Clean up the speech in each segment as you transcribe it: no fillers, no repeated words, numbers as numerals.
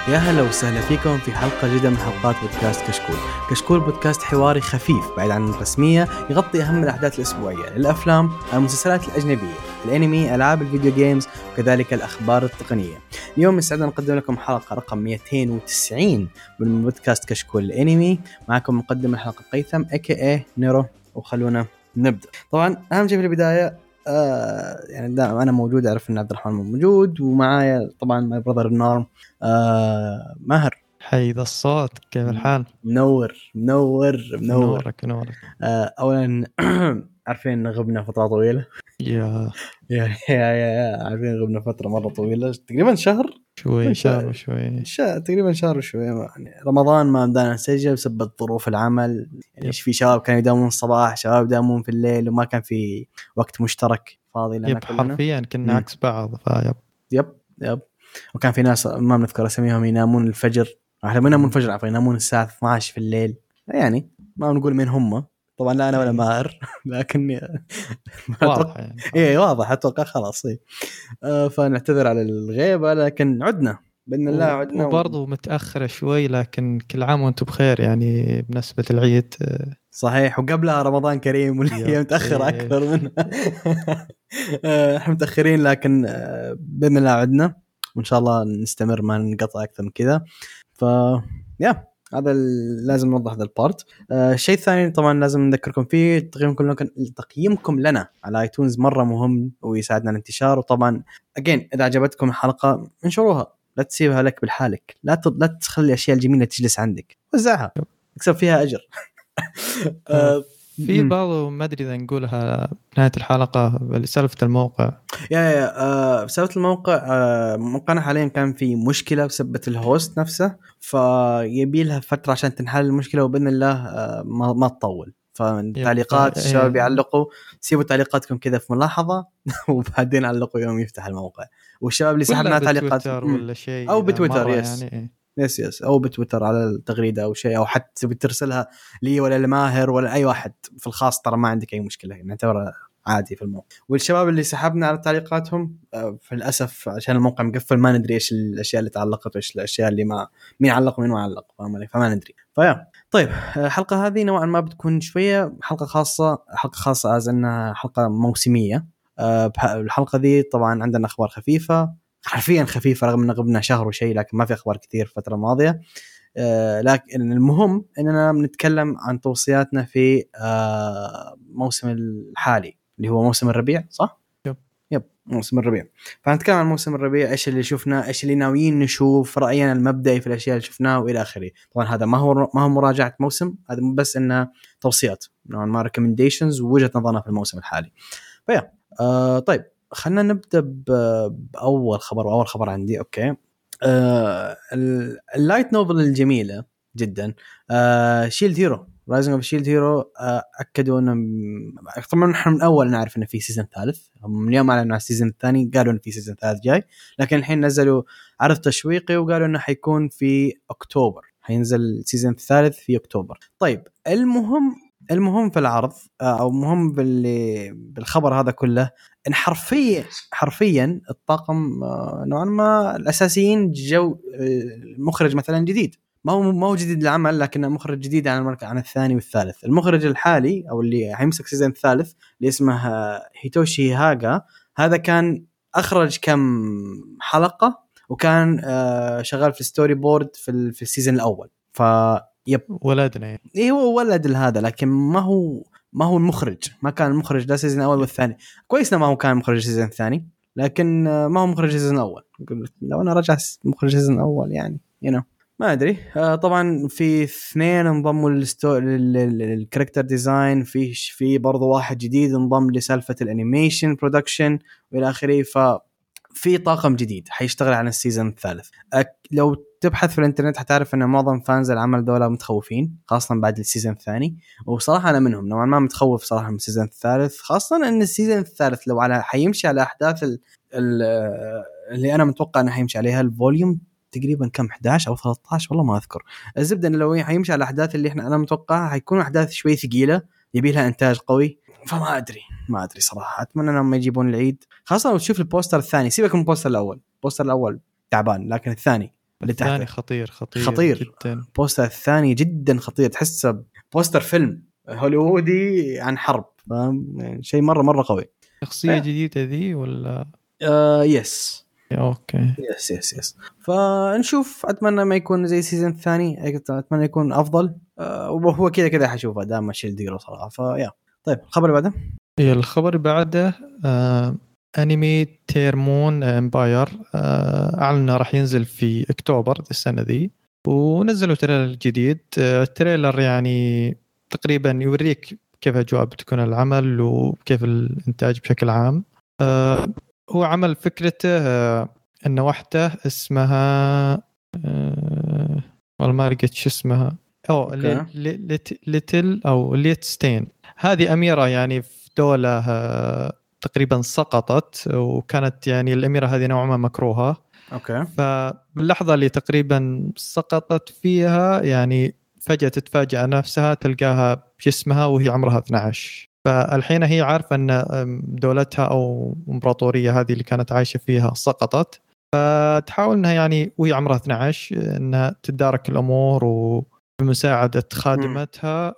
يا هلا وسهلا فيكم في حلقة جديدة من حلقات بودكاست كشكول. كشكول بودكاست حواري خفيف بعيد عن الرسمية، يغطي أهم الأحداث الأسبوعية، الأفلام، المسلسلات الأجنبية، الأنمي، ألعاب الفيديو جيمز، وكذلك الأخبار التقنية. اليوم يسعدنا نقدم لكم حلقة رقم 290 من بودكاست كشكول الأنمي. معكم مقدم الحلقة قيثم AKA نيرو، وخلونا نبدأ. طبعا أهم شيء في البداية يعني دائما أنا موجود، أعرف أن عبد الرحمن موجود، ومعايا طبعا ماي براذر النورم ماهر. حي ذا الصوت، كيف الحال؟ منور. نورك. أولا عارفين إن غبنا فترة طويلة. يا عارفين غبنا فترة مرة طويلة، تقريبا شهر شوي. تقريبا شهر وشوي. يعني رمضان ما بدأنا نسجل بسبب ظروف العمل، يعني يب. في شباب كانوا يداومون الصباح، شباب يداومون في الليل، وما كان في وقت مشترك فاضي لنا كلنا. حرفيا كنا عكس بعض. يب. وكان في ناس ما بنذكر اساميهم ينامون الفجر، احنا بننام الفجر، عفوا ينامون الساعة 12 في الليل. يعني ما بنقول مين هم، طبعا لا انا ولا ماهر لكن واضح يعني. ايه واضح، اتوقع خلاص ايه. فنعتذر على الغيبة، لكن عدنا بإذن الله، عدنا وبرضو متأخرة شوي، لكن كل عام وانتم بخير يعني بنسبة العيد. صحيح، وقبلها رمضان كريم والهي متأخرة أكثر منها. احنا متأخرين، لكن بإذن الله عدنا، وإن شاء الله نستمر، ما نقطع أكثر من كذا. هذا لازم نوضح هذا البارت. الشيء الثاني طبعا لازم نذكركم فيه تقييمكم لنا على iTunes مرة مهم ويساعدنا على الانتشار. وطبعا إذا عجبتكم الحلقة انشروها، لا تسيبها لك بالحالك، لا تخلي الأشياء الجميلة تجلس عندك، وزعها تكسب فيها أجر. في بعض ما أدري إذا نقولها نهاية الحلقة سالفة الموقع. سالفة الموقع، موقعنا حاليا كان في مشكلة بسبب الهوست نفسه، فيبي لها فترة عشان تنحل المشكلة، وبإذن الله ما تطول. فتعليقات الشباب يعلقوا، سيبوا تعليقاتكم كذا في ملاحظة وبعدين علقوا يوم يفتح الموقع. والشباب اللي سحبنا تعليقات ولا شيء أو بتويتر يعني يس أو بتويتر على التغريدة أو شيء، أو حتى بترسلها لي ولا لماهر ولا أي واحد في الخاص، ترى ما عندك أي مشكلة، يعني نعتبرها عادي في الموقع. والشباب اللي سحبنا على تعليقاتهم فللأسف عشان الموقع مقفل، ما ندري إيش الأشياء اللي تعلقت وإيش الأشياء اللي مين علق ومين ما علق، فما ندري. طيب الحلقة هذه نوعا ما بتكون شوية حلقة خاصة أنها حلقة موسمية. الحلقة دي طبعا عندنا أخبار خفيفة، حرفيا خفيفة، رغم أن غبنا شهر وشيء، لكن ما في أخبار كثير الفترة الماضية. لكن المهم أننا بنتكلم عن توصياتنا في موسم الحالي اللي هو موسم الربيع، صح؟ يب موسم الربيع. فنتكلم عن موسم الربيع، إيش اللي شفنا، إيش اللي ناويين نشوف، رأينا المبدئي في الأشياء اللي شفناها وإلى آخره. طبعا هذا ما هو مراجعة موسم، هذا بس إنه توصيات، نوعا ما recommendations ووجهة نظرنا في الموسم الحالي. طيب خلنا نبدأ بأول خبر، وأول خبر عندي أوكي. اللايت نوفل الجميلة جدا، شيلد هيرو، رايزنج اوف شيلد هيرو. أكدوا إنه طبعا نحن من أول نعرف إنه في سيزن ثالث، هم اليوم أعلنوا عن السيزن الثاني، قالوا إنه في سيزن ثالث جاي، لكن الحين نزلوا عرض تشويقي وقالوا إنه حيكون في أكتوبر، حينزل السيزن الثالث في أكتوبر. طيب المهم في العرض أو مهم بالخبر هذا كله، إن حرفيا الطاقم نوعا ما الأساسيين جو المخرج مثلا جديد، ما هو جديد العمل، لكنه مخرج جديد عن الثاني والثالث. المخرج الحالي أو اللي هيمسك سيزن الثالث اللي اسمه هيتوشي هاغا، هذا كان أخرج كم حلقة، وكان شغال في ستوري بورد في السيزن الأول. يب ولدنا يعني. إيه هو ولد هذا، لكن ما هو المخرج، ما كان المخرج ده السيزن الأول والثاني. كويسنا ما هو كان مخرج السيزن الثاني، لكن ما هو مخرج السيزن الأول. لو أنا رجع مخرج السيزن الأول يعني ما أدري. طبعا في 2 انضموا للكاركتر ديزاين، في برضو واحد جديد انضم لسالفة الانيميشن برودكشن والى آخره. ففي طاقم جديد حيشتغل على السيزن الثالث. لو تبحث في الانترنت حتعرف ان معظم فانز العمل دولة متخوفين، خاصة بعد السيزن الثاني، وصراحة انا منهم نوعا ما متخوف صراحة من السيزن الثالث، خاصة ان السيزن الثالث لو حيمشي على احداث اللي انا متوقع انه حيمشي عليها، الفوليوم تقريبا كم 11 او 13 والله ما اذكر. الزبده انه لو حيمشي على الاحداث اللي انا متوقعها، حيكون احداث شوي ثقيله، يبي لها انتاج قوي. فما ادري صراحه، اتمنى انهم ما يجيبون العيد، خاصه لو تشوف البوستر الثاني. سيبك من البوستر الاول تعبان، لكن الثاني اللي الثاني تحت خطير جدا. البوستر الثاني جدا خطير، تحسه بوستر فيلم هوليوودي عن حرب، فاهم يعني شيء مرة قوي. شخصية جديدة ذي ولا؟ يس اوكي يس فنشوف. اتمنى ما يكون زي السيزون الثاني، اتمنى يكون افضل. وهو كذا حشوفه دام شيل ديرو صراحه. فيا طيب الخبر اللي بعده. الخبر بعده انمي تيرمون امباير، اعلن راح ينزل في اكتوبر السنه ذي، ونزلوا تريلر جديد. التريلر يعني تقريبا يوريك كيف اجواء بتكون العمل وكيف الانتاج بشكل عام. هو عمل فكرته ان واحده اسمها والله ما لقيت شو اسمها، ليتل او ليتستين. هذه اميره يعني في دوله تقريبا سقطت، وكانت يعني الاميره هذه نوعا ما مكروهه. اوكي. فباللحظه اللي تقريبا سقطت فيها يعني فجاه تتفاجأ نفسها تلقاها بجسمها وهي عمرها 12. فالحين هي عارفه ان دولتها او امبراطوريه هذه اللي كانت عايشه فيها سقطت، فتحاول انها يعني وهي عمرها 12 انها تدارك الامور وبمساعده خادمتها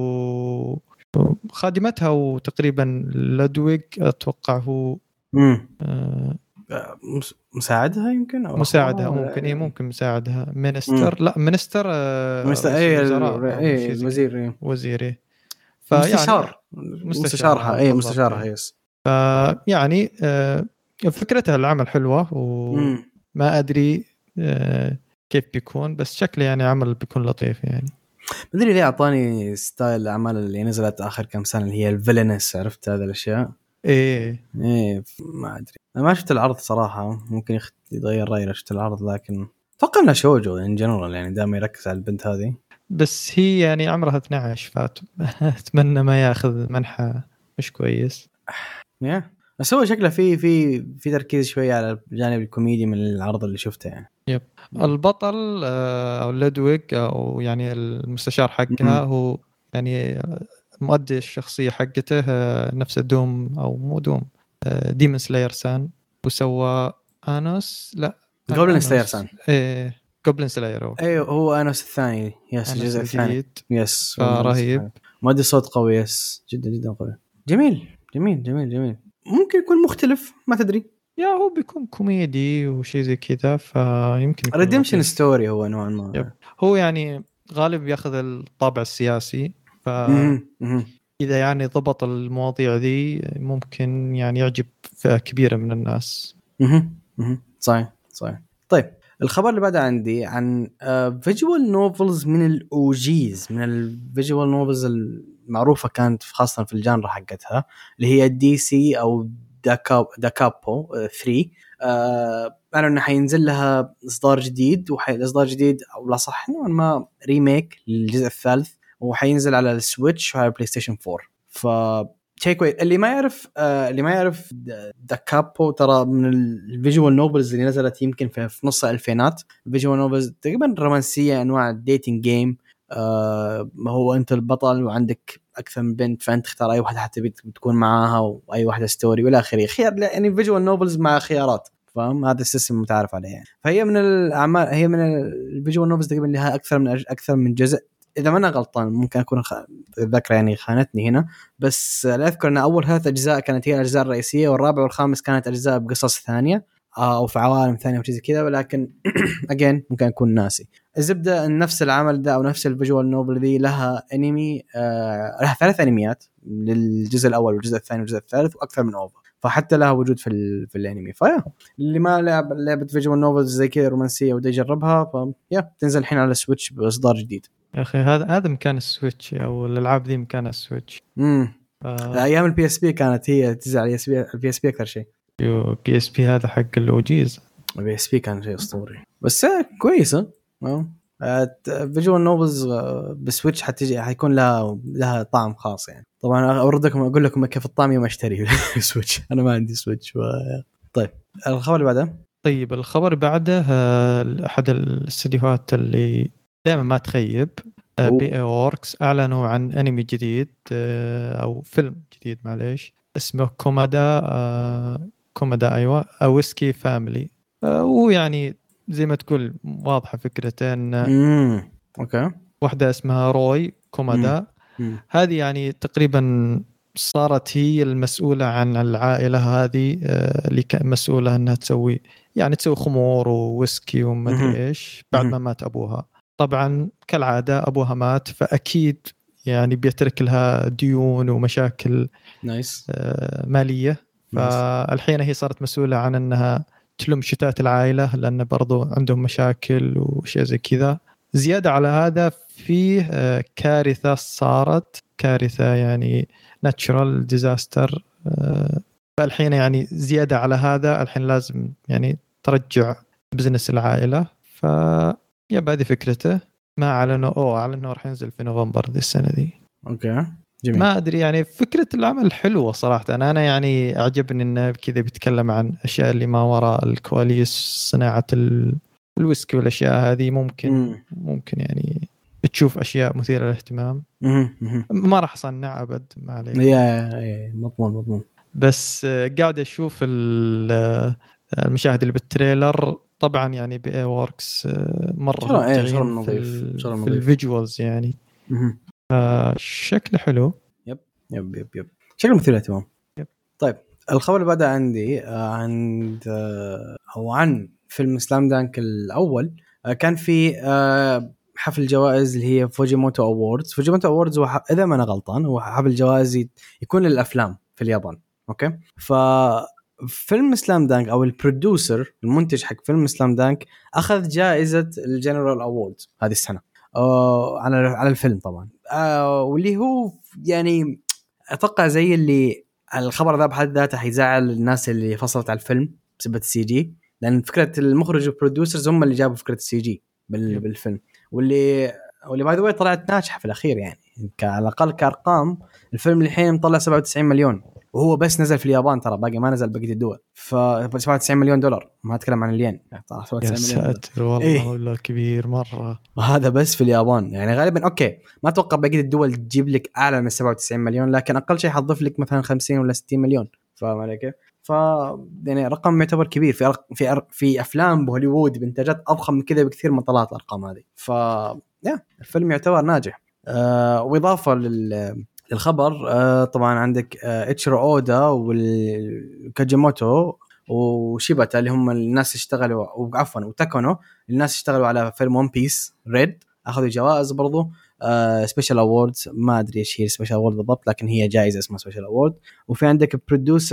وخادمتها وتقريبا لودويغ اتوقع هو مساعدها يمكن او مساعدها ممكن ايه ممكن مساعدها مينستر لا مينستر الوزير وزيري مستشارها اي مستشارها يس. يعني فكرتها العمل حلوة وما أدري كيف بيكون، بس شكله يعني عمل بيكون لطيف يعني. ما أدري ليه أعطاني ستايل الأعمال اللي نزلت آخر كم سنة اللي هي الفيلنس، عرفت هذا الأشياء. إيه ما أدري، أنا ما شفت العرض صراحة، ممكن يغير رأيي لو شفت العرض، لكن أتوقع إنه شوجو إن جنرال يعني دائما يركز على البنت هذه. بس هي يعني عمرها 12 أتمنى ما ياخذ منحى مش كويس. بس هو شكله في تركيز شوية على الجانب الكوميدي من العرض اللي شفته يعني. يب. البطل أو لودويغ أو يعني المستشار حقها هو يعني مؤدي الشخصية حقته نفس دوم أو مو دوم ديمون سلاير سان، وسوى آنوس لا جوبلين سلاير سان. جوبلين سلاير ايوه هو آنوس الثاني يس الجزء الثاني يس رهيب، مؤدي صوت قوي يس جدا قوي. جميل ممكن يكون مختلف ما تدري، يا هو بيكون كوميدي وشيء زي كذا، فيمكن ريديمشن ستوري هو نوعا ما. هو يعني غالب ياخذ الطابع السياسي، إذا يعني ضبط المواضيع ذي ممكن يعني يعجب فئة كبيرة من الناس. صحيح. طيب الخبر اللي بعده عندي عن فيجوال نوفلز من الأوجيز، من الفيجوال نوفلز المعروفة كانت خاصة في الجانرا حقتها اللي هي دي سي أو داكابو 3. قالوا إنه حينزل لها إصدار جديد، إصدار جديد أو لا صح نوعا ما ريميك للجزء الثالث، وحينزل على السويتش وعلى بلاي ستيشن 4. شيء كويس. اللي ما يعرف داكابو ترى من الفيجوال نوفلز اللي نزلت يمكن في نص الألفينات. الفيجوال نوفلز تقريبا رومانسية، أنواع الديتينج جيم. هو أنت البطل وعندك أكثر من بنت، فأنت تختار أي واحدة حتى بتكون معاها وأي واحدة ستوري ولا آخره خيار، يعني فيجوال نوفلز مع خيارات، فاهم؟ هذا السيستم متعارف عليه يعني. فهي من الأعمال، هي من الفيجوال نوفلز تقريبا لها أكثر من جزء إذا ما أنا غلطان، ممكن أكون الذاكرة يعني خانتني هنا، بس لا أذكر أن أول 3 أجزاء كانت هي الأجزاء الرئيسية، والرابع والخامس كانت أجزاء بقصص ثانية أو في عوالم ثانية أو شيء كذا، ولكن again ممكن أكون ناسي. الزبدة نفس العمل ده أو نفس الفيجوال نوبل دي لها أنمي، لها 3 أنميات للجزء الأول والجزء الثاني والجزء الثالث وأكثر من أوفر، فحتى لها وجود في الأنمي. فيا اللي ما لعب لعبة فيجوال نوبلز زي كذا رومانسية ودي يجربها، فيا تنزل الحين على السويتش بإصدار جديد. يا أخي هذا مكان السويتش أو الألعاب ذي مكان السويتش. أيام البي اس بي كانت هي تزعل البي اس بي أكثر شيء. بي اس بي هذا حق الأوجيز. البي اس بي كان شيء أسطوري، بس كويسة. فيجوال نوفلز بسويتش حيكون لها طعم خاص يعني. طبعا أقول لكم كيف الطعم يوم أشتري سويتش، أنا ما عندي سويتش. طيب الخبر اللي بعده. طيب الخبر بعده أحد الاستديوهات اللي دائما ما تخيب، بي اي ووركس، أعلنوا عن أنمي جديد أو فيلم جديد معليش اسمه كومادا أيوة ويسكي فاميلي. ويعني زي ما تقول واضحة فكرته أن اوكي واحدة اسمها روي كومادا، هذه يعني تقريبا صارت هي المسؤولة عن العائلة هذه، اللي كان مسؤولة أنها تسوي خمور وويسكي وما أدري إيش بعد ما مات أبوها. طبعا كالعادة أبوها مات، فأكيد يعني بيترك لها ديون ومشاكل مالية. فالحين هي صارت مسؤولة عن أنها تلم شتات العائلة، لأن برضو عندهم مشاكل وشيء زي كذا. زيادة على هذا فيه كارثة صارت، كارثة يعني natural disaster. فالحين يعني زيادة على هذا الحين لازم يعني ترجع بزنس العائلة. هذه فكرته. ما أعلنوا راح ينزل في نوفمبر دي السنة دي. اوكي جميل. ما أدري يعني فكرة العمل حلوة صراحة. أنا يعني أعجبني إنه كذا بيتكلم عن أشياء اللي ما وراء الكواليس، صناعة الويسكي والأشياء هذه. ممكن يعني تشوف أشياء مثيرة للاهتمام. ما راح أصنع أبد، ما عليك. مضمون. بس قاعد أشوف المشاهد اللي بالتريلر، طبعا يعني بي ووركس مرة مبدعين في الفيجوالز يعني. شكله حلو. يب شكله مثير للاهتمام. طيب الخبر اللي بعده عندي عن فيلم سلام دانك الأول. كان في حفل جوائز اللي هي فوجيموتو أووردز. فوجيموتو أووردز هو إذا ما أنا غلطان هو حفل جوائز يكون للأفلام في اليابان. أوكي، ففيلم سلام دانك أو البروديوسر المنتج حق فيلم سلام دانك أخذ جائزة الجنرال أووردز هذه السنة على الفيلم طبعا. واللي هو يعني أتوقع زي اللي الخبر ذا بحد ذاته حيزعل الناس اللي فصلت على الفيلم بسبب السي جي، لأن فكرة المخرج والبروديوسرز هم اللي جابوا فكرة السي جي بالفيلم، واللي باي ذا واي طلعت ناجحة في الأخير يعني. على الأقل كأرقام الفيلم الحين مطلع 97 مليون، وهو بس نزل في اليابان ترى، باقي ما نزل بقية الدول. ف 97 مليون دولار، ما أتكلم عن الين. يا ساتر والله والله كبير مرة. وهذا بس في اليابان يعني. غالبا أوكي ما أتوقع بقية الدول تجيب لك أعلى من 97 مليون، لكن أقل شيء حضيف لك مثلا 50 ولا 60 مليون. فاهم علي كيف؟ يعني رقم يعتبر كبير في أفلام بهوليوود بإنتاجات أضخم من كذا بكثير من طلعت الأرقام هذه. الفيلم يعتبر ناجح. وإضافة للخبر طبعا عندك إتشيرو أودا والكاجيموتو وشيباتا اللي هم الناس اشتغلوا، وعفوا وتاكونو الناس اشتغلوا على فيلم ون بيس ريد، أخذوا جوائز برضو سبيشال أووردز. ما أدري إيش هي سبيشال أوورد بالضبط، لكن هي جائزة اسمها سبيشال أوورد. وفي عندك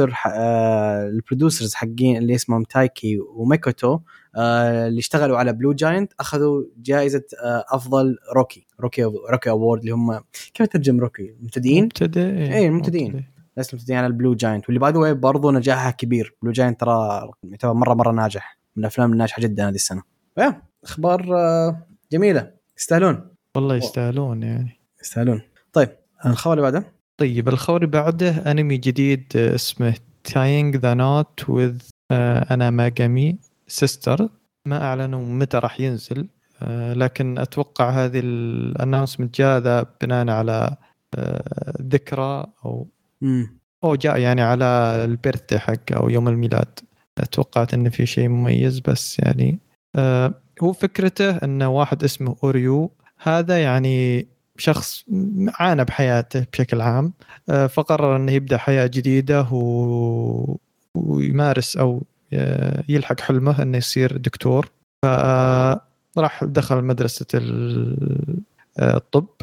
البروديوسرز حقين اللي اسمهم تايكي وميكوتو اللي اشتغلوا على بلو جاينت، أخذوا جائزة أفضل روكي أوورد، اللي هم كيف ترجم روكي؟ مبتدئين؟ إيه مبتدئين، ناس مبتدئين على البلو جاينت. واللي باي ذا واي برضو نجاحها كبير. بلو جاينت ترى يعتبر مرة ناجح، من الأفلام الناجحة جدا هذه السنة. أخبار جميلة، يستاهلون والله، يستاهلون يعني يستاهلون. طيب الخبر اللي بعده. طيب الخبر اللي بعده أنمي جديد اسمه Tying the Knot with Anamagami Sister. ما أعلنوا متى راح ينزل، لكن أتوقع هذه الأناونسمنت جاء بناء على ذكرى أو جاء يعني على البيرثدي حق أو يوم الميلاد. أتوقعت أن في شيء مميز، بس يعني هو فكرته أن واحد اسمه أوريو، هذا يعني شخص عانى بحياته بشكل عام، فقرر أنه يبدأ حياة جديدة ويمارس أو يلحق حلمه أنه يصير دكتور. فراح دخل مدرسة الطب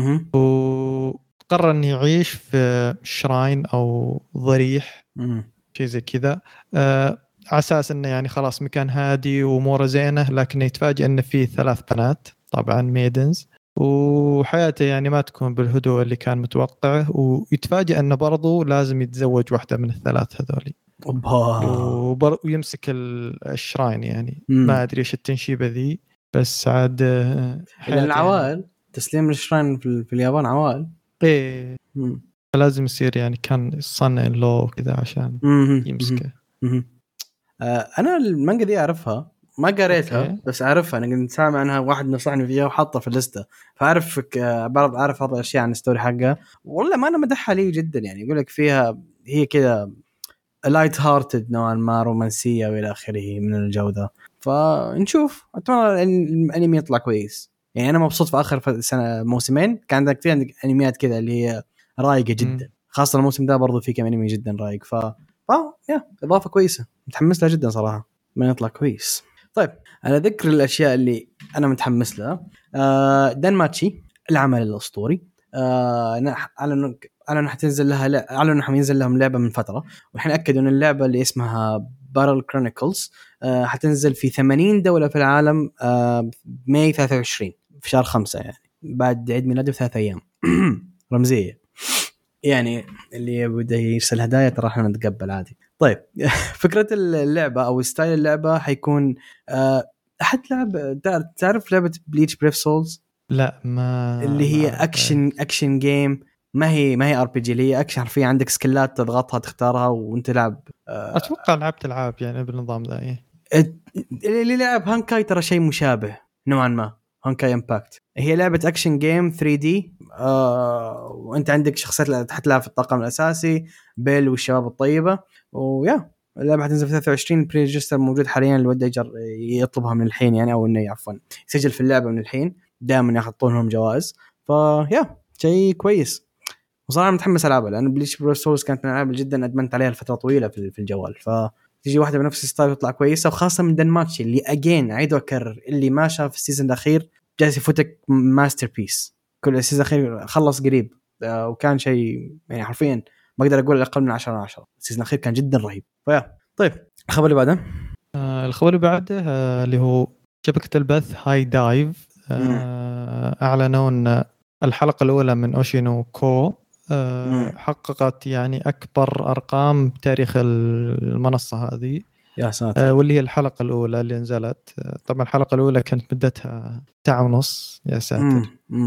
وقرر أنه يعيش في شراين أو ضريح شيء زي كذا، على أساس أنه يعني خلاص مكان هادي وأموره زينة. لكن يتفاجئ أنه فيه 3 بنات طبعا ميدنز، وحياته يعني ما تكون بالهدوء اللي كان متوقعه. ويتفاجئ أنه برضو لازم يتزوج واحدة من ال3 هذولي، ويمسك الشراين يعني. ما أدري إيش التنشيبة ذي، بس عاد العوائل يعني. تسليم الشراين في اليابان عوائل. إيه لازم يصير يعني كان صنع له كذا عشان يمسكه. أنا المانجا دي أعرفها، ما قريتها بس أعرفها. أنا كنت سامع عنها، واحد نصحني فيها وحطها في الليستة، فأعرف أعرف هذا الأشياء عن الستوري حقها. والله ما أنا مدحها لي جدا يعني. يقولك فيها هي كذا لايت هارتد نوعا ما، رومانسية وإلى آخره من الجودة. فنشوف، اتمنى الانمي يطلع كويس. يعني انا مبسوط في اخر سنه موسمين كان عندك كثير انميات كذا اللي هي رايقه جدا، خاصه الموسم ده برضو في كم انمي جدا رايق. يا اضافه كويسه، متحمس لها جدا صراحه ما يطلع كويس. طيب على ذكر الاشياء اللي انا متحمس لها، دانماتشي العمل الاسطوري، اعلنوا حتنزل لها، اعلنوا حينزل لهم لعبه من فتره، والحين اكدوا ان اللعبه اللي اسمها بارل كرونيكلز حتنزل في 80 دوله في العالم ماي 23 في شهر 5، يعني بعد عيد ميلادي ب3 ايام. رمزيه يعني، اللي بده يرسل هدايا ترى احنا نتقبل عادي. طيب فكره اللعبه او ستايل اللعبه حيكون احد لعب، تعرف لعبه بليتش بريف سولز؟ لا ما اللي هي ما اكشن جيم، ما هي ار بي جي، اللي هي اكشن حرفيا، عندك سكيلات تضغطها تختارها وانت تلعب. اتوقع لعبت العاب يعني بالنظام ذا. ايه اللي لعب هانكاي ترى شيء مشابه نوعا ما، هانكاي امباكت هي لعبه اكشن جيم 3 دي، وانت عندك شخصيات حتلعب في الطاقم الاساسي بيل والشباب الطيبه. ويا اللعبه حتنزل في 23، بري ريجستر موجود حاليا اللي وده يطلبها من الحين يعني، او انه عفوا يسجل في اللعبه من الحين، دائما يحطون لهم جوائز. فيا شيء كويس وصراحه متحمس العبها، لان بليتش برو سولز كانت من الالعاب اللي جدا ادمنت عليها لفتره طويله في الجوال، فتيجي واحده بنفس الستايل وتطلع كويسه، وخاصه من دنماتش اللي اجين اعيد واكرر اللي ما شاف السيزون الاخير جالس يفوتك ماستر بيس. كل السيزون الاخير خلص قريب، وكان شيء يعني حرفيا ما اقدر اقول اقل من 10/10. السيزون الاخير كان جدا رهيب. طيب الخبر اللي بعده، الخبر اللي بعده اللي هو شبكة البث هاي دايف أعلنوا أن الحلقة الأولى من أوشينو كو حققت يعني أكبر أرقام بتاريخ المنصة هذه. يا ساتر. واللي هي الحلقة الأولى اللي نزلت، طبعا الحلقة الأولى كانت مدتها 1.5 ساعة. يا ساتر.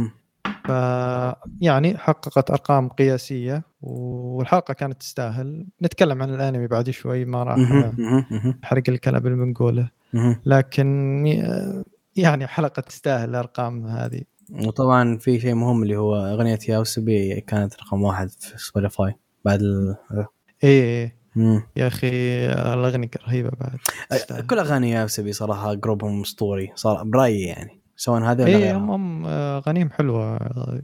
يعني حققت أرقام قياسية، والحلقة كانت تستاهل. نتكلم عن الأنمي بعد شوي، ما راح حرق الكلام اللي بنقوله، لكن يعني حلقة تستاهل الأرقام هذه. وطبعا في شيء مهم اللي هو أغنية ياوسبي كانت رقم 1 في سبوتيفاي بعد إيه يا أخي الأغنية رهيبة بعد. كل أغاني ياوسبي صراحة جروبهم أسطوري صار برأيي يعني، سواء هذا ولا غيرها. هم أغانيهم حلوة،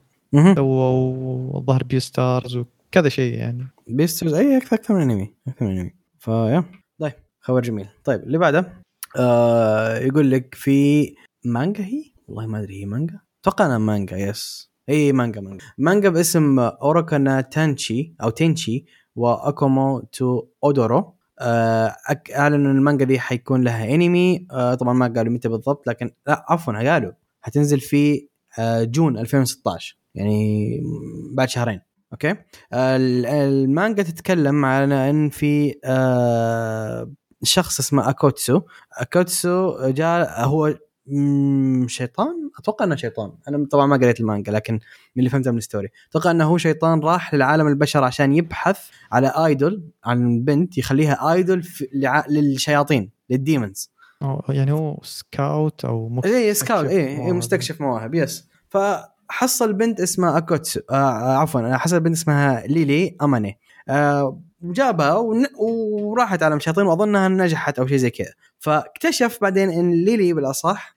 وظهر بيستارز وكذا شيء يعني. بيستارز أي أكثر من أنمي فيا. طيب خبر جميل. طيب اللي بعده يقول لك في مانجا، هي والله ما أدري هي مانجا، توقع أنا مانجا. يس هي مانجا باسم أوروكانا تانشي أو تينشي وأكومو تو أودورو. أعلنوا المانجا دي حيكون لها أنمي. طبعا ما قالوا متى بالضبط، لكن لا عفوا قالوا حتنزل في جون 2016، يعني بعد شهرين. اوكي. المانجا تتكلم على ان في شخص اسمه اكوتسو جاء، هو شيطان، اتوقع انه شيطان، انا طبعا ما قريت المانجا لكن من اللي فهمته من الستوري اتوقع انه هو شيطان راح للعالم البشر عشان يبحث على ايدول، عن بنت يخليها ايدول للشياطين، للديمونز. يعني هو سكاوت او سكاوت، مستكشف مواهب. يس. فحصل بنت اسمها اكوتسو، عفوا حصل بنت اسمها ليلي اماني، وجابها وراحت عالم الشياطين، واظنها نجحت او شيء زي كذا. فاكتشف بعدين ان ليلي بالاصح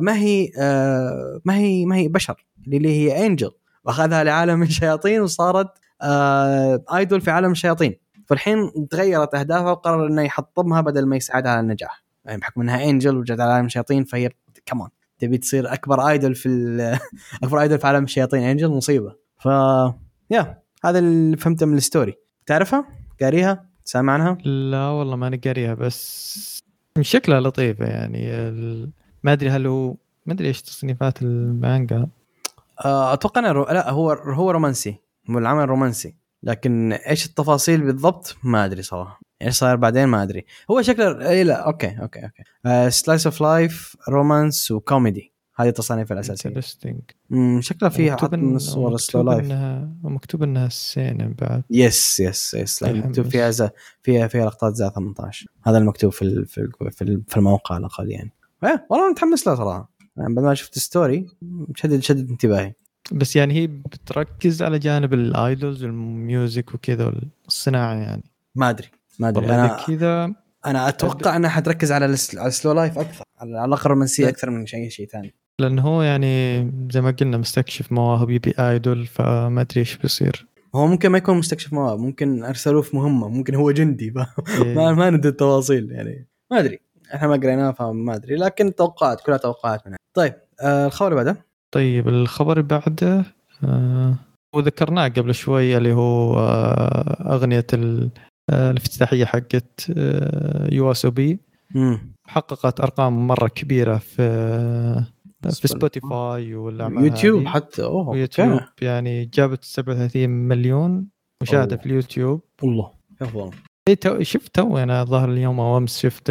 ما هي بشر، ليلي هي انجل، واخذها لعالم الشياطين وصارت ايدول في عالم الشياطين. فالحين تغيرت اهدافها وقرر انه يحطمها بدل ما يساعدها على النجاح، يعني بحكم انها انجل وجت على عالم الشياطين، فهي كمان تبي تصير اكبر ايدول اكبر ايدول في عالم الشياطين. انجل مصيبه. يا هذا اللي فهمته من الستوري. تعرفها؟ قاريها؟ سامع عنها؟ لا والله ما نقاريها، بس شكلها لطيفه يعني. ما ادري هل هو، ما ادري ايش تصنيفات المانجا. اتوقع لا هو رومانسي، هو العمل رومانسي، لكن ايش التفاصيل بالضبط ما ادري صراحه، ايش صار بعدين ما ادري. هو شكله لا اوكي سلايس اوف لايف، رومانس وكوميدي، هذه التصانيف الاساسيه. شكلها فيها حط من الصور سلو لايف، مكتوب انها سينما بعد. يس مكتوب فيها لقطات زي 18. هذا المكتوب في الموقع على الاقل يعني. والله متحمس لها صراحه، يعني بعد ما شفت ستوري شدد انتباهي. بس يعني هي بتركز على جانب الايدولز والميوزك وكذا والصناعه يعني. ما ادري انا كذا انا اتوقع انها حتركز على السلو لايف اكثر، على العلاقه الرومانسيه اكثر من شيء ثاني، لأنه هو يعني زي ما قلنا مستكشف مواهب، يبي ايدول، فما ادري ايش بيصير. هو ممكن ما يكون مستكشف مواهب، ممكن ارسلوه في مهمه، ممكن هو جندي إيه. ما ندري التفاصيل يعني، ما ادري، احنا ما قريناه فما ادري، لكن توقعات كلها توقعات منها. طيب الخبر اللي بعده. طيب الخبر اللي بعده وذكرناه قبل شوي، اللي هو أغنية الافتتاحية حقت يواسوبي حققت أرقام مرة كبيرة في سبوتيفاي والأعمال يوتيوب هذه حتى. ويوتيوب. يعني جابت 37 مليون مشاهدة في اليوتيوب. والله أفضل. شفت تو أنا ظهر اليوم أو أمس شفت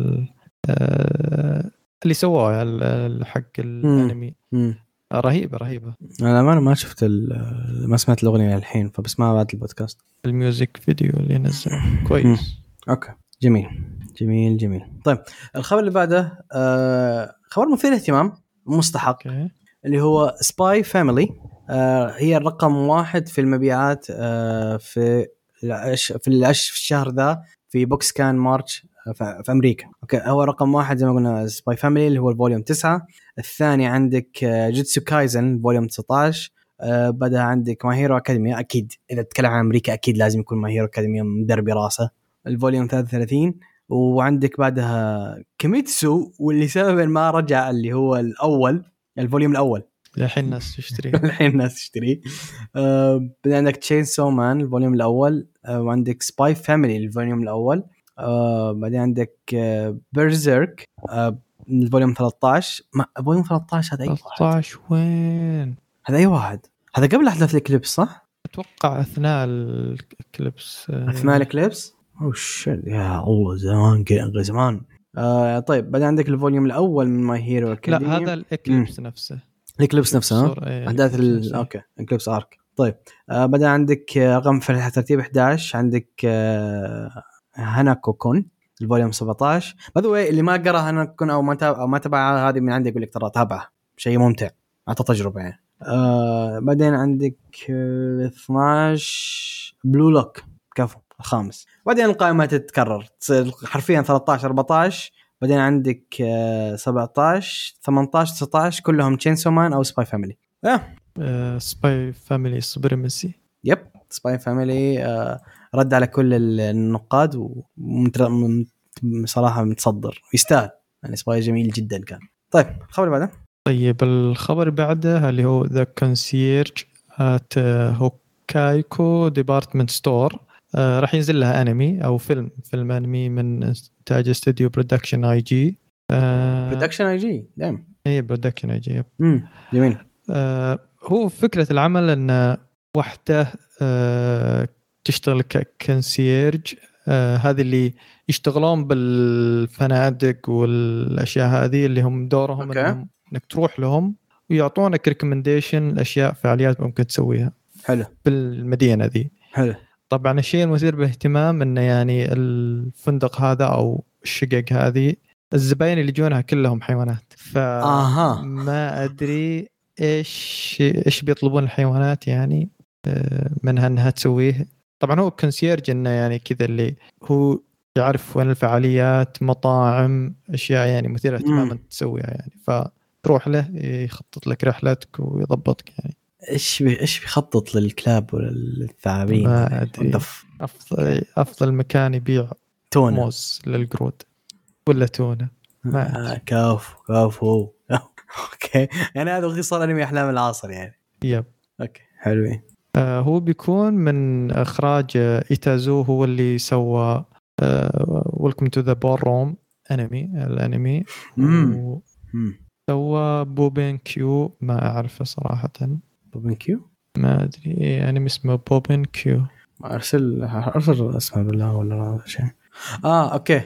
اللي سواه حق الأنمي. رهيبة. أنا ما شفت ما سمعت الأغنية الحين، فبسمعها بعد البودكاست. الميوزك فيديو اللي نزل كويس. أوكي جميل. طيب الخبر اللي بعده خبر مثير اهتمام مستحق. اللي هو سباي فاميلي هي الرقم 1 في المبيعات في الشهر ذا في بوكس كان مارش في أمريكا. أوكي هو رقم 1 زي ما قلنا سباي فاميلي اللي هو الفوليوم 9. الثاني عندك جيتسو كايزن فوليوم 19. بدأ عندك ما هيرو أكاديميا، أكيد إذا تتكلم عن أمريكا أكيد لازم يكون ما هيرو أكاديميا مدرب راسه، الفوليوم 33. وعندك بعدها كيميتسو، واللي سبب ما رجع اللي هو الأول، الفوليوم الأول الحين الناس تشتري بعدين عندك تشين سو مان الفوليوم الأول، وعندك سباي فاميلي الفوليوم الأول، بعدين عندك بيرزيرك الفوليوم 13. فوليوم 13 هذا أي 13 وين؟ هذا أي واحد؟ هذا قبل أحداث الإكليبس صح؟ أتوقع أثناء الإكليبس. أثناء الإكليبس؟ يا الله زمان. طيب بعدين عندك الفوليوم الأول من ماي هيرو أكاديمي. لا هذا الإكليبس نفسه. الإكليبس نفسه أحداث أوكي إكليبس آرك. طيب بدأ عندك رقم في ترتيب 11 عندك هاناكو كون الفوليوم 17. باي اللي ما قرأ هاناكو كون أو ما تابع هذه من عندي أقول لك ترى تابعه، شيء ممتع، أعطى تجربة يعني. بعدين عندك 12 بلو لوك كفو الخامس. بعدين القائمة تتكرر تصير حرفيا 13 14. بعدين عندك 17 18 19 كلهم تشينسو مان أو سباي فاميلي. سباي فاميلي سوبريمسي. يب سباي فاميلي رد على كل النقاد وصراحة متصدر يستاهل يعني، سباي جميل جدا كان. طيب الخبر اللي بعده. طيب الخبر بعده اللي هو ذا كونسيرج ات هوكايكو ديبارتمنت ستور. راح ينزل لها انمي او فيلم انمي من انتاج استوديو برودكشن اي جي. برودكشن اي جي دائما. اي برودكشن اي جي. جميل. هو فكرة العمل ان وحده تشتغل ككونسيرج، هذه اللي يشتغلون بالفنادق والاشياء هذه اللي هم دورهم انك تروح لهم ويعطونك ريكومنديشن الاشياء فعاليات ممكن تسويها. حلو. بالمدينة ذي. حلو. طبعا الشيء المثير باهتمام انه يعني الفندق هذا او الشقق هذه الزباين اللي يجونها كلهم حيوانات، فما ادري ايش بيطلبون الحيوانات يعني منها انها تسويه. طبعا هو كونسيرج انه يعني كذا اللي هو يعرف وين الفعاليات، مطاعم، اشياء يعني مثيرة اهتمام تسويها يعني، فتروح له يخطط لك رحلتك ويضبطك يعني. ايش بيخطط للكلاب ولا للثعابين؟ ما ادري. افضل مكان يبيع تونة موز للقرود ولا تونة. كافو اوكي يعني هذا صار انمي احلام العصر يعني. يب. اوكي حلوين. هو بيكون من اخراج ايتازو، هو اللي سوى ويلكم تو ذا بورروم الانمي. سوى بوبين كيو، ما اعرفه صراحة. بوبين كيو ما ادري يعني اسمه بوبين كيو. ارسل اسمه بالله ولا شيء. اوكي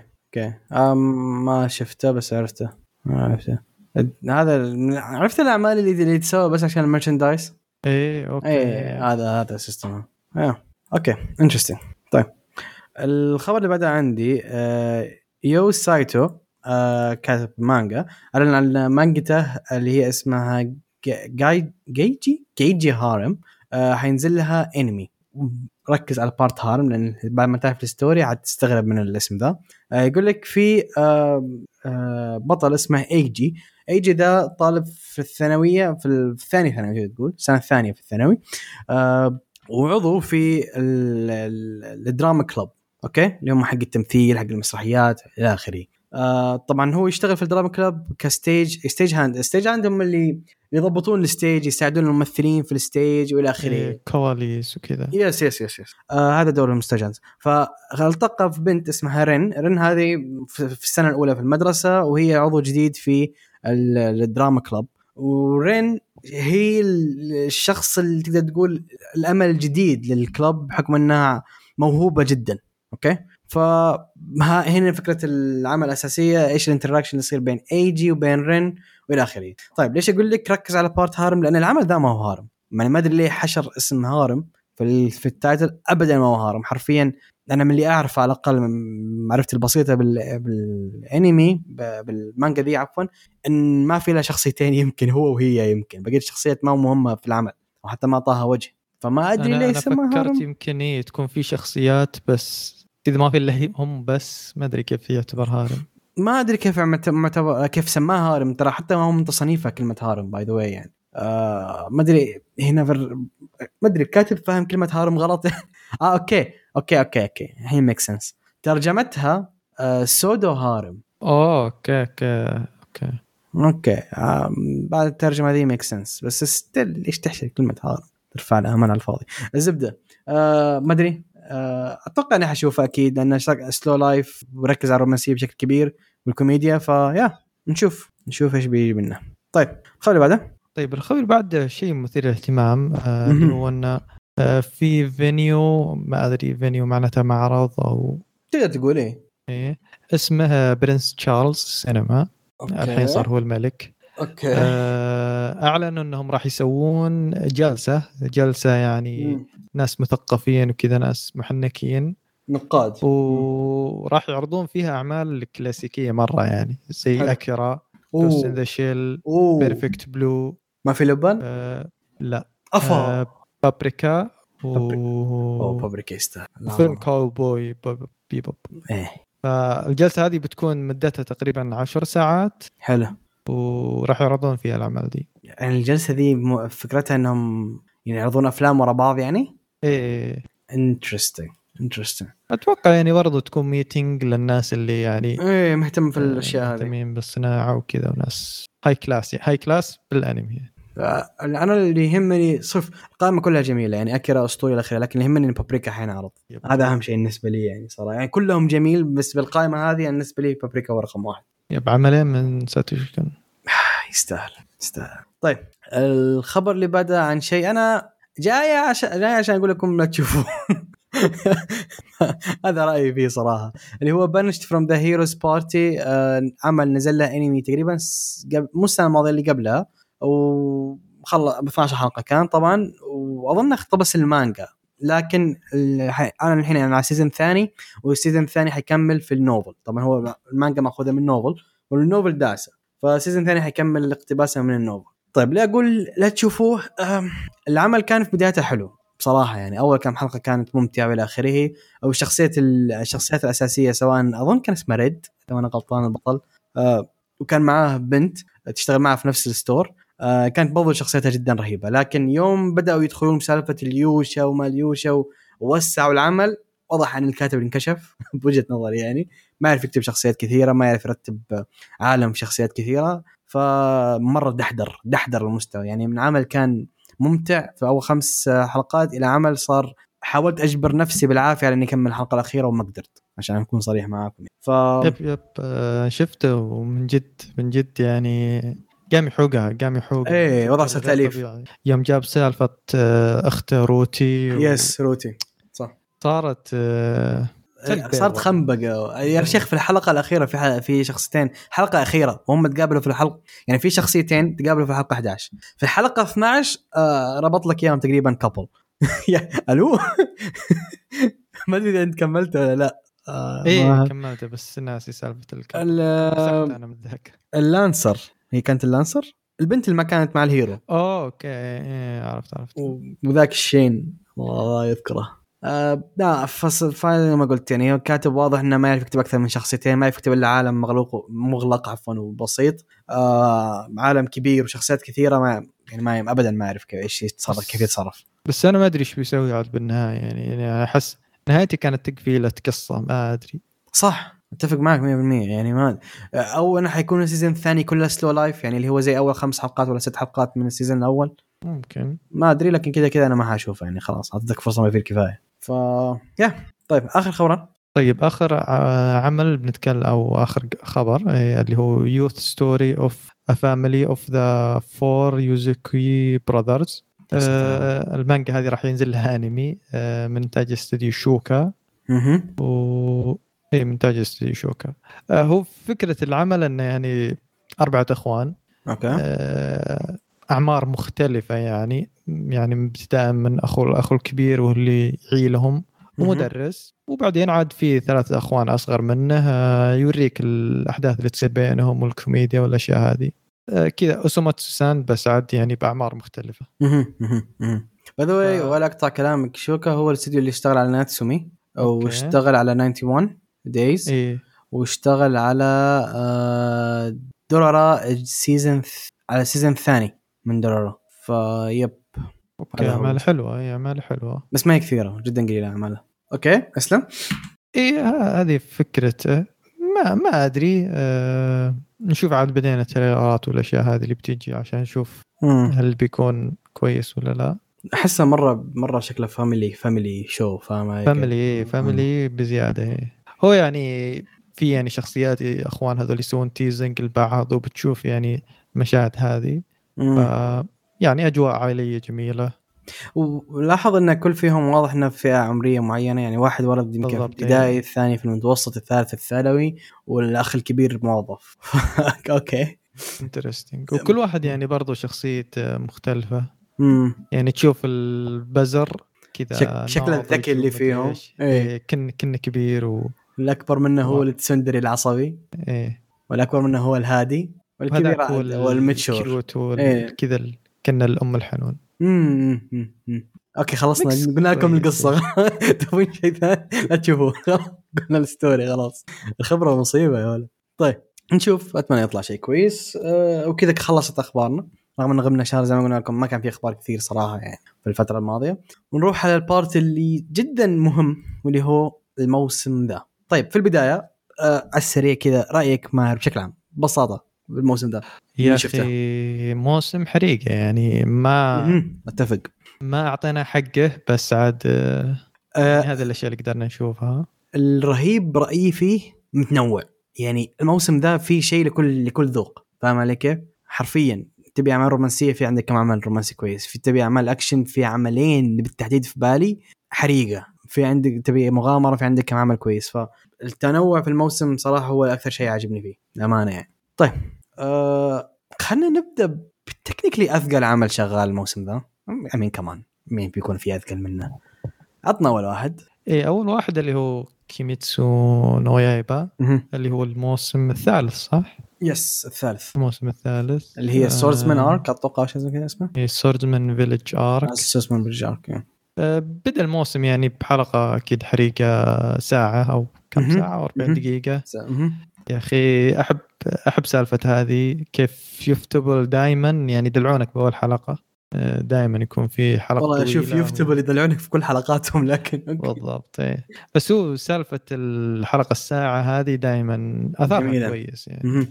ما شفته بس عرفته. هذا عرفت الاعمال اللي تسوى بس عشان الميرشندايز. اوكي هذا سيستم. اوكي انترستين. طيب الخبر اللي بعده عندي يو سايتو كاتب مانجا اعلن عن مانجته اللي هي اسمها جيجي هارم. حينزل لها انمي ركز على بارت هارم لان بعد ما تعرف الستوري هتستغرب من الاسم ذا. يقول لك في بطل اسمه ايجي ده طالب في الثانويه في الثاني ثانوي تقول السنه الثانيه في الثانوي وعضو في الدراما كلوب اوكي اللي هم حق التمثيل حق المسرحيات الى اخره. طبعا هو يشتغل في الدراما كلوب ستيج عندهم اللي يضبطون الستيج يساعدون الممثلين في الستيج والى اخره كواليس وكذا. يس هذا دور المستجانس. فالتقى في بنت اسمها رن هذه في السنه الاولى في المدرسه وهي عضو جديد في الدراما كلوب. ورين هي الشخص اللي تقدر تقول الامل الجديد للكلوب بحكم انها موهوبه جدا اوكي. فهنا فكره العمل الاساسيه ايش الانتراكشن اللي يصير بين ايجي وبين رين والى اخره. طيب ليش اقول لك ركز على بارت هارم؟ لان العمل ذا ما هو هارم، يعني ما ادري ليه حشر اسم هارم في التايتل، ابدا ما هو هارم حرفيا. انا من اللي اعرف على الاقل من معرفتي البسيطه بالانمي بالمانجا دي عفوا ان ما في لا شخصيتين يمكن هو وهي، يمكن بقيت الشخصيات ما مهمه في العمل وحتى ما اعطاها وجه، فما ادري ليه اسمها هارم. فكرت يمكن تكون في شخصيات بس اذا ما في هم بس ما ادري كيف يعتبر هارم، ما ادري كيف سماها هارم ترى، حتى ما هو من تصنيفها كلمه هارم باي ذا واي يعني. ما ادري هنا ما ادري الكاتب فاهم كلمه هارم غلط. اوكي هي ميك سنس ترجمتها سودو هارم. اوكي بعد الترجمه دي ميك سنس، بس ستيل ليش تحشر كلمه هارم ترفع لها من على الفاضي. الزبده ما ادري اتوقع اني حشوفه اكيد لانه سلو لايف وركز على الرومانسيه بشكل كبير والكوميديا، فيا نشوف ايش بيجي منه. طيب خلي بعده. طيب الخبر بعد شيء مثير للاهتمام اللي هو أن في فينيو، ما أدري فينيو معناتها معرض أو تقدر تقول إيه اسمه برنس تشارلز سينما. الحين صار هو الملك. أوكي. أعلنوا أنهم راح يسوون جلسة يعني ناس مثقفين وكذا، ناس محنكين نقاد، وراح يعرضون فيها أعمال كلاسيكية مرة يعني زي أكيرا، Ghost in the Shell، Perfect Blue. ما في لبن؟ لا أفا بابريكا بابريكا يستاهل. فيلم كاوبوي بيبوب. فالجلسة هذه بتكون مدتها تقريبا 10 ساعات. حلو. وراح يعرضون فيها الأعمال دي. يعني الجلسة دي فكرتها إنهم يعني يعرضون أفلام ورا بعض يعني؟ إيه. interesting. أتوقع يعني برضو تكون ميتينج للناس اللي يعني إيه مهتم في الأشياء هذه، مهتمين بالصناعة وكذا، وناس هاي كلاس بالأنمي. أنا اللي يهمني صرف القائمة كلها جميلة يعني أكيرا أسطوري الأخير، لكن اللي يهمني إن بابريكا حينعرض، هذا أهم شيء بالنسبة لي يعني صراحة. يعني كلهم جميل بس بالقائمة هذه بالنسبة لي بابريكا هو رقم 1. عملين من ساتوشي كون. يستاهل. طيب الخبر اللي بدأ عن شيء أنا جاي عشان أقول لكم لا تشوفوا. هذا رأيي فيه صراحة، اللي هو Banished from the Heroes Party. عمل نزل له أنمي تقريبا مو السنة الماضية اللي قبلها، وخلص 12 حلقة كان طبعا، وأظن اقتبس المانجا، لكن أنا الحين على سيزن ثاني، والسيزن الثاني حيكمل في النوفل. طبعا هو المانجا مأخوذة من النوفل والنوفل داسة، فالسيزن الثاني حيكمل الاقتباسها من النوفل. طيب ليه أقول لا تشوفوه؟ العمل كان في بدايته حلو بصراحة، يعني أول كم حلقة كانت ممتعة إلى آخره. أو الشخصيات الأساسية سواء أظن كان اسمه ريد لو أنا غلطان البطل، وكان معاه بنت تشتغل معه في نفس الستور. كانت برضو شخصيتها جدا رهيبة، لكن يوم بدأوا يدخلون بسالفة اليوشا وما اليوشا ووسعوا العمل، وضح أن الكاتب انكشف بوجهة نظري، يعني ما يعرف يكتب شخصيات كثيرة، ما يعرف يرتب عالم في شخصيات كثيرة، فمرة دحدر المستوى. يعني من عمل كان ممتع في أول 5 حلقات إلى عمل صار حاولت أجبر نفسي بالعافية على إني أكمل الحلقة الأخيرة وما قدرت، عشان أكون صريح معاكم. يب شفته ومن جد يعني قام يحوق إيه وضع ستاليف يوم جاب سالفة أخته روتي يس روتي صح، صارت خنبقة يا شيخ في الحلقة الأخيرة. في شخصيتين حلقة أخيرة وهم تقابلوا في الحلقة، يعني في شخصيتين تقابلوا في الحلقة 11، في الحلقة 12 ربط لك إياهم تقريبا كابل. يا ألو. ما أدري إذا أنت كملت ولا لا. إيه كملت بس ناسي سالفة الكابل. أنا متذكر اللانسر، هي كانت اللانسر البنت اللي ما كانت مع الهيرو. اوكي عرفت وذاك الشين والله يذكره. لا فاينل ما قلت يعني هو كاتب واضح انه ما يعرف يكتب اكثر من شخصيتين، ما يعرف يكتب الا عالم مغلق عفوا وبسيط. عالم كبير وشخصيات كثيره، ما ابدا ما يعرف كيف يتصرف، كيف يتصرف. بس انا ما ادري ايش بيسوي عاد بالنهايه، يعني احس نهايتي كانت تقفيله قصه، ما ادري. صح اتفق معك 100%. يعني ما او انه حيكون السيزون الثاني كله سلو لايف، يعني اللي هو زي اول 5 حلقات ولا 6 حلقات من السيزون الاول، ممكن ما ادري. لكن كذا انا ما حاشوفه، يعني خلاص اعطيتك فرصه ما فيه الكفايه. طيب اخر خبر. طيب اخر عمل بنتكلم او اخر خبر اللي هو Youth Story of a Family of the Four Yuzuki Brothers. المانجا هذه راح ينزل لها انمي من انتاج استوديو شوكا. و من انتاج استوديو شوكا. هو فكرة العمل انه يعني 4 اخوان، اوكي، اعمار مختلفة، يعني ابتداء من اخو الكبير واللي يعيلهم ومدرس، وبعدين عاد في 3 اخوان اصغر منه، يوريك الاحداث اللي تصير بينهم والكوميديا والاشياء هذه كذا اوسوماتسو-سان، بس عاد يعني باعمار مختلفة. باي ذا واي ولا اقطع كلامك، شوكا هو الاستوديو اللي اشتغل على ناتسومي او اشتغل على 91 دايز، واشتغل على دورارا على السيزون الثاني من دورارا. فيب اوكي، اعمال حلوه، هي اعمال حلوه بس ما هي كثيره جدا، قليله اعمالها. اوكي اسلم. هذه فكرته. ما ادري، نشوف عاد بدينا التريلرات والاشياء هذه اللي بتيجي عشان نشوف هل بيكون كويس ولا لا. احسه مره شكله فاميلي شو، فاهم؟ فاميلي بزياده. هو يعني في يعني شخصيات اخوان هذول يسوون تيزنج لبعض، وبتشوف يعني المشاهد هذه، يعني اجواء عائليه جميله. ولاحظ ان كل فيهم واضح انه فئه عمريه معينه، يعني واحد ولد يمكن في الابتدائي، الثاني في المتوسط، الثالث في الثانوي، والاخ الكبير موظف. اوكي انترستينج. وكل واحد يعني برضو شخصيه مختلفه. يعني تشوف البزر كذا شكل الذكي اللي فيهم كن كبير، والاكبر منه هو التسندري العصبي، والاكبر منه هو الهادي، والكبير هو المتشور كذا كنا الام الحنون. اوكي خلصنا، قلنا لكم القصه. تبون شيء ثاني لا تشوفوه، قلنا الستوري خلاص. الخبره مصيبه يا ولد. طيب نشوف، اتمنى يطلع شيء كويس. وكذا خلصت اخبارنا، رغم ان غبنا شهر زي ما قلنا لكم ما كان في اخبار كثير صراحه يعني في الفتره الماضيه. ونروح على البارت اللي جدا مهم، واللي هو الموسم ذا. طيب في البدايه على السريع كذا، رايك ماهر بشكل عام ببساطه بالموسم ذا؟ يا اخي موسم حريقه، يعني ما اتفق، ما اعطينا حقه، بس عاد هذا الاشياء اللي قدرنا نشوفها. الرهيب رايي فيه متنوع، يعني الموسم ذا فيه شيء لكل ذوق، فاهم علي كيف؟ حرفيا تبي اعمال رومانسيه، في عندك كم عمل رومانسي كويس، في تبي اعمال اكشن، في عملين بالتحديد في بالي، حريقه، في عندك تبي مغامره، في عندك كم عمل كويس. فالتنوع في الموسم صراحه هو اكثر شيء عجبني فيه الامانه يعني. طيب خلينا نبدا بالتكنيكلي اثقل عمل شغال الموسم ذا. امين كمان مين بيكون في اثقل منه؟ عطنا اول واحد. اول واحد اللي هو كيميتسو نو يايبا، اللي هو الموسم الثالث، صح؟ يس الثالث، الموسم الثالث، اللي هي سورزمان ارك، اتوقع شيء زي كذا اسمه. سورزمان فيليج ارك. سورزمان فيليج ارك. بدأ الموسم يعني بحلقة أكيد حريقة ساعة أو كم ساعة، 40 دقيقة. يا أخي أحب سالفة هذه، كيف يفتبل دائما يعني يدلعونك بأول حلقة، دائما يكون في حلقة والله أشوف يفتبل يدلعونك في كل حلقاتهم، لكن بالضبط. بس هو سالفة الحلقة الساعة هذه دائما أثرها كويس يعني.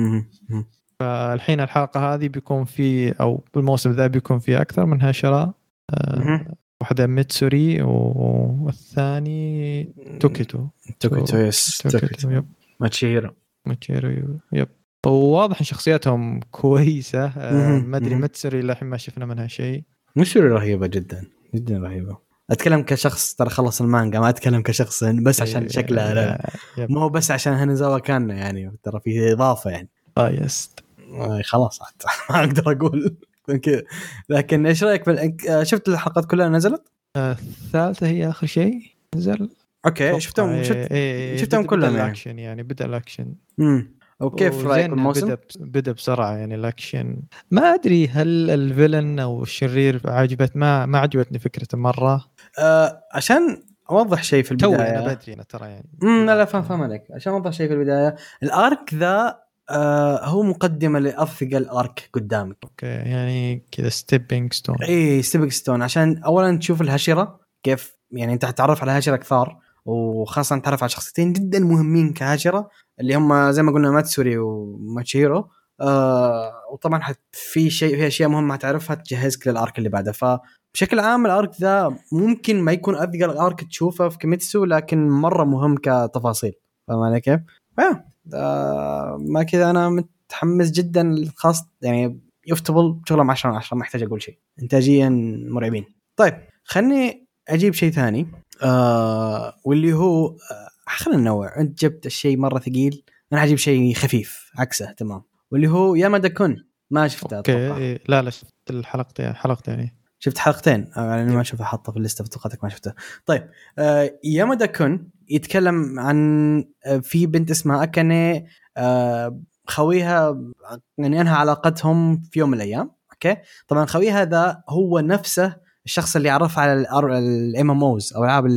فالحين الحلقة هذه بيكون في، أو بالموسم ذا بيكون في أكثر من هشرة. واحدة ميتسوري والثاني توكيتو. يس توكيتو. ماتشيرو يب. وواضح ان شخصياتهم كويسة. ما ادري ميتسوري للحين ما شفنا منها شيء. ميتسوري رهيبة جدا جدا رهيبة. اتكلم كشخص ترى خلص المانجا، ما اتكلم كشخص بس عشان شكلها، لا مو بس عشان هانزاوا كان يعني ترى في اضافة يعني. يس خلاص ما اقدر اقول كذا. لكن ايش رايك شفت الحلقات كلها نزلت؟ الثالثة هي اخر شيء نزل. اوكي شفتهم كلهم يعني. بدأ الاكشن. وكيف رايك الموسم؟ بدأ بسرعة يعني الأكشن. ما أدري هل الفيلن أو الشرير ما عجبتني فكرة مرة. عشان اوضح شيء في البدايه. انا بدري انا ترى يعني لا فاهم عليك. عشان اوضح شيء في البدايه، الارك ذا هو مقدمه لافضل ارك قدامك. اوكي يعني كذا ستيبينج ستون. اي ستيبينج ستون، عشان اولا تشوف الهشره كيف، يعني انت هتتعرف على هشره كثار، وخاصه نتعرف على شخصيتين جدا مهمين كهشره اللي هم زي ما قلنا ماتسوري وماتشيرو. وطبعا في اشياء مهمه هتعرفها تجهزك للارك اللي بعده. فبشكل عام الارك ذا ممكن ما يكون اثقل ارك تشوفه في كيميتسو، لكن مره مهم كتفاصيل. فاهم علي كيف؟ ما كذا انا متحمس جدا، خاص يعني يفتبل شغله 10/10، ما احتاج اقول شيء، انتاجيا مرعبين. طيب خلني اجيب شيء ثاني واللي هو خلينا ننوع. انت جبت الشيء مره ثقيل، انا هجيب شيء خفيف عكسه تمام، واللي هو يامادا كون. ما شفته اوكي لا شفت حلقتين يعني. شفت حلقتين يعني ما اشوفها حاطه في الليسته، فتوقعتك ما شفته. طيب يامادا كون يتكلم عن في بنت اسمها أكاني، خويها يعني انهى علاقتهم في يوم من الايام. اوكي طبعا خويها هذا هو نفسه الشخص اللي عرف على الام ام اوز او العاب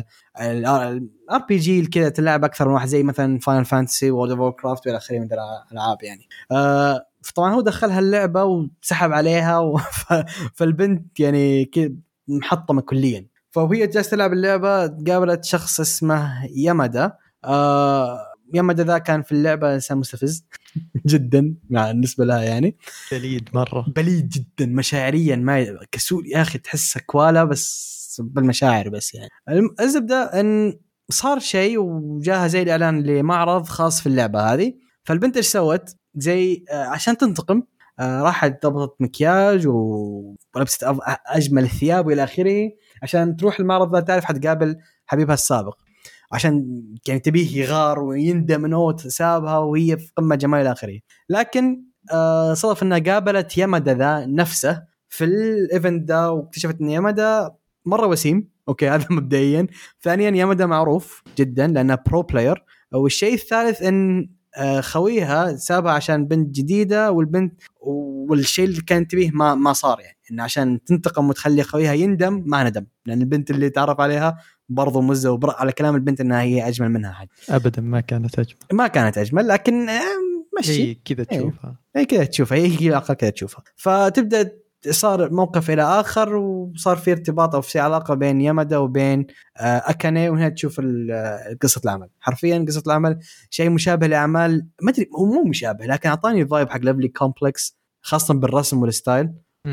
الار بي جي كذا، تلعب اكثر من واحد زي مثلا فاينل فانتسي وورلد اوف ووركرافت والى اخره من الالعاب يعني. فطبعا هو دخلها اللعبه وسحب عليها فالبنت يعني كذا محطمه كليا. فوهي جالسه تلعب اللعبه قابلت شخص اسمه يامادا. يامادا ذا كان في اللعبه انسان مستفز جدا بالنسبه لها، يعني بليد جدا مشاعريا، ما كسول يا اخي، تحسه كوالا بس بالمشاعر بس. يعني الزبده ان صار شيء وجاها زي الاعلان لمعرض خاص في اللعبه هذه. فالبنت ايش سوت زي عشان تنتقم، راحت ضبطت مكياج ولبست اجمل الثياب والى اخره عشان تروح المعرض ذا، تعرف حتقابل حبيبها السابق، عشان يعني تبيه يغار ويندم انه سابها وهي في قمه جمال الى اخره. لكن صدف انها قابلت يامادا ذا نفسه في الايفنت ده، واكتشفت ان يامادا مره وسيم. اوكي هذا مبدئيا. ثانيا يامادا معروف جدا لانه برو بلاير. والشيء الثالث ان خويها سابها عشان بنت جديده، والشيء اللي كانت تبيه ما صار، يعني انه عشان تنتقم وتخلي خويها يندم، ما ندم، لان البنت اللي تعرف عليها برضو مزه وبرأ على كلام البنت انها هي اجمل منها حد. ابدا ما كانت اجمل لكن مشي كذا تشوفها، هي كذا تشوفها، هي الاقل كذا تشوفها. فتبدا صار موقف الى اخر، وصار في ارتباط او في علاقه بين يامادا وبين أكاني، وهنا تشوف قصه العمل. حرفيا قصه العمل شيء مشابه لاعمال، ما ادري هو مو مشابه لكن اعطاني فايب حق ليفلي كومبلكس، خاصه بالرسم والستايل.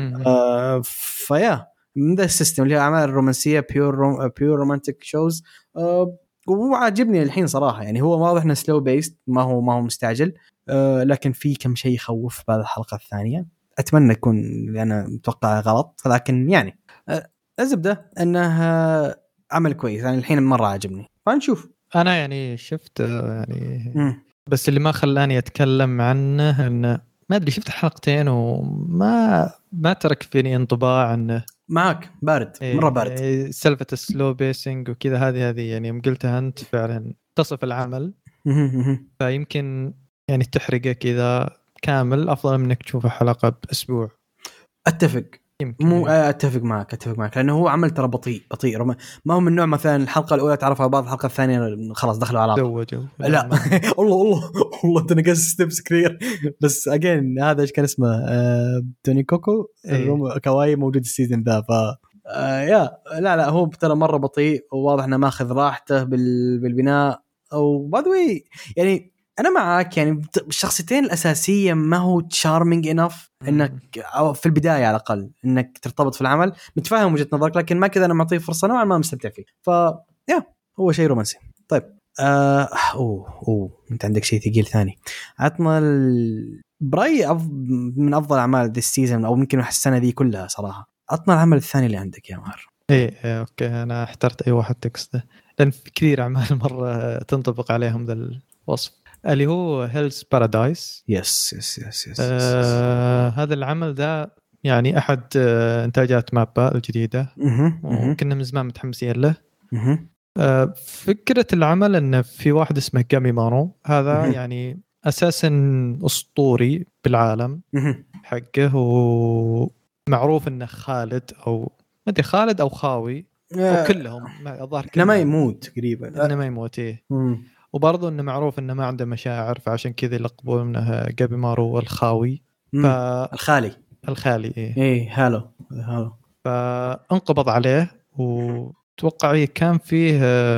فيا من ذا السيستم اللي هي اعمال رومانسيه بيور رومانتيك شوز. وعاجبني الحين صراحه، يعني هو واضح انه سلو بيست، ما هو مستعجل. لكن في كم شيء يخوف بعد الحلقه الثانيه. اتمنى يكون انا متوقع غلط، لكن يعني الزبده انه عمل كويس. يعني الحين مره عاجبني، فنشوف. انا يعني شفت يعني بس اللي ما خلاني اتكلم عنه انه ما ادري، شفت حلقتين وما ترك فيني انطباع انه معك بارد، مره بارد. سالفه السلو بيسنج وكذا، هذه يعني يوم قلتها انت فعلا تصف العمل. فيمكن يعني تحرقه كذا كامل افضل من انك تشوفه حلقه باسبوع. اتفق، مو اتفق معك لانه هو عمل ترى بطيء ما هو من نوع مثلا الحلقه الاولى تعرفوا على بعض، الحلقه الثانيه خلاص دخلوا على زوجوا. لا والله تنقص ستيبس كثير. بس اجين هذا ايش كان اسمه توني كوكو كواي موجود السيزون ذا. ف لا هو ترى مره بطيء، وواضح انه ماخذ راحته بالبناء. او باي ذا واي يعني انا معاك، يعني الشخصيتين الاساسيه ما هو تشارمينج انف انك أو في البدايه على الاقل انك ترتبط في العمل. متفاهم وجهه نظرك، لكن ما كذا انا معطيه فرصه نوعا ما مستمتع فيه. هو شيء رومانسي. طيب انت عندك شيء ثقيل ثاني. عطنا براي من افضل اعمال ذي السيزون، او ممكن السنه ذي كلها صراحه. عطنا العمل الثاني اللي عندك يا مار. اوكي انا احترت اي واحد تكسته، لان في كثير اعمال مره تنطبق عليهم ذا الوصف، اللي هو هيلز بارادايس. يس. هذا العمل ذا يعني احد انتاجات مابا الجديده، وكنا من زمان متحمسين له. فكره العمل ان في واحد اسمه جامي مانو، هذا يعني اساسا اسطوري بالعالم حقه، ومعروف انه خالد او ما ادري خالد او خاوي او كلهم الظاهر كلهم ما يموت تقريبا، انه ما يموت ايه. وبرضه انه معروف انه ما عنده مشاعر، فعشان كذا يلقبونه جابيمارو الخاوي. الخالي ايه هالو. فانقبض عليه، وتوقع كان فيه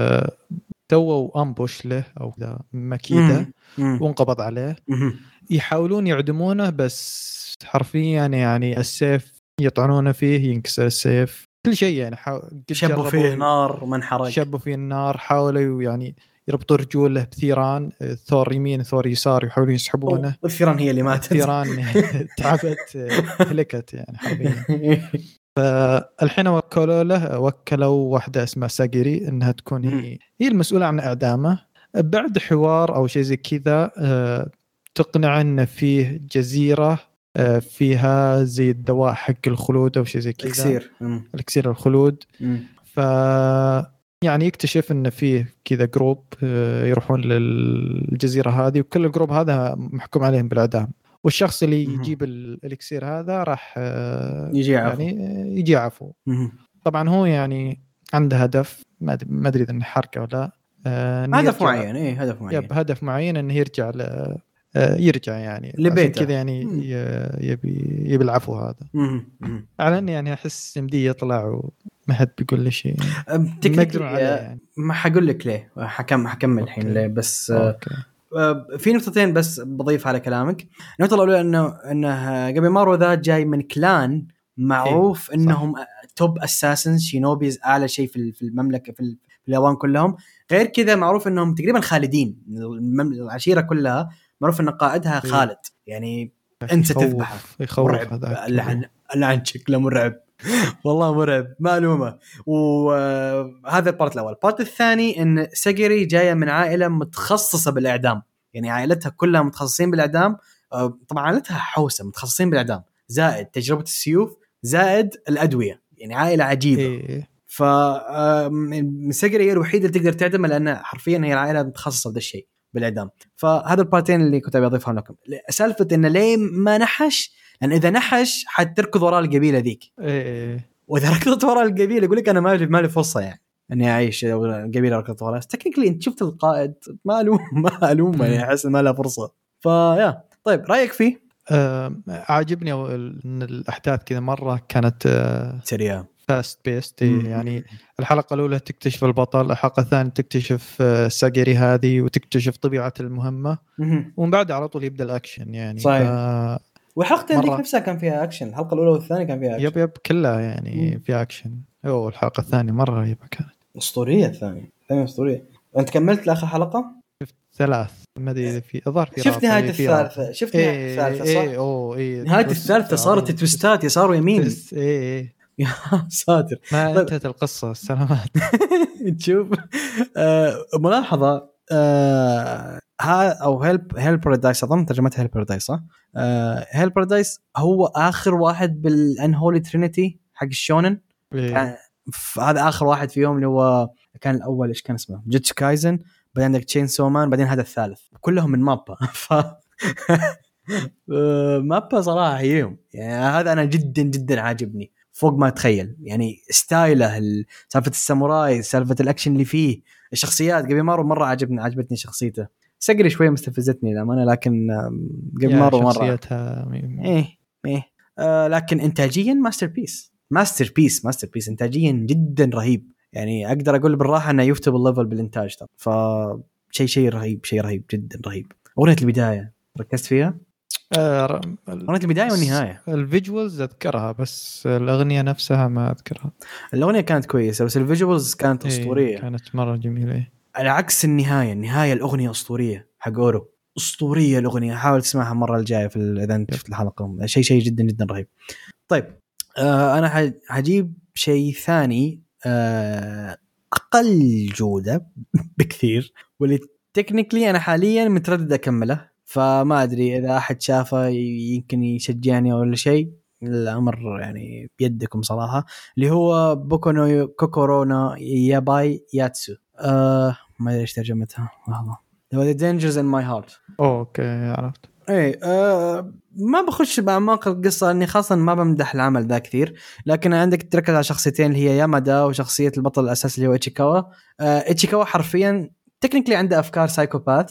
تو امبوش له او مكيده، وانقبض عليه. يحاولون يعدمونه، بس حرفيا يعني السيف يطعنونه فيه ينكسر السيف، كل شيء يعني شبوا فيه نار ما انحرق، شبوا فيه النار، حاولوا يعني يربطوا رجوله بثيران، ثور يمين ثور يسار، يحاولون يسحبونه. الثيران هي اللي ماتت، الثيران تعبت هلكت يعني حرفيا. فالحين وكلوا واحدة اسمها ساجيري انها تكون هي المسؤولة عن اعدامه. بعد حوار او شيء زي كذا تقنع ان فيه جزيرة فيها زي الدواء حق الخلود او شيء زي كذا، الاكسير الخلود. ف يعني يكتشف ان فيه كذا جروب يروحون للجزيرة هذه، وكل الجروب هذا محكوم عليهم بالاعدام، والشخص اللي يجيب الإكسير هذا راح يجي عفو. طبعا هو يعني عنده هدف، ما ادري اذا حركه ولا هدف معين. هدف معين انه يرجع يعني لبيته كذا، يعني يبي العفو هذا. على اني يعني احس مدي يطلع وما حد بيقول لي شيء، ما يقدرون عليه يعني. ما حقول لك ليه، حكمل الحين ليه بس. في نقطتين بس بضيف على كلامك. النقطة الأولى إنه جابيمارو ذا جاي من كلان معروف إنهم توب أساسنز شينوبيز، أعلى شيء في المملكة في اليابان كلهم. غير كذا معروف إنهم تقريبا خالدين، العشيرة كلها معروف إن قائدها خالد، يعني أنت تذبحه يخوف لعن شكله مرعب والله مرعب معلومة. وهذا البارت الأول. البارت الثاني إن ساجيري جاية من عائلة متخصصة بالإعدام، يعني عائلتها كلها متخصصين بالإعدام. طبعا عائلتها حوسة متخصصين بالإعدام، زائد تجربة السيوف، زائد الأدوية، يعني عائلة عجيبة. ساجيري هي الوحيدة اللي تقدر تعدم، لأن حرفيا هي العائلة متخصصة بهذا الشيء بالإعدام. فهذا البارتين اللي كنت أبي أضيفها لكم. سالفة إنه ليه ما نحش، لأن إذا نحش حتركض وراء القبيلة ذيك. وإذا ركضت وراء القبيلة يقول لك أنا ما لي فرصة يعني إني أعيش القبيلة ركضت وراء. تكنيكلي أنت شفت القائد معلوم يعني أحس ما له فرصة. فيا طيب رأيك فيه؟ عاجبني إن الأحداث كذا مرة كانت سريعة فاست بيست. يعني الحلقة الأولى تكتشف البطل، الحلقة الثانية تكتشف ساجيري هذه وتكتشف طبيعة المهمة، ومن بعد على طول يبدأ الأكشن يعني. والحلقتين ذيك نفسها كان فيها أكشن، الحلقة الأولى والثانية كان فيها أكشن. يب كلها يعني فيها أكشن. الحلقة الثانية مرة رهيبة كانت، أسطورية. الثانية أسطورية. أنت كملت لآخر حلقة؟ شفت 3 ما أدري في أظهر في شفت نهاية الثالثة. شفت نهاية الثالثة نهاية الثالثة صارت تويستات يسار ويمين. يا ساتر. ما انتهت القصة. السلامات. تشوف ملاحظة أو هيل بارادايس، أظن ترجمتها هيل بارادايس صح؟ هيل بارادايس هو آخر واحد بالأنهولي ترينيتي حق الشونن. هذا آخر واحد فيهم، اللي هو كان الأول إيش كان اسمه؟ جوتسو كايزن، بعدين عندك تشين سومان، بعدين هذا الثالث، كلهم من مابا. مابا صراحة هيهم يعني. هذا أنا جدا جدا عاجبني فوق ما تخيل، يعني ستايله، سالفة الساموراي، سالفة الأكشن اللي فيه، الشخصيات. جابيمارو مرة عجبتني شخصيته. ساجيري شوية مستفزتني للأمانة، لكن جابيمارو مرة شخصيتها لكن إنتاجيا ماستر بيس إنتاجيا جدا رهيب. يعني أقدر أقول بالراحة أنه يفتب الليفل بالإنتاج. شيء رهيب جدا رهيب. أغنية البداية ركزت فيها؟ أغنية البداية والنهاية. الفيجوالز أذكرها بس الأغنية نفسها ما أذكرها. الأغنية كانت كويسة بس الفيجوالز كانت أسطورية. كانت مرة جميلة. على عكس النهاية الأغنية أسطورية حق أورو، أسطورية الأغنية. حاول تسمعها مرة الجاية إذا أنت شفت الحلقة. شيء جدا جدا رهيب. طيب أنا حجيب شيء ثاني أقل جودة بكثير، واللي تكنيكلي أنا حاليا متردد أكمله، فما أدري إذا أحد شافه يمكن يشجعني ولا شيء. الأمر يعني بيدكم صراحة. اللي هو بوكو كوكورونا ياباي ياتسو. ما أدري إيش ترجمتها. هو The Dangers in My Heart. اوكي عرفت. ايه ما بخش باعماق القصه اني خاصه ما بمدح العمل ذا كثير، لكن عندك تركز على شخصيتين اللي هي يامادا وشخصيه البطل الاساسي اللي هو إيتشيكاوا. إيتشيكاوا حرفيا تكنيكلي عنده افكار سايكوباث.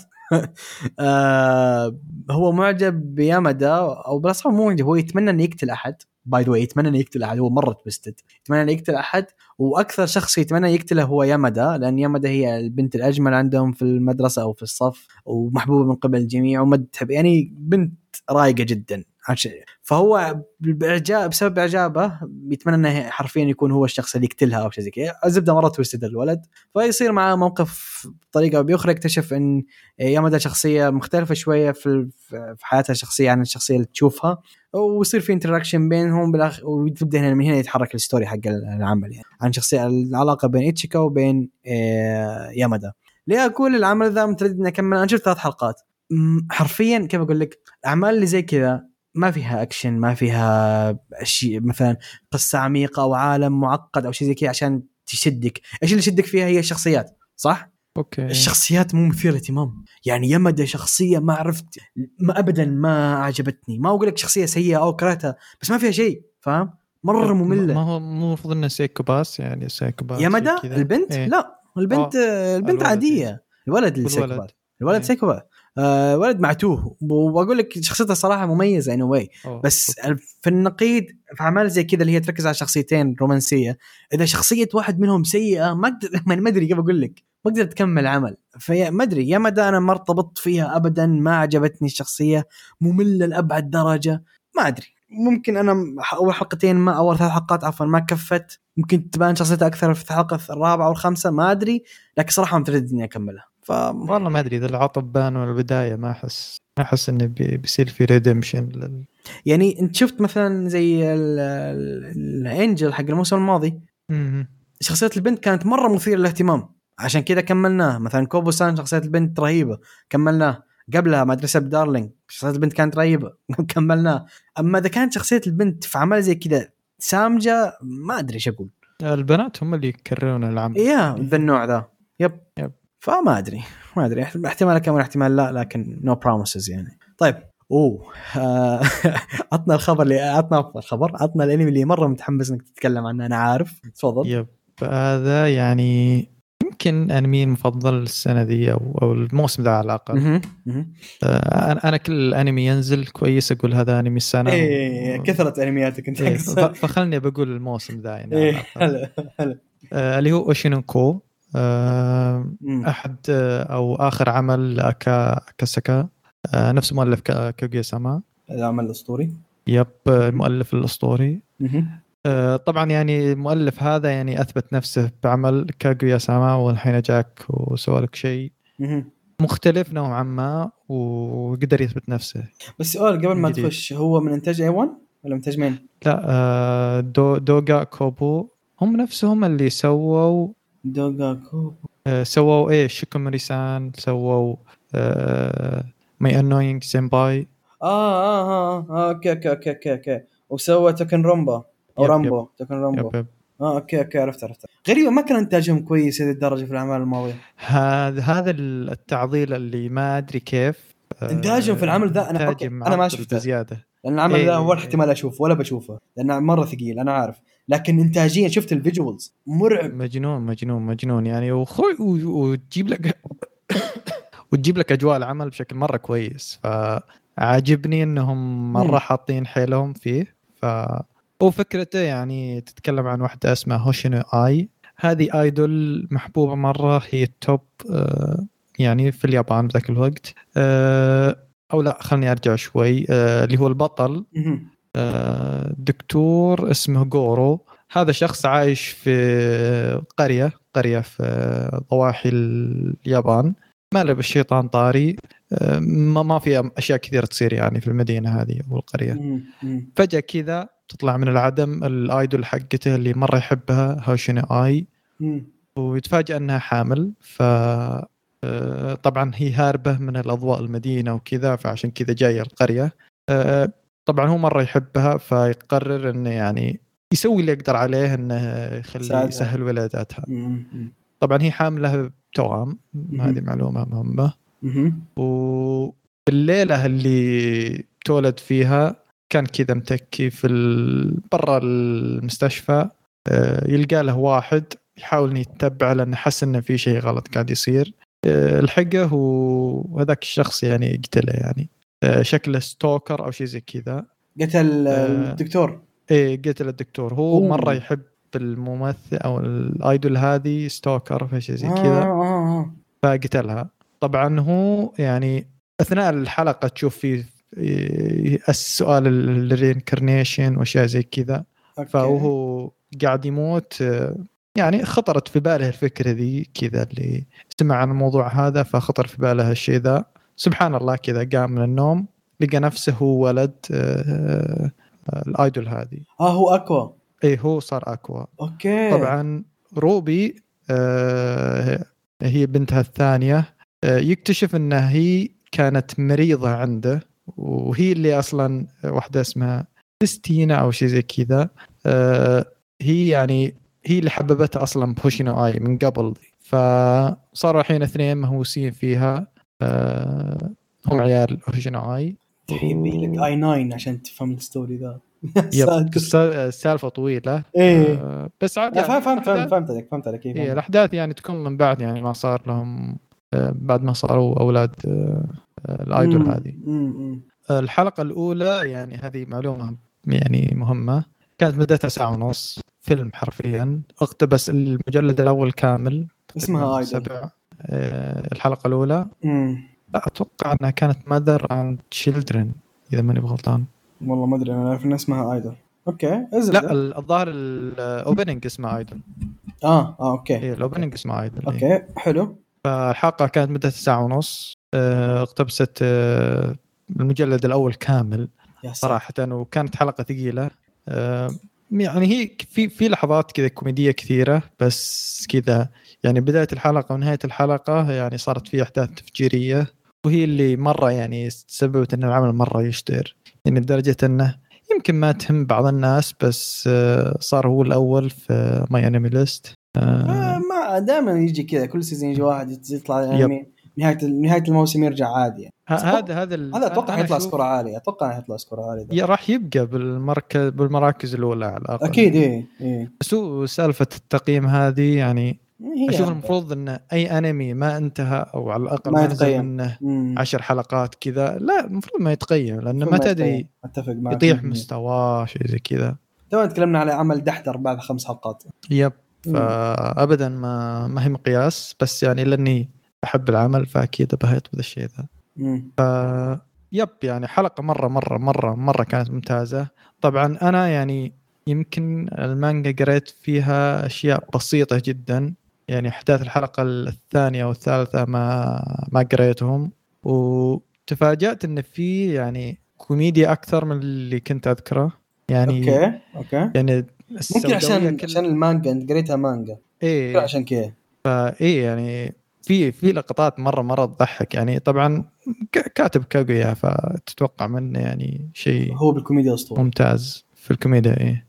هو معجب بيامادا، او بالاصح مو معجب، هو يتمنى انه يقتل احد. باي ذا واي يتمنى انه يقتل احد، هو مره تويستد، يتمنى انه يقتل احد. واكثر شخص يتمنى يقتله هو يامادا، لان يامادا هي البنت الاجمل عندهم في المدرسه او في الصف، ومحبوبه من قبل الجميع وما تحب، يعني بنت رايقه جدا. فهو باعجاب، بسبب اعجابه بيتمنى انه حرفيا يكون هو الشخص اللي يقتلها او شيء زي كذا. الزبده مره تويستد الولد، فيصير معاه موقف بطريقه او باخرى، يكتشف ان يامادا شخصيه مختلفه شويه في حياتها الشخصيه عن الشخصيه اللي تشوفها، ويصير في انتراكشن بينهم بالاخر، وتبدا هنا من هنا يتحرك الستوري حق العمل، يعني عن شخصيه العلاقه بين إيتشيكا وبين يامادا. ليه اقول العمل ذا متردد اني اكمل؟ انا شفت 3 حلقات حرفيا. كيف اقول لك، الاعمال اللي زي كذا ما فيها اكشن، ما فيها شيء مثلا قصه عميقه او عالم معقد او شيء زي كذا عشان تشدك. ايش اللي يشدك فيها؟ هي الشخصيات، صح؟ اوكي. الشخصيات مو مثيره اهتمام. يعني يامادا شخصيه ما عرفت، ما ابدا ما عجبتني. ما اقول لك شخصيه سيئه او كرهتها، بس ما فيها شيء، فاهم؟ مره ممله. ما هو مو المفروض انه سايكوباس، يعني سايكوباس يامادا البنت إيه؟ لا، البنت البنت عاديه. إيه؟ الولد السايكوباث، الولد إيه؟ سايكوباث. ولد معتوه. واقول لك شخصيته صراحه مميزه يعني واي. بس أوكي. في النقيض في اعمال زي كذا اللي هي تركز على شخصيتين رومانسيه، اذا شخصيه واحد منهم سيئه ما اقدر ما ادري كيف اقول لك، ما اقدر تكمل عمل. ما ادري يا مدى انا ما ارتبطت فيها ابدا، ما عجبتني الشخصيه، ممله لابعد درجه. ما ادري، ممكن انا اول حلقتين ما اول 3 حلقات عفوا ما كفت، ممكن تبان شخصيتها اكثر في الحلقه الرابعه والخامسه، ما ادري. لكن صراحه متردد اني اكملها. والله ما ادري اذا العطب بان ولا البدايه، ما احس انه بيصير في ريدمشن يعني انت شفت مثلا زي الانجل حق الموسم الماضي، شخصيه البنت كانت مره مثيره للاهتمام، عشان كذا كملناه. مثلا كوبو-سان شخصيه البنت رهيبه، كملناه. قبلها مدرسه بدارلينج شخصيه البنت كانت رهيبه، كملناه. اما اذا كانت شخصيه البنت في عمل زي كذا سامجه، ما ادري ايش اقول. البنات هم اللي يكررون العمل ذا النوع ذا. يب. فما ادري احتمال كمان احتمال لا، لكن نو بروميسز يعني. طيب عطنا الخبر اللي عطنا الانمي اللي مره متحمس انك تتكلم عنه. انا عارف، تفضل. يب. هذا يعني يمكن انمي المفضل السنه دي او الموسم ده على الاقل. انا كل الانمي ينزل كويس اقول هذا انمي السنه. كثره انمياتك انت. فخلني بقول الموسم ده يعني. هلا اللي هو اوشينوكو، احد او اخر عمل اكاساكا، نفس مؤلف كاغويا-ساما، العمل الاسطوري. يب، المؤلف الاسطوري. طبعا يعني المؤلف هذا يعني اثبت نفسه بعمل كاغويا-ساما، والحين جاك وسوى لك شيء مختلف نوعا ما وقدر يثبت نفسه. بس سؤال قبل ما تخش، هو من انتاج ايوان ولا انتاج مين؟ لا، دوغا كوبو هم نفسهم اللي سووا دوغا كوبو. سووا ايه شيكوموري-سان، سووا ماي انوينج سينباي. اوكي. وسوى تكن رومبا او رامبو. تكن رومبا. اوكي عرفت. غريبه ما كان انتاجهم كويس هذه الدرجه في الاعمال الماضيه. هذا التعضيل اللي ما ادري كيف انتاجهم في العمل ذا. انا ما شفته بزياده، لان العمل ذا هو احتمال اشوفه ولا بشوفه لانه مره ثقيل، انا عارف. لكن انتاجيا شفت الفيجوالز مرعب، مجنون يعني. وتجيب لك اجواء العمل بشكل مره كويس. فعاجبني انهم مره حاطين حيلهم فيه. وفكرته يعني تتكلم عن واحدة اسمها هوشينو آي. هذه ايدول محبوبة مرة، هي التوب يعني في اليابان بذاك الوقت. او لا، خلني ارجع شوي. اللي هو البطل دكتور اسمه غورو. هذا شخص عايش في قرية في ضواحي اليابان، ما له بالشيطان طاري. ما في اشياء كثيرة تصير يعني في المدينة هذه والقرية. فجأة كذا تطلع من العدم الايدول حقته اللي مرة يحبها هوشينو آي، ويتفاجأ انها حامل. طبعا هي هاربة من الأضواء المدينة وكذا، فعشان كذا جاية القرية. طبعا هو مرة يحبها، فيقرر انه يعني يسوي اللي يقدر عليه انه يسهل ولاداتها. طبعا هي حاملة توأم، هذه معلومة مهمة. والليلة اللي تولد فيها كان كذا متكي في برا المستشفى. يلقى له واحد يحاول يتبع لأنه حس إنه في شيء غلط قاعد يصير. الحقه وهذاك الشخص يعني يقتله يعني. شكله ستوكر أو شيء زي كذا. قتل الدكتور. إيه قتل الدكتور. هو مرة يحب الممثل أو الآيدول هذه ستوكر في شيء زي كذا. فقتلها. طبعا هو يعني أثناء الحلقة تشوف فيه السؤال الرينكارنيشن وأشياء زي كذا. فهو قاعد يموت. يعني خطرت في باله الفكرة ذي كذا اللي سمع عن الموضوع هذا فخطر في باله الشيء ذا. سبحان الله كذا قام من النوم لقى نفسه هو ولد الآيدول هذه. هو أكوا. إيه هو صار أكوا. أوكي. طبعا روبي هي بنتها الثانية. يكتشف أنها هي كانت مريضة عنده وهي اللي أصلا واحدة اسمها كريستينا أو شيء زي كذا. هي يعني هي اللي حببتها أصلا بهوشينو آي من قبل. فصاروا الحين اثنين مهووسين فيها. هم عيال هوشينو آي. تحيبي لك آي 9 عشان تفهم الستوري ذا. السالفة طويلة. إيه. بس عاد يعني فهمت عليك. إيه الأحداث يعني تكون من بعد يعني ما صار لهم بعد ما صاروا أولاد الآيدول هذه. الحلقة الأولى يعني هذه معلومة يعني مهمة. كانت مدتها 1.5 ساعة فيلم حرفيا. اقتبس المجلد الأول كامل. اسمها آيدول. الحلقة الأولى. لا أتوقع أنها كانت Mother and Children إذا ماني بغلطان. والله ما أدري أنا أعرف إن اسمها آيدول. أوكي. لا الظاهر الأوبننج اسمه آيدول. أوكي. إيه الأوبننج اسمه آيدول. أوكي حلو. فالحلقة كانت مدتها 1.5 ساعة. اقتبست المجلد الأول كامل صراحة. وكانت حلقة ثقيلة. يعني هي في لحظات كذا كوميدية كثيرة بس كذا يعني بداية الحلقة ونهاية الحلقة يعني صارت فيه أحداث تفجيرية وهي اللي مرة يعني سببت أن العمل مرة يشتهر يعني لدرجة أنه يمكن ما تهم بعض الناس بس صار هو الأول في ماي أنمي ليست. ما دائما يجي كذا كل سيزون يجي واحد يطلع يعني نهاية الموسم يرجع عادي يعني. هذا أتوقع يطلع سكور عالي. راح يبقى بالمراكز الأولى على الأقل. أكيد. إيه. سالفة التقييم هذه يعني أشوف المفروض أن أي أنمي ما انتهى أو على الأقل ما نزل منه 10 حلقات كذا لا المفروض ما يتقيم لأنه ما تدري يطيح مستواه شيء زي كذا. تونا تكلمنا على عمل دحدر بعد 5 حلقات. فأبدا ما هي مقياس بس يعني لأني أحب العمل فأكيد بهيت بهذا الشيء ذا. يعني حلقة مرة كانت ممتازة. طبعا أنا يعني يمكن المانجا قريت فيها أشياء بسيطة جدا يعني أحداث الحلقة الثانية والثالثة ما قريتهم وتفاجأت إن في يعني كوميديا أكثر من اللي كنت أذكره يعني. أوكي. يعني ممكن عشان المانجا أنت قريتها مانجا. إيه عشان كذا. فإيه يعني في لقطات مرة تضحك يعني. طبعا كاتب كاغويا فتتوقع منه يعني شيء هو بالكوميديا أسطوري ممتاز في الكوميديا. إيه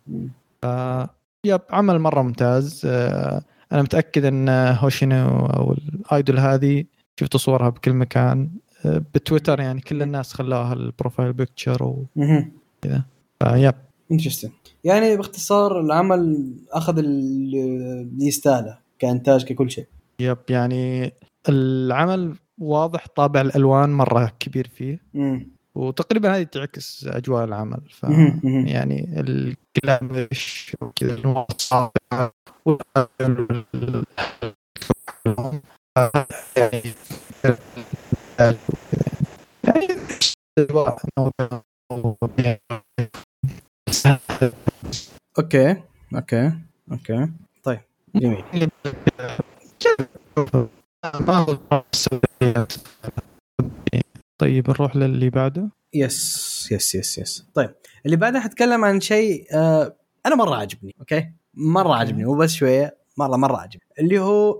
عمل مرة ممتاز. أنا متأكد أن هوشينو أو الآيدول هذه شفت صورها بكل مكان بتويتر يعني كل الناس خلاها البروفايل بيكتشر وكذا. انترستين يعني باختصار العمل أخذ اللي يستاهله كإنتاج ككل شيء. يعني العمل واضح طابع الألوان مرة كبير فيه وتقريبا هذه تعكس أجواء العمل. يعني الكلامش وكذا المواصفات اوكي طيب جميل. طيب نروح للي بعده. يس طيب اللي بعده حتكلم عن شيء انا مره عجبني. اوكي مره عجبني مو بس شويه مره عجبني اللي هو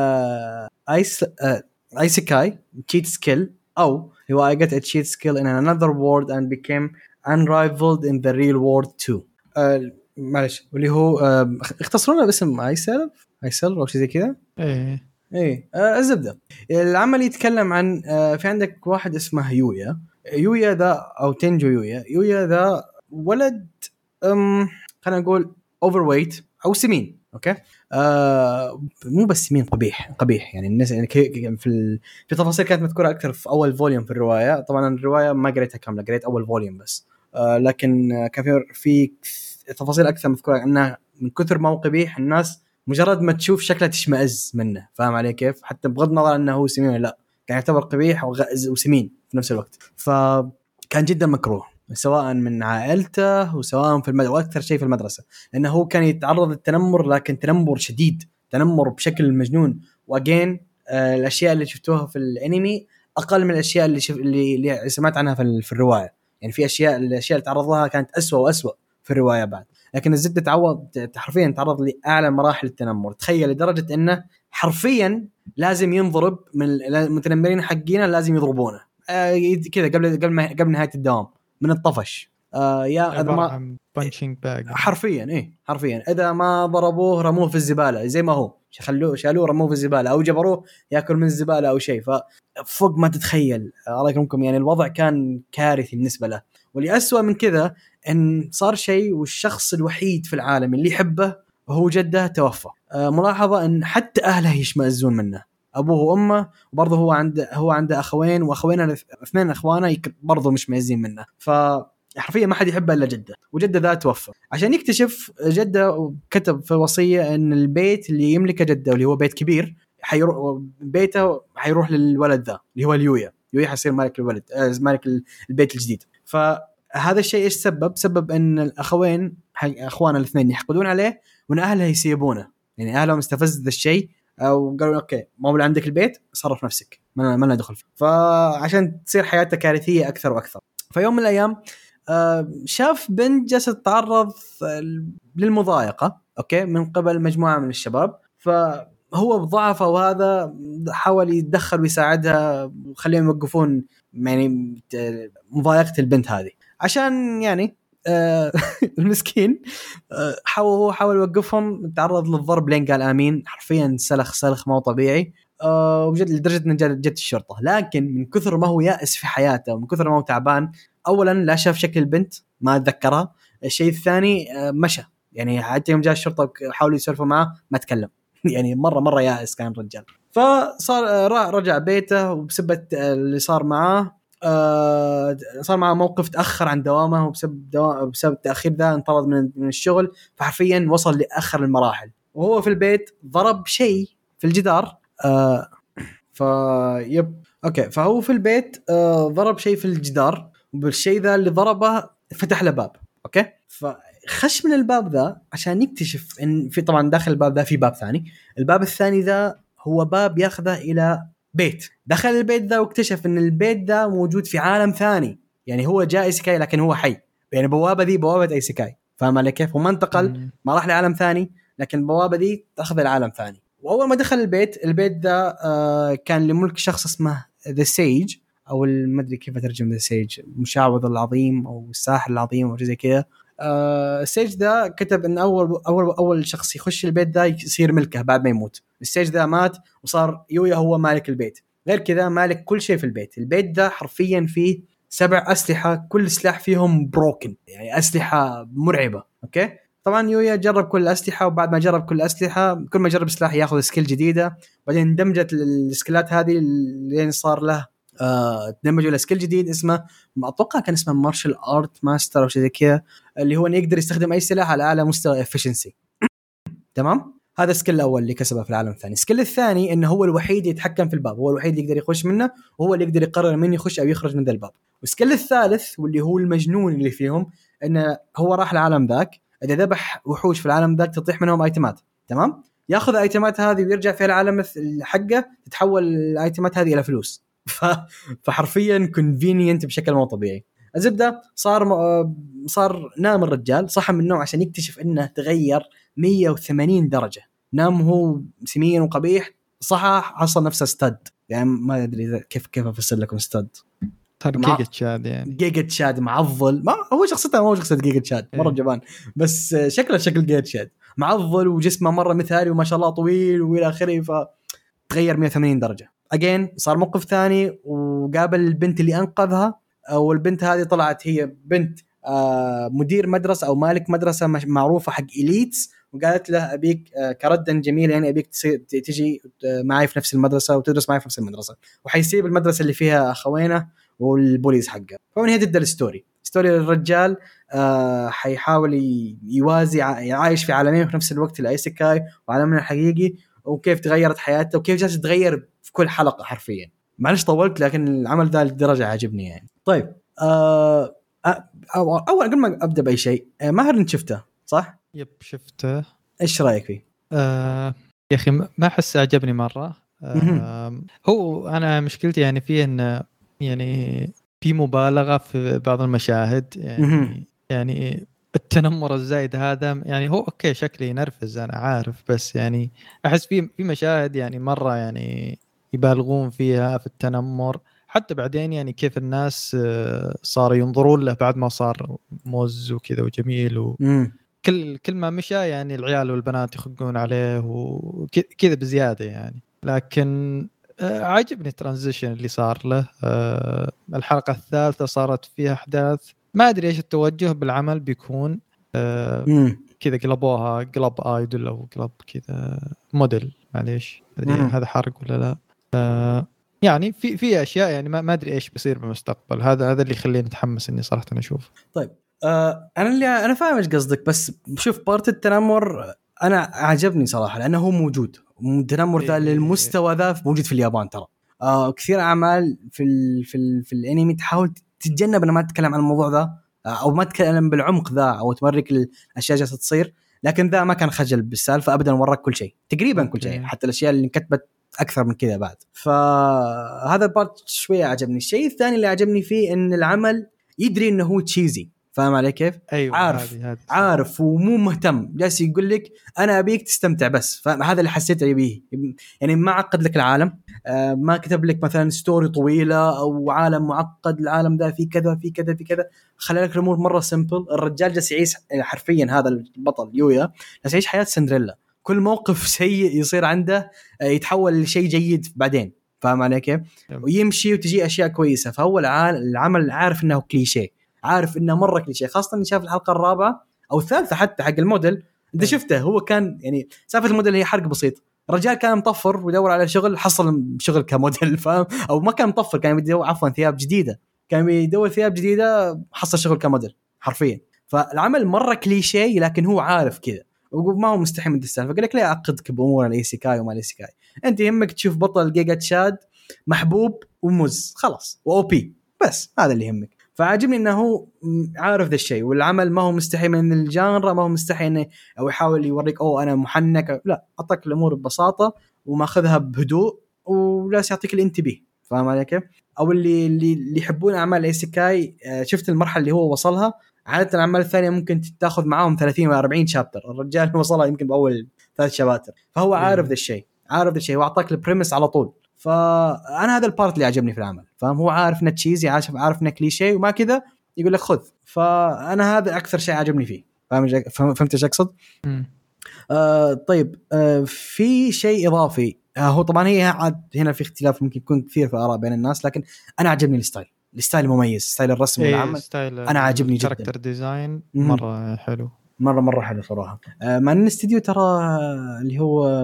ايسيكاي cheat skill او هو I got a cheat skill in another world and became unrivaled in the real world too. معلش واللي هو اختصرونا باسم ايسل او شيء زي كذا. ايه ايه الزبده العمل يتكلم عن في عندك واحد اسمه يويا ذا او تنجو يويا ذا ولد خلينا نقول اوفر ويت او سمين. اوكي مو بس سمين، قبيح يعني الناس يعني في تفاصيل كانت مذكوره اكثر في اول فوليوم في الروايه. طبعا الروايه ما قريتها كامله، قريت اول فوليوم بس. لكن كان في تفاصيل اكثر مذكوره انه من كثر ما هو قبيح الناس مجرد ما تشوف شكله تشمئز منه. فاهم علي كيف؟ حتى بغض النظر انه هو سمين ولا لا، كان يعتبر قبيح وسمين في نفس الوقت. فكان جدا مكروه سواء من عائلته وسواء في المدرسة، واكثر شيء في المدرسه، لانه هو كان يتعرض للتنمر، لكن تنمر شديد، تنمر بشكل مجنون. واجين الاشياء اللي شفتوها في الانمي اقل من الاشياء اللي سمعت عنها في الروايه. يعني في الاشياء اللي تعرض لها كانت اسوأ واسوأ في الروايه بعد. لكن الزبده حرفيا تعرض لاعلى مراحل التنمر. تخيل لدرجه انه حرفيا لازم ينضرب من المتنمرين حقينا، لازم يضربونه كذا قبل نهايه الدوام من الطفش. يا اذا ما بانشينج باج حرفيا اذا ما ضربوه رموه في الزباله زي ما هو، شالوه رموه في الزباله او جبروه ياكل من الزباله او شيء. ففوق ما تتخيل الله يكرمكم، يعني الوضع كان كارثي بالنسبه له. واللي أسوأ من كذا ان صار شيء والشخص الوحيد في العالم اللي يحبه وهو جده توفى. ملاحظه ان حتى اهله يشمئزون منه، ابوه وامه، وبرضه هو عنده اخوين، واخوينه 2 اخوانه برضه مش مميزين منه. حرفيا ما حد يحبه الا جده، وجده ذا توفى. عشان يكتشف جده كتب في وصيه ان البيت اللي يملكه جده اللي هو بيت كبير بيته حيروح للولد ذا اللي هو يويا حيصير مالك الولد، مالك البيت الجديد. فهذا الشيء ايش سبب ان الاخوين اخوانه الاثنين يحقدون عليه، وان اهله يسيبونه. يعني اهلهم استفز ذا الشيء او قالوا اوكي ما هو عندك البيت صرف نفسك ما لنا دخل فيه. فعشان تصير حياته كارثيه اكثر واكثر. فيوم من الايام شاف بنت جالسة تتعرض للمضايقة اوكي من قبل مجموعة من الشباب. فهو بضعفه وهذا حاول يتدخل ويساعدها وخليهم يوقفون يعني مضايقة البنت هذه. عشان يعني المسكين حاول يوقفهم، تعرض للضرب لين قال آمين. حرفيا سلخ ما هو طبيعي. وجد لدرجة أن جت الشرطة. لكن من كثر ما هو يائس في حياته ومن كثر ما هو تعبان، أولا لا شاف شكل البنت ما أتذكرها. الشيء الثاني مشى، يعني حتى يوم جاء الشرطة حاولوا يسولفوا معه ما تكلم. يعني مرة يائس كان الرجال. فصار رجع بيته وبسبب اللي صار معاه صار معه موقف تأخر عن دوامه، وبسبب التأخير ذا انطرد من الشغل. فحرفيا وصل لآخر المراحل. وهو في البيت ضرب شيء في الجدار. اوكي فهو في البيت ضرب شيء في الجدار، وبالشيء ذا اللي ضربه فتح له باب. اوكي فخش من الباب ذا عشان يكتشف ان في طبعا داخل الباب ذا في باب ثاني. الباب الثاني ذا هو باب ياخذه الى بيت. دخل البيت ذا واكتشف ان البيت ذا موجود في عالم ثاني. يعني هو جاء ايسيكاي لكن هو حي، يعني بوابه ذي بوابه ايسيكاي. فاهم علي كيف؟ وما انتقل ما راح لعالم ثاني، لكن البوابه ذي تاخذ العالم ثاني. واول ما دخل البيت ذا كان لملك شخص اسمه ذا سيج، او ما ادري كيف اترجم ذا سيج، المشعوذ العظيم او الساحر العظيم او شيء زي كذا. السيج ذا كتب ان اول شخص يخش البيت ذا يصير ملكه بعد ما يموت. السيج ذا مات وصار يويا هو مالك البيت. غير كذا مالك كل شيء في البيت. البيت ذا حرفيا فيه 7 أسلحة، كل سلاح فيهم بروكن، يعني أسلحة مرعبة. أوكي طبعا يويا جرب كل الأسلحة، وبعد ما جرب كل الأسلحة كل ما جرب سلاح ياخذ سكيل جديدة. بعدين اندمجت السكيلات هذه لين صار له تدمجوا له سكيل جديد اسمه ما أتوقع كان اسمه مارشال آرت ماستر أو شيء زي كذا، اللي هو إنه يقدر يستخدم أي سلاح على أعلى مستوى efficiency. تمام. هذا السكيل الأول اللي كسبه في العالم الثاني. السكيل الثاني إنه هو الوحيد يتحكم في الباب، هو الوحيد اللي يقدر يخش منه، وهو اللي يقدر يقرر من يخش أو يخرج من ذا الباب. والسكيل الثالث واللي هو المجنون اللي فيهم إنه هو راح العالم ذاك، إذا ذبح وحوش في العالم ذاك تطيح منهم ايتمات. تمام. ياخذ الايتمات هذه ويرجع في العالم حقه، تتحول الايتمات هذه الى فلوس. فحرفيا كونفينينت بشكل مو طبيعي. الزبده صار نام الرجال، صحى من النوم عشان يكتشف انه تغير 180 درجه. نام هو سمين وقبيح، صحى حصل نفسه ستاد. يعني ما ادري كيف افسر لكم ستاد. جيجا تشاد، يعني جيجا تشاد معضل. ما هو شخصيته مو شخصيه جيجا تشاد، مره جبان، بس شكله شكل جيجا تشاد، معضل وجسمه مره مثالي وما شاء الله طويل والى اخره. تغير 180 درجه. اجين صار موقف ثاني وقابل البنت اللي انقذها، والبنت هذه طلعت هي بنت مدير مدرسه او مالك مدرسه معروفه حق إليتس، وقالت له ابيك كردا جميل يعني ابيك تجي معي في نفس المدرسه وتدرس معي في نفس المدرسه، وحيسيب المدرسه اللي فيها اخوينه والبوليس حقه. فمن هي تبدا الستوري الرجال حيحاول يوازي يعيش في عالمين في نفس الوقت، الايسيكاي وعالمنا الحقيقي، وكيف تغيرت حياته وكيف جالس تتغير في كل حلقه حرفيا. معلش طولت لكن العمل ذا للدرجه عجبني يعني. طيب اول قبل ما ابدا باي شيء، ماهر انت شفته صح؟ يب شفته. ايش رايك فيه؟ يا اخي ما احس عجبني مره. هو انا مشكلتي يعني فيه ان يعني في مبالغه في بعض المشاهد يعني التنمر الزايد هذا يعني هو اوكي شكلي ينرفز انا عارف، بس يعني احس في مشاهد يعني مره يعني يبالغون فيها في التنمر. حتى بعدين يعني كيف الناس صاروا ينظرون له بعد ما صار موز وكذا وجميل كل ما مشى يعني العيال والبنات يخقون عليه وكذا بزياده يعني. لكن عجبني الترانزيشن اللي صار له. الحلقه الثالثه صارت فيها احداث ما ادري ايش التوجه بالعمل بيكون. كذا قلبوها قلب ايدول او قلب كذا موديل، معليش هذا حرق ولا لا. يعني في اشياء يعني ما ادري ايش بيصير بالمستقبل. هذا اللي يخليني اتحمس اني صراحه اشوف. طيب انا فاهم ايش قصدك، بس شوف بارت التنمر انا عجبني صراحه لانه هو موجود، التنمر ذا للمستوى ذا موجود في اليابان ترى. كثير اعمال في الانمي تحاول تتجنب انها ما تتكلم عن الموضوع ذا او ما تتكلم بالعمق ذا او توريك الاشياء جالسه تصير، لكن ذا ما كان خجل بالسالفه ابدا، وراك كل شيء تقريبا كل شيء، حتى الاشياء اللي كتبت اكثر من كذا بعد. فهذا البارت شويه عجبني. الشيء الثاني اللي عجبني فيه ان العمل يدري انه هو تشيزي، فاهم علي كيف؟ أيوة عارف ومو مهتم، جالس يقول لك انا ابيك تستمتع بس. فهذا اللي حسيت بيه يعني، ما عقد لك العالم، ما كتب لك مثلا ستوري طويله او عالم معقد، العالم ذا في كذا في كذا في كذا، خلى لك الامور مره سيمبل. الرجال جالس يعيش حرفيا، هذا البطل يويا جالس يعيش حياه سندريلا، كل موقف سيء يصير عنده يتحول لشيء جيد بعدين، فاهم علي كيف؟ ويمشي وتجي اشياء كويسه. فهو العمل عارف انه كليشيه، عارف انه مره كليشيه، خاصه اني شاف الحلقه الرابعه او الثالثه حتى حق الموديل انت شفته. هو كان يعني سالفه الموديل هي حرق بسيط، الرجال كان مطفر ويدور على شغل، حصل شغل كموديل، فاهم؟ او ما كان مطفر، كان يدور عفوا ثياب جديده، كان يدور ثياب جديده، حصل شغل كموديل حرفيا. فالعمل مره كليشيه لكن هو عارف كذا وما هو مستحي من السالفه. قال لك لا اعقدك بامور الايسيكاي وما الايسيكاي، انت يهمك تشوف بطل جيجا تشاد محبوب ومز خلاص واو بي بس، هذا اللي يهمك. فعجبني انه عارف ذا الشيء، والعمل ما هو مستحي من الجانرا، ما هو مستحي انه او يحاول يوريك انا محنك، لا، اعطاك الامور ببساطه وماخذها بهدوء ولا يعطيك الانتباه، فاهم علي كيف؟ او اللي يحبون اعمال الايسيكاي، شفت المرحله اللي هو وصلها، عاده الاعمال الثانيه ممكن تاخذ معاهم 30 و 40 شابتر، الرجال وصلها يمكن باول 3 شباتر. فهو عارف ذا الشيء، واعطاك البريمس على طول. فانا هذا البارت اللي عجبني في العمل، فاهم؟ هو عارف انه تشيزي، عارف انه كليشيه وما كذا، يقول لك خذ. فانا هذا اكثر شيء عجبني فيه، فهمت ايش اقصد؟ طيب في شيء اضافي، هو طبعا هي هنا في اختلاف ممكن يكون كثير في الاراء بين الناس، لكن انا عجبني الستايل مميز، ستايل الرسم والعمل انا عجبني جدا، الكاركتر ديزاين مره حلو، مره حلو صراحه. مع ان الاستديو ترى اللي هو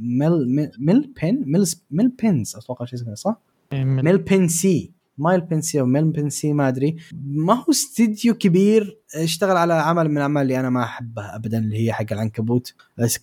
ميل بينز اتوقع شيء اسمه صح، ميل بينسي او ميل بينسي ما ادري، ما هو استديو كبير، اشتغل على عمل من الاعمال اللي انا ما احبها ابدا اللي هي حق العنكبوت،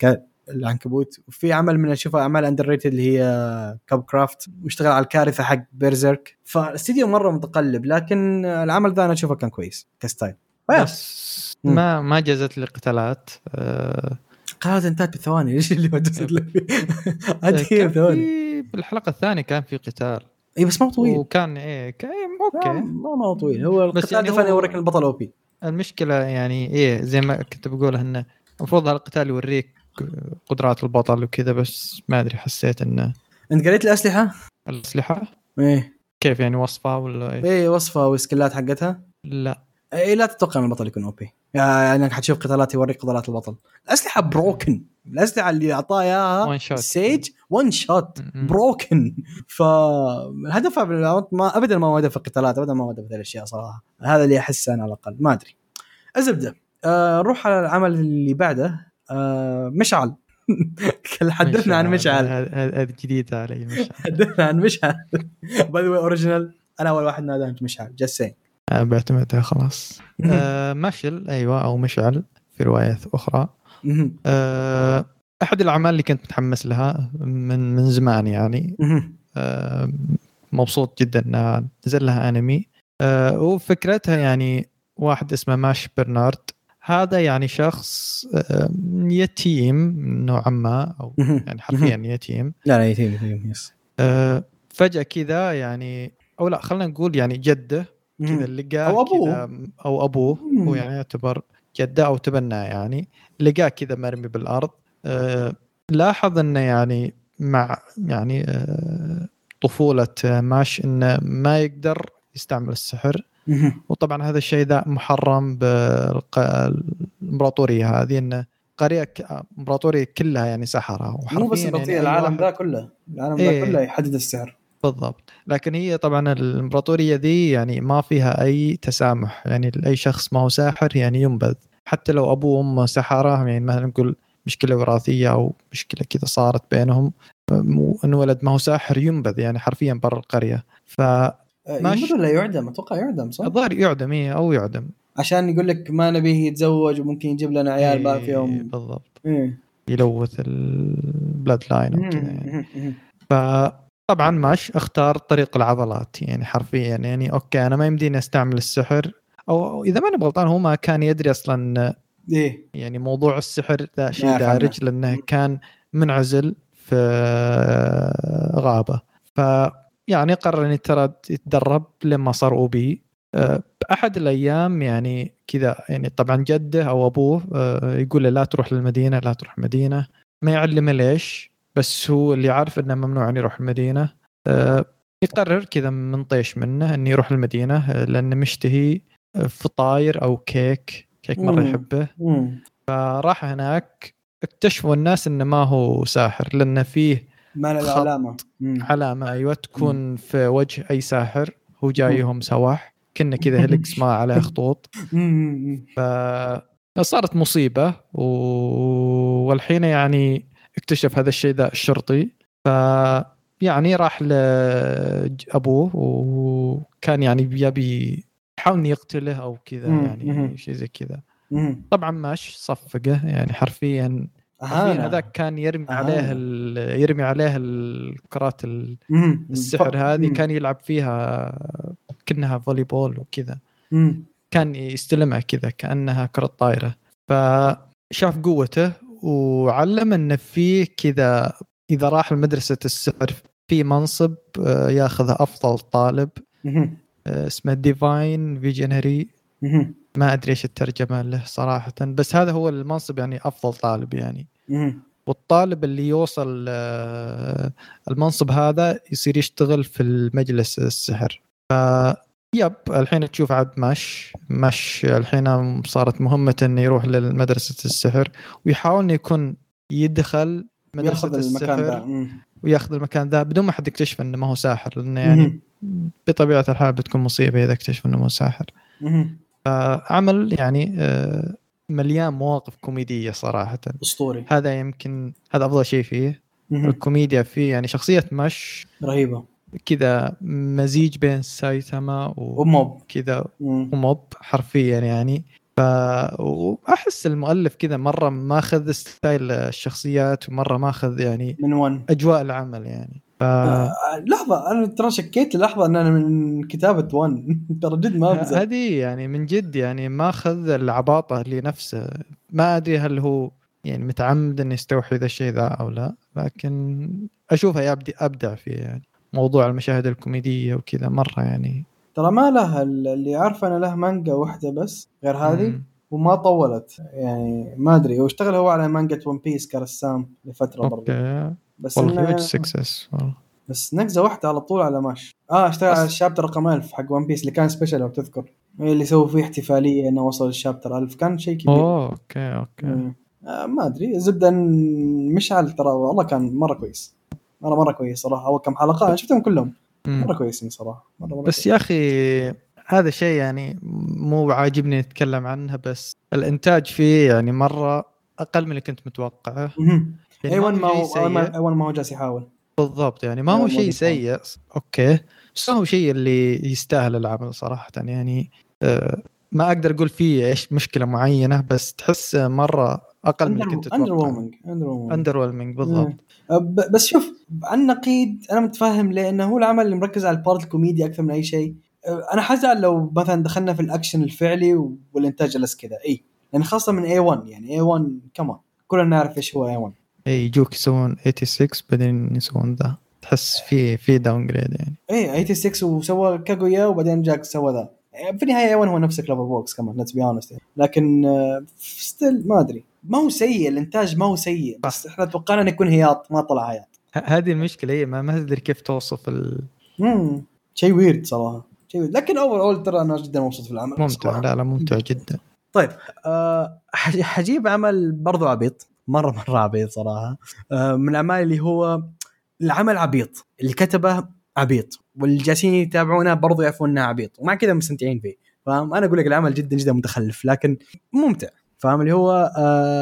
وفي عمل من اشوفه اعمال اندر ريتد اللي هي كاب كرافت، واشتغل على الكارثه حق بيرزيرك. فالاستديو مره متقلب، لكن العمل ذا انا اشوفه كان كويس كستايل، بس ما جازت لي قتالات. قتالات انتهت بثواني، ايش اللي ما جازت لك؟ هذه ثواني. بالحلقه الثانيه كان في قتال، اي بس ما طويل، وكان اوكي ما طويل، هو القتال دفن يوريك البطل او بي. المشكله يعني زي ما كنت بقول انه المفروض هالقتال يوريك قدرات البطل وكذا، بس ما ادري حسيت انه. انت قريت الاسلحه ايه كيف يعني وصفها ولا ايه وصفها وسكلات حقتها؟ لا ايه لا تتوقع ان البطل يكون او بي، يعني انك حتشوف قتالات يوريك قدرات البطل. الاسلحه بروكن، الاسلحه اللي اعطاها اياها السيج وان شوت بروكن. فالهدف ما ابدا ما هو هدف القتالات، ابدا ما هو هدف الاشياء صراحه. هذا اللي احس انا على الاقل، ما ادري. الزبده نروح على العمل اللي بعده. مشعل. حدثنا عن مشعل. هذا جديد علي مشعل. حدثنا عن مشعل. باي ذا اوريجينال، انا اول واحد نادى مشعل جسين. بعتمدها خلاص. مشعل ايوه او مشعل في روايات اخرى. احد الاعمال اللي كنت متحمس لها من زمان يعني. مبسوط جدا انها نزل لها انمي. وفكرتها يعني واحد اسمه ماش برنارد، هذا يعني شخص يتيم نوعا ما، او يعني حرفيا يتيم. لا يتيم يس. فجأة كذا يعني، او لا خلينا نقول يعني جده كذا لقاه كذا او ابوه، هو يعني يعتبر جده او تبناه، يعني لقاه كذا مرمي بالارض. لاحظ انه يعني مع يعني طفولة ماش انه ما يقدر يستعمل السحر. وطبعا هذا الشيء ذا محرم بالامبراطورية هذه، انه قرية امبراطورية كلها يعني سحرة، مو بس امبراطورية يعني العالم ذا كله، العالم ذا كله يحدد السحر بالضبط. لكن هي طبعا الامبراطورية ذي يعني ما فيها اي تسامح، يعني اي شخص ما هو ساحر يعني ينبذ، حتى لو ابوه وامه سحرة. يعني مثلا نقول مشكلة وراثية او مشكلة كذا صارت بينهم، انه ولد ما هو ساحر ينبذ يعني حرفيا برا القرية. ينبذ ولا يعدم؟ اتوقع يعدم صح؟ الظاهر يعدم او يعدم، عشان يقول لك ما نبيه يتزوج وممكن يجيب لنا عيال بقى فيهم. بالضبط. يلوث البلاد لاين وكذا يعني. فطبعا ماش اختار طريق العضلات يعني حرفيا، يعني اوكي انا ما يمديني استعمل السحر، او اذا ما انا غلطان هو ما كان يدري اصلا يعني موضوع السحر ذا شيء دارج، لانه كان منعزل في غابة. فيعني قرر ان يتدرب لما صار اوبي. بأحد الأيام يعني كذا، يعني طبعا جده أو أبوه يقول له لا تروح للمدينة، لا تروح المدينة، ما يعلم ليش، بس هو اللي عارف أنه ممنوع أن يروح المدينة. يقرر كذا من طيش منه أن يروح المدينة، لأنه مشتهي فطاير أو كيك مرة يحبه. فراح هناك، اكتشفوا الناس أنه ما هو ساحر، لأنه فيه علامة أيوة تكون في وجه أي ساحر هو جايهم سواح، كنا كذا هيلكس ما عليه خطوط. فصارت مصيبة والحين يعني اكتشف هذا الشيء ذا الشرطي. يعني راح لأبوه وكان يعني يبي يحاول يقتله أو كذا يعني شيء زي كذا. طبعا ماش صفقه يعني حرفيا هذاك كان يرمي عليه الكرات السحر هذه، كان يلعب فيها كأنها فولي بول وكذا، كان يستلمها كذا كأنها كرة طايرة. فشاف قوته وعلم أن فيه كذا إذا راح لمدرسة السحر في منصب ياخذ أفضل طالب اسمه ديفاين فيجنري، ما أدري إيش الترجمة له صراحة، بس هذا هو المنصب يعني أفضل طالب يعني. والطالب اللي يوصل المنصب هذا يصير يشتغل في المجلس السحر. يب الحين تشوف عاد ماش الحين صارت مهمته إنه يروح لمدرسة السحر ويحاول إنه يكون يدخل مدرسة السحر وياخذ المكان ذا بدون ما حد يكتشف إنه ما هو ساحر، لأنه يعني بطبيعة الحال بتكون مصيبة إذا اكتشف إنه ما هو ساحر. عمل يعني مليان مواقف كوميدية صراحة أسطوري. هذا يمكن هذا أفضل شيء فيه. الكوميديا فيه يعني شخصية ماش رهيبة كذا، مزيج بين سايتاما وموب كذا وموب حرفيا يعني. وأحس المؤلف كذا مرة ماخذ ستايل الشخصيات ومرة ماخذ يعني من أجواء العمل يعني. لحظة أنا ترى شكيت لحظة أن أنا من كتابة وان ترى جد ما بزل هذه يعني من جد يعني ماخذ العباطة لنفسه، ما أدري هل هو يعني متعمد أن يستوحي ذا الشيء ذا أو لا، لكن أشوفه أبدع فيه يعني موضوع المشاهد الكوميدية وكذا مرة يعني. ترى ما له اللي عارف أنا له مانجا واحدة بس غير هذه وما طولت يعني، ما أدري هو اشتغل هو على مانجا ون بيس كرسام لفترة برضه، بس والله سكسس بس نقزة واحدة على طول على ماش. اشتغل على الشابتر رقم 1000 حق ون بيس اللي كان سبيشال لو تذكر. اللي سووا فيه احتفاليه انه وصل الشابتر 1000 كان شيء كبير. اوكي ما ادري زبده مشعل ترى والله كان مره كويس، مره كويس صراحه. اول كم حلقه انا شفتهم كلهم مره كويسين صراحه مرة بس كويس. يا اخي هذا شيء يعني مو عاجبني نتكلم عنه، بس الانتاج فيه يعني مره اقل من اللي كنت متوقعه. يعني ايوان ما هو شيء سيء ايوان ما هو جالس يحاول بالضبط، يعني ما هو ما شيء بيحاول. سيء اوكي، بس هو شيء اللي يستاهل العمل صراحه يعني. ما اقدر اقول فيه ايش مشكله معينه، بس تحس مره اقل من اللي كنت تتوقعه. اندر بالضبط. بس شوف عن نقيض انا متفاهم لانه هو العمل اللي مركز على البارت الكوميديا اكثر من اي شيء. انا حزعل لو مثلا دخلنا في الاكشن الفعلي والانتاج جلس كذا اي، لان خاصه من A1 يعني A1 كمان كلنا نعرف ايش هو A1. اي يجوك يسوون 86 بعدين يسوون ذا، تحس في داون جريد يعني. اي 86 وسوى كاغويا وبعدين جاك سوى ذا. في النهايه A1 هو نفس كلوفر ووركس كمان let's be honest. لكن ستيل ما ادري، ما هو سيء الانتاج ما هو سيء، بس احنا توقعنا انه يكون هياط ما طلع هياط. هذه المشكله، هي ما ادري كيف توصف شيء ويرد صراحه شيء ويرد. لكن اول ترى انا جدا مبسوط في العمل ممتع صراحة. لا ممتع جدا. طيب حجيب عمل برضو عبيط مره عبيط صراحه. من الاعمال اللي هو العمل عبيط اللي كتبه عبيط واللي جالسين يتابعونه برضو يعرفون انه عبيط ومع كذا مستمتعين فيه. فاهم انا اقول لك العمل جدا متخلف لكن ممتع. فاهم اللي هو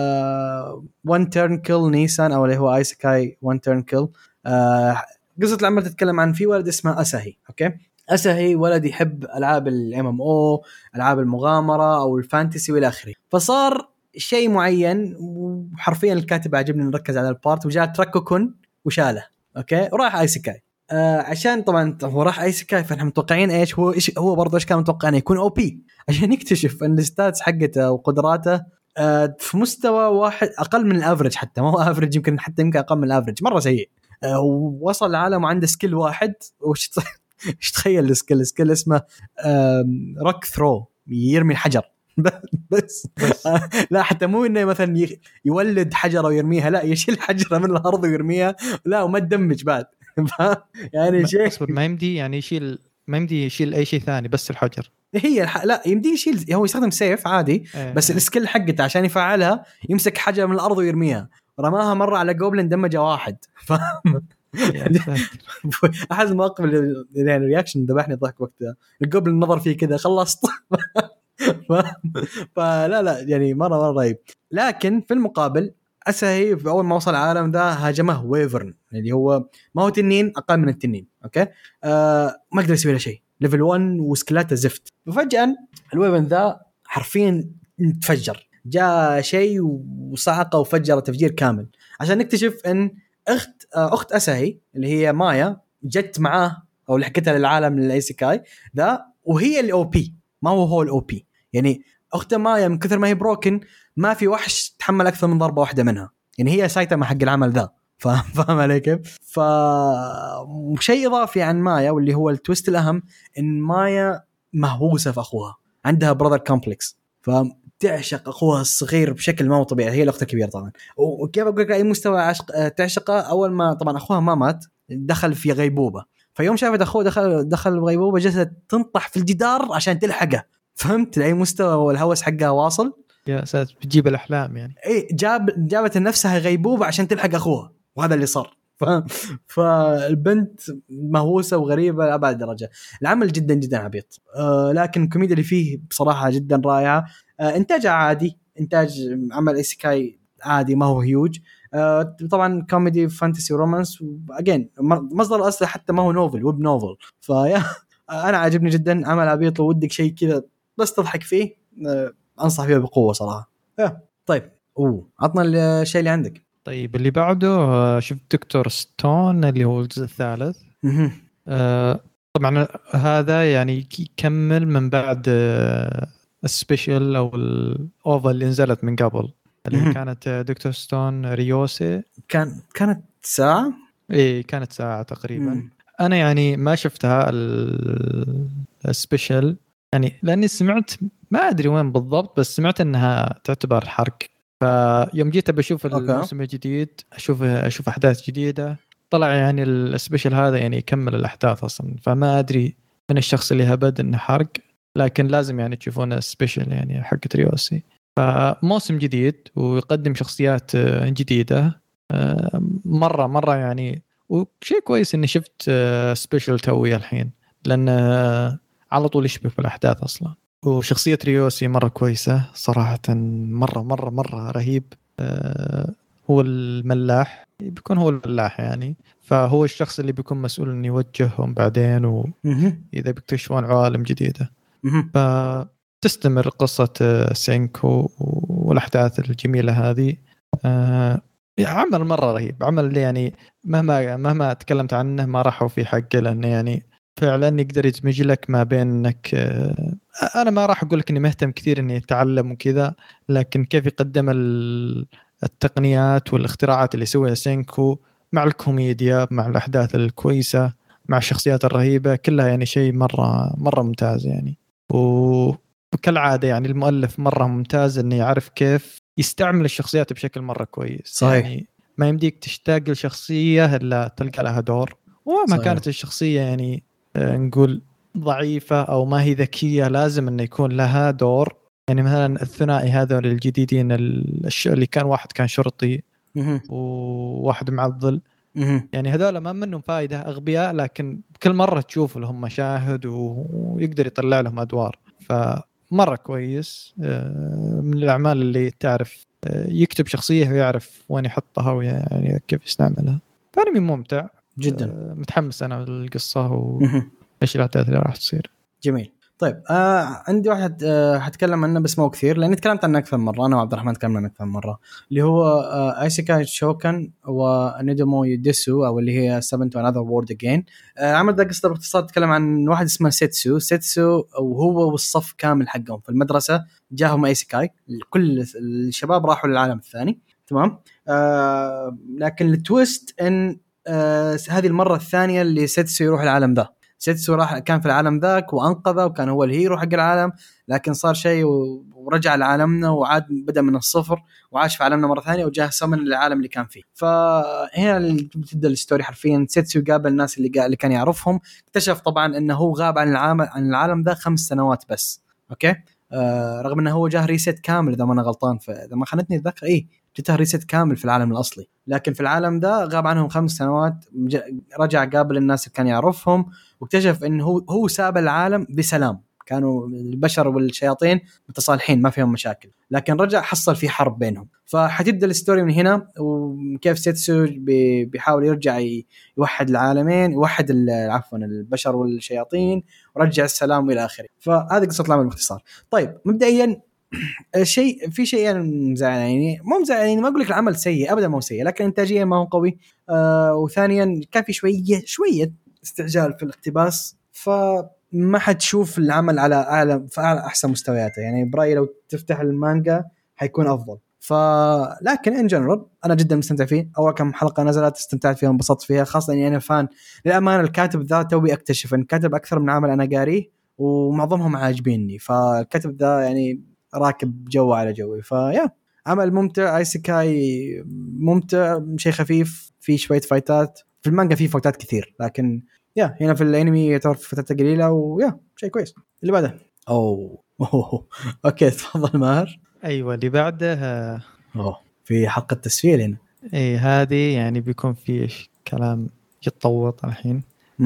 وان تيرن كيل نيسان او اللي هو ايسكاي وان تيرن كيل. قصة العمل تتكلم عن في ولد اسمه أساهي. اوكي أساهي ولد يحب العاب الMMO العاب المغامرة او الفانتسي والى اخره. فصار شيء معين وحرفيا الكاتب عجبني نركز على البارت وجاء تركوكون وشاله. اوكي وراح ايسكاي عشان طبعا هو راح ايسكاي فنحن متوقعين ايش هو برضه ايش كان متوقع انه يكون OP عشان يكتشف ان الستاتس حقته وقدراته في مستوى واحد اقل من الافرج، حتى ما هو افرج يمكن اقل من الافرج مره سيء. ووصل العالم وعنده سكيل واحد وش تخيل السكيل اسمه روك ثرو يرمي الحجر بس. لا حتى مو انه مثلا يولد حجره ويرميها، لا يشيل حجره من الارض ويرميها لا وما تدمج بعد يعني شيء ما يمدي يعني يشيل، ما يمدي يشيل اي شيء ثاني بس الحجر. هي لا يمدي يشيل، هو يستخدم سيف عادي بس السكيل حقته عشان يفعلها يمسك حجره من الارض ويرميها. رماها مره على جوبلن دمجه واحد احد المواقف اللي يعني رياكشن ذبحني ضحك وقتها. الجوبلن نظر فيه كذا خلصت فلا يعني مره رهيب. لكن في المقابل أساهي في أول ما وصل العالم ذا هاجمه ويفرن اللي هو ما هو تنين أقل من التنين. أوكي ما قدر يسوي له شيء ليفل 1 وسكلاته زفت. ففجأة الويفرن ذا حرفيا تفجر، جاء شيء وصعقه وفجر تفجير كامل عشان نكتشف أن أخت أساهي اللي هي مايا جت معاه أو لحقتها للعالم للأيسيكاي ذا وهي اللي OP ما هو الOP. يعني أخت مايا من كثر ما هي بروكن ما في وحش تحمل أكثر من ضربة واحدة منها، يعني هي سايتاما حق العمل ذا. فاهم علي كيف؟ فشيء إضافي عن مايا واللي هو التويست الأهم إن مايا مهووسة في أخوها، عندها براذر كومبلكس فتعشق أخوها الصغير بشكل ما هو طبيعي. هي الأخت الكبيرة طبعا. وكيف أقول لك أي مستوى عشق تعشقه؟ أول ما طبعا أخوها ما مات دخل في غيبوبة، فيوم شافت أخوه دخل غيبوبة جلست تنطح في الجدار عشان تلحقه. فهمت لأي مستوى والهوس حقها واصل؟ يا ساتر بتجيب الأحلام يعني. إيه جابت نفسها غيبوبة عشان تلحق أخوها وهذا اللي صار. فالبنت مهووسة وغريبة لأبعد درجة. العمل جدا عبيط لكن الكوميديا اللي فيه بصراحة جدا رائعة. إنتاج عادي، إنتاج عمل إيسيكاي عادي ما هو هيوج. طبعا كوميدي فانتسي ورومانس وأجين مصدر الأصل حتى ما هو نوفل ويب نوفل. فيا أنا عجبني جدا عمل عبيط. لو ودك شيء كذا بس تضحك فيه أنصح فيه بقوة صراحة. طيب عطنا الشيء اللي عندك. طيب اللي بعده شفت دكتور ستون اللي هو الجزء الثالث. طبعا هذا يعني يكمل من بعد السبيشل او الاوفا اللي نزلت من قبل اللي كانت دكتور ستون ريوسي. كانت ساعة. ايه كانت ساعة تقريبا. انا يعني ما شفتها السبيشل يعني لاني سمعت ما ادري وين بالضبط بس سمعت انها تعتبر حرق. فيوم جيت بشوف الموسم الجديد اشوف احداث جديده طلع يعني السبيشل هذا يعني يكمل الاحداث اصلا. فما ادري من الشخص اللي هبد انه حرق لكن لازم يعني تشوفونه سبيشل يعني حق ريوسي. فموسم جديد ويقدم شخصيات جديدة مرة يعني. وشيء كويس إني شفت سبيشل توي الحين، لأن على طول يشبه بالأحداث أصلا. وشخصية ريوسي مرة كويسة صراحة، مرة رهيب. هو الملاح، بيكون هو الملاح يعني، فهو الشخص اللي بيكون مسؤول إنه يوجههم بعدين وإذا بيكتشفون عوالم جديدة. فتستمر قصة سينكو والأحداث الجميلة هذه. عمل مرة رهيب، عمل اللي يعني مهما تكلمت عنه ما راحوا في حقه، لأنه يعني فعلا يقدر يدمج لك ما بين انك انا ما راح اقول لك اني مهتم كثير اني اتعلم وكذا، لكن كيف يقدم التقنيات والاختراعات اللي يسويها سينكو مع الكوميديا مع الاحداث الكويسه مع الشخصيات الرهيبه كلها، يعني شيء مره ممتاز يعني. وكالعاده يعني المؤلف مره ممتاز انه يعرف كيف يستعمل الشخصيات بشكل مره كويس. صحيح. يعني ما يمديك تشتاق لشخصيه الا تلقى لها دور، وما صحيح. كانت الشخصية يعني نقول ضعيفة أو ما هي ذكية لازم أن يكون لها دور. يعني مثلا الثنائي هذول الجديدين اللي كان واحد كان شرطي وواحد معضل، يعني هذول ما منهم فائدة، أغبياء لكن كل مرة تشوف لهم مشاهد ويقدر يطلع لهم أدوار. فمرة كويس من الأعمال اللي تعرف يكتب شخصية ويعرف وين يحطها ويعني كيف يستعملها. فأنمي ممتع جدا. متحمس أنا للقصة وإيش الأحداث اللي راح تصير. جميل. طيب عندي واحد حتكلم عنه بس مو كثير لأني تكلمت عنه أكثر مرة، أنا وعبد الرحمن تكلمنا عنه أكثر مرة، اللي هو ايسيكاي شوكن ونيدومو يوديسو، أو اللي هي 7 to another world again. عمل ذا قصة باختصار تتكلم عن واحد اسمه سيتسو وهو والصف كامل حقهم في المدرسة جاهم ايسيكاي، كل الشباب راحوا للعالم الثاني. تمام. لكن التويست إن هذه المرة الثانية اللي سيتسو يروح العالم ذا. سيتسو راح كان في العالم ذاك وأنقذه وكان هو الهيرو حق العالم، لكن صار شيء ورجع لعالمنا وعاد بدأ من الصفر وعاش في عالمنا مرة ثانية وجاه سمن للعالم اللي كان فيه. فهنا اللي بتبدأ الستوري حرفيا. سيتسو قابل الناس اللي كان يعرفهم، اكتشف طبعا أنه هو غاب عن العالم ذا 5 سنوات بس. أوكي. رغم أنه هو جاه ريست كامل إذا ما أنا غلطان، فإذا ما خانتني الذاكرة جته ريست كامل في العالم الأصلي، لكن في العالم ده غاب عنهم 5 سنوات. رجع قابل الناس اللي كان يعرفهم واكتشف إنه هو ساب العالم بسلام، كانوا البشر والشياطين متصالحين ما فيهم مشاكل، لكن رجع حصل في حرب بينهم. فحتبدأ الستوري من هنا، وكيف سيتسو بيحاول يرجع يوحد العالمين، يوحد عفوا البشر والشياطين ورجع السلام إلى آخره. فهذه قصة العمل باختصار. طيب مبدئيا في شيء يعني مزعلني، مو مزعلني، ما اقول لك العمل سيء ابدا، مو سيء، لكن انتاجيا ما هو قوي. وثانيا كان في شويه استعجال في الاقتباس، فما حتشوف العمل على اعلى احسن مستوياته. يعني برايي لو تفتح المانجا حيكون افضل. لكن ان جنرال انا جدا مستمتع فيه. اول كم حلقه نزلت استمتعت فيها وانبسطت فيها، خاصه اني انا فان للامانه الكاتب ذا توي اكتشف ان كاتب اكثر من عمل انا قاريه ومعظمهم عاجبيني، فالكاتب ذا يعني راكب جو على جوي. فيا عمل ممتع. ايسيكاي ممتع، شيء خفيف، في شويه فايتات. في المانجا في فايتات كثير، لكن هنا في الانمي يعتبر فايتات قليله شيء كويس. اللي بعده اوكي تفضل ماهر. ايوه اللي بعده في حلقه تسفيل هنا. اي هذه يعني بيكون في كلام يتطوط الحين.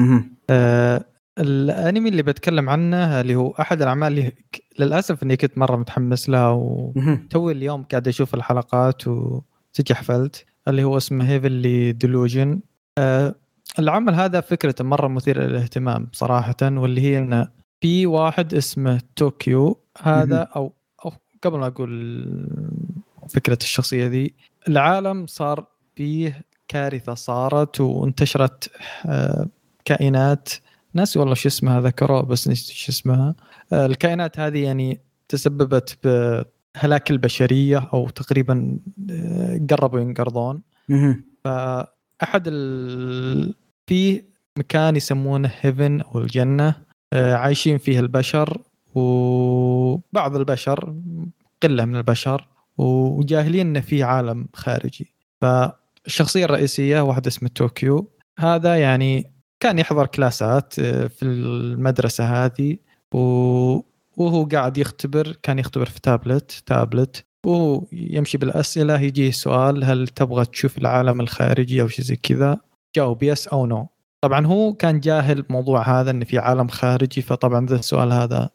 الانمي اللي بتكلم عنه اللي هو احد الاعمال اللي للاسف اني كنت مره متحمس له، وتوي اليوم قاعد اشوف الحلقات وتجي حفلت، اللي هو اسمه هيفنلي ديلوجن. العمل هذا فكرته مره مثيره للاهتمام صراحه، واللي هي انه في واحد اسمه طوكيو هذا او قبل ما اقول فكره الشخصيه ذي، العالم صار فيه كارثه صارت وانتشرت كائنات، ناسي والله شو اسمها، ذكره بس نسيت شو اسمها. الكائنات هذه يعني تسببت بهلاك البشرية أو تقريبا قربوا ينقرضون. فأحد فيه مكان يسمونه هيفن أو الجنة، عايشين فيه البشر وبعض البشر، قلة من البشر، وجاهلين أن في عالم خارجي. فالشخصية الرئيسية واحد اسمه طوكيو، هذا يعني كان يحضر كلاسات في المدرسة هذه، وهو قاعد يختبر، كان يختبر في تابلت وهو يمشي بالأسئلة، يجيه سؤال هل تبغى تشوف العالم الخارجي أو شيء زي كذا، جاوب يس أو نو. طبعا هو كان جاهل بموضوع هذا إن في عالم خارجي، فطبعا ذا السؤال هذا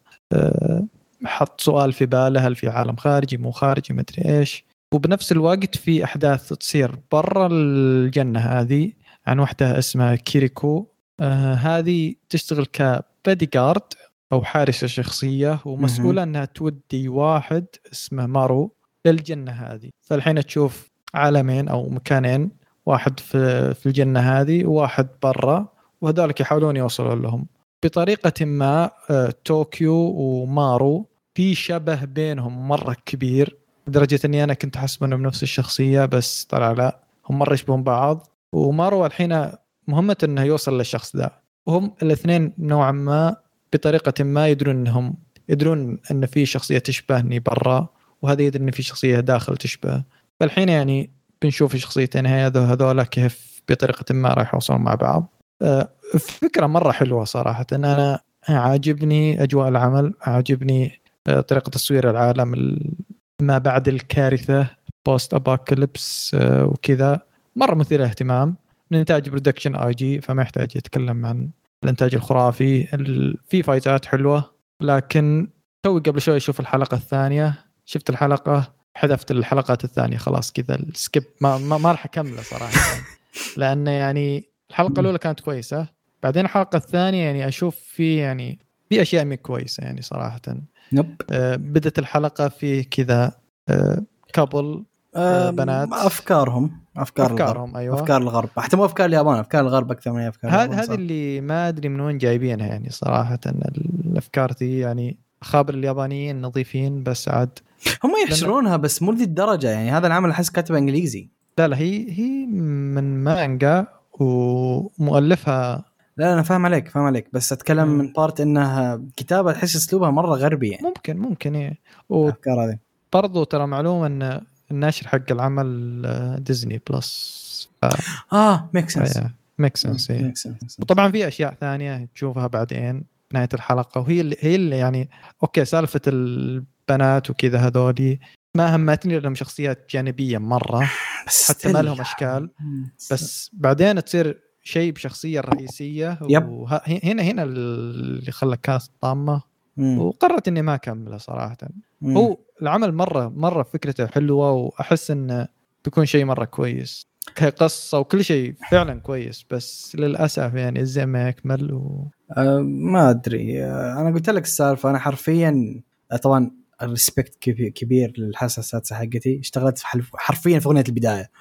حط سؤال في باله هل في عالم خارجي مو خارجي مدري إيش. وبنفس الوقت في أحداث تصير برا الجنة هذه عن واحدة اسمها كيريكو. هذه تشتغل كبادي جارد أو حارسة شخصية، ومسؤولة أنها تودي واحد اسمه مارو للجنة هذه. فالحين تشوف عالمين أو مكانين، واحد في الجنة هذه وواحد برا، وهذولك يحاولون يوصلوا لهم بطريقة ما. طوكيو ومارو في شبه بينهم مرة كبير، لدرجة أني أنا كنت حسب أنهم نفس الشخصية، بس طلع لا، هم مرة يشبهون بعض. ومارو الحين مهمة أنه يوصل للشخص ذا، وهم الاثنين نوعا ما بطريقة ما يدرون أن في شخصية تشبهني برا، وهذا يدري أن في شخصية داخل تشبه. فالحين يعني بنشوف الشخصيتين هذولا كيف بطريقة ما راح يوصلون مع بعض. فكرة مرة حلوة صراحة. أنا عاجبني أجواء العمل، عاجبني طريقة تصوير العالم ما بعد الكارثة بوست أبوكاليبس وكذا، مرة مثير اهتمام. من إنتاج برودكشن IG، فما يحتاج يتكلم عن الإنتاج الخرافي. في فايتات حلوة، لكن توي قبل شوي أشوف الحلقة الثانية، شفت الحلقة حذفت الحلقات الثانية خلاص كذا السكيب، ما راح أكمله صراحة. لأن يعني الحلقة الأولى كانت كويسة، بعدين الحلقة الثانية يعني أشوف في أشياء مي كويسة يعني صراحة. بدت الحلقة في كذا كابل بنات أفكارهم أيوة. أفكار الغرب، حتى مو أفكار اليابان، أفكار الغرب أكثر من أفكار اليابان. هذه اللي ما أدري من وين جايبينها يعني صراحة. الأفكار دي يعني خابر اليابانيين نظيفين، بس عاد هم يحشرونها بس مو لذي الدرجة يعني. هذا العمل أحس كاتبه إنجليزي. لا هي من مانجا ومؤلفها. لا أنا فاهم عليك بس أتكلم من بارت إنها كتابة تحس أسلوبها مرة غربي يعني. ممكن إيه. أفكار هذه برضو ترى معلومة أن الناشر حق العمل ديزني بلس. ميك سنس. وطبعا في أشياء ثانية تشوفها بعدين نهاية الحلقة، وهي اللي يعني أوكي سالفة البنات وكذا هذولي ما همتني لهم شخصيات جانبية مرة، حتى ما لهم أشكال، بس بعدين تصير شيء بشخصية رئيسية. هنا اللي خلك كاست طامة، وقررت إني ما أكمله صراحة. هو العمل مرة فكرته حلوة، وأحس إنه بيكون شيء مرة كويس كقصة وكل شيء فعلا كويس، بس للأسف يعني إزاي ما يكمل ما أدري. أنا قلت لك السالفة، أنا حرفيا طبعا الريسبكت كبير للحساسات حقتي، اشتغلت حرفيا في أغنية البداية.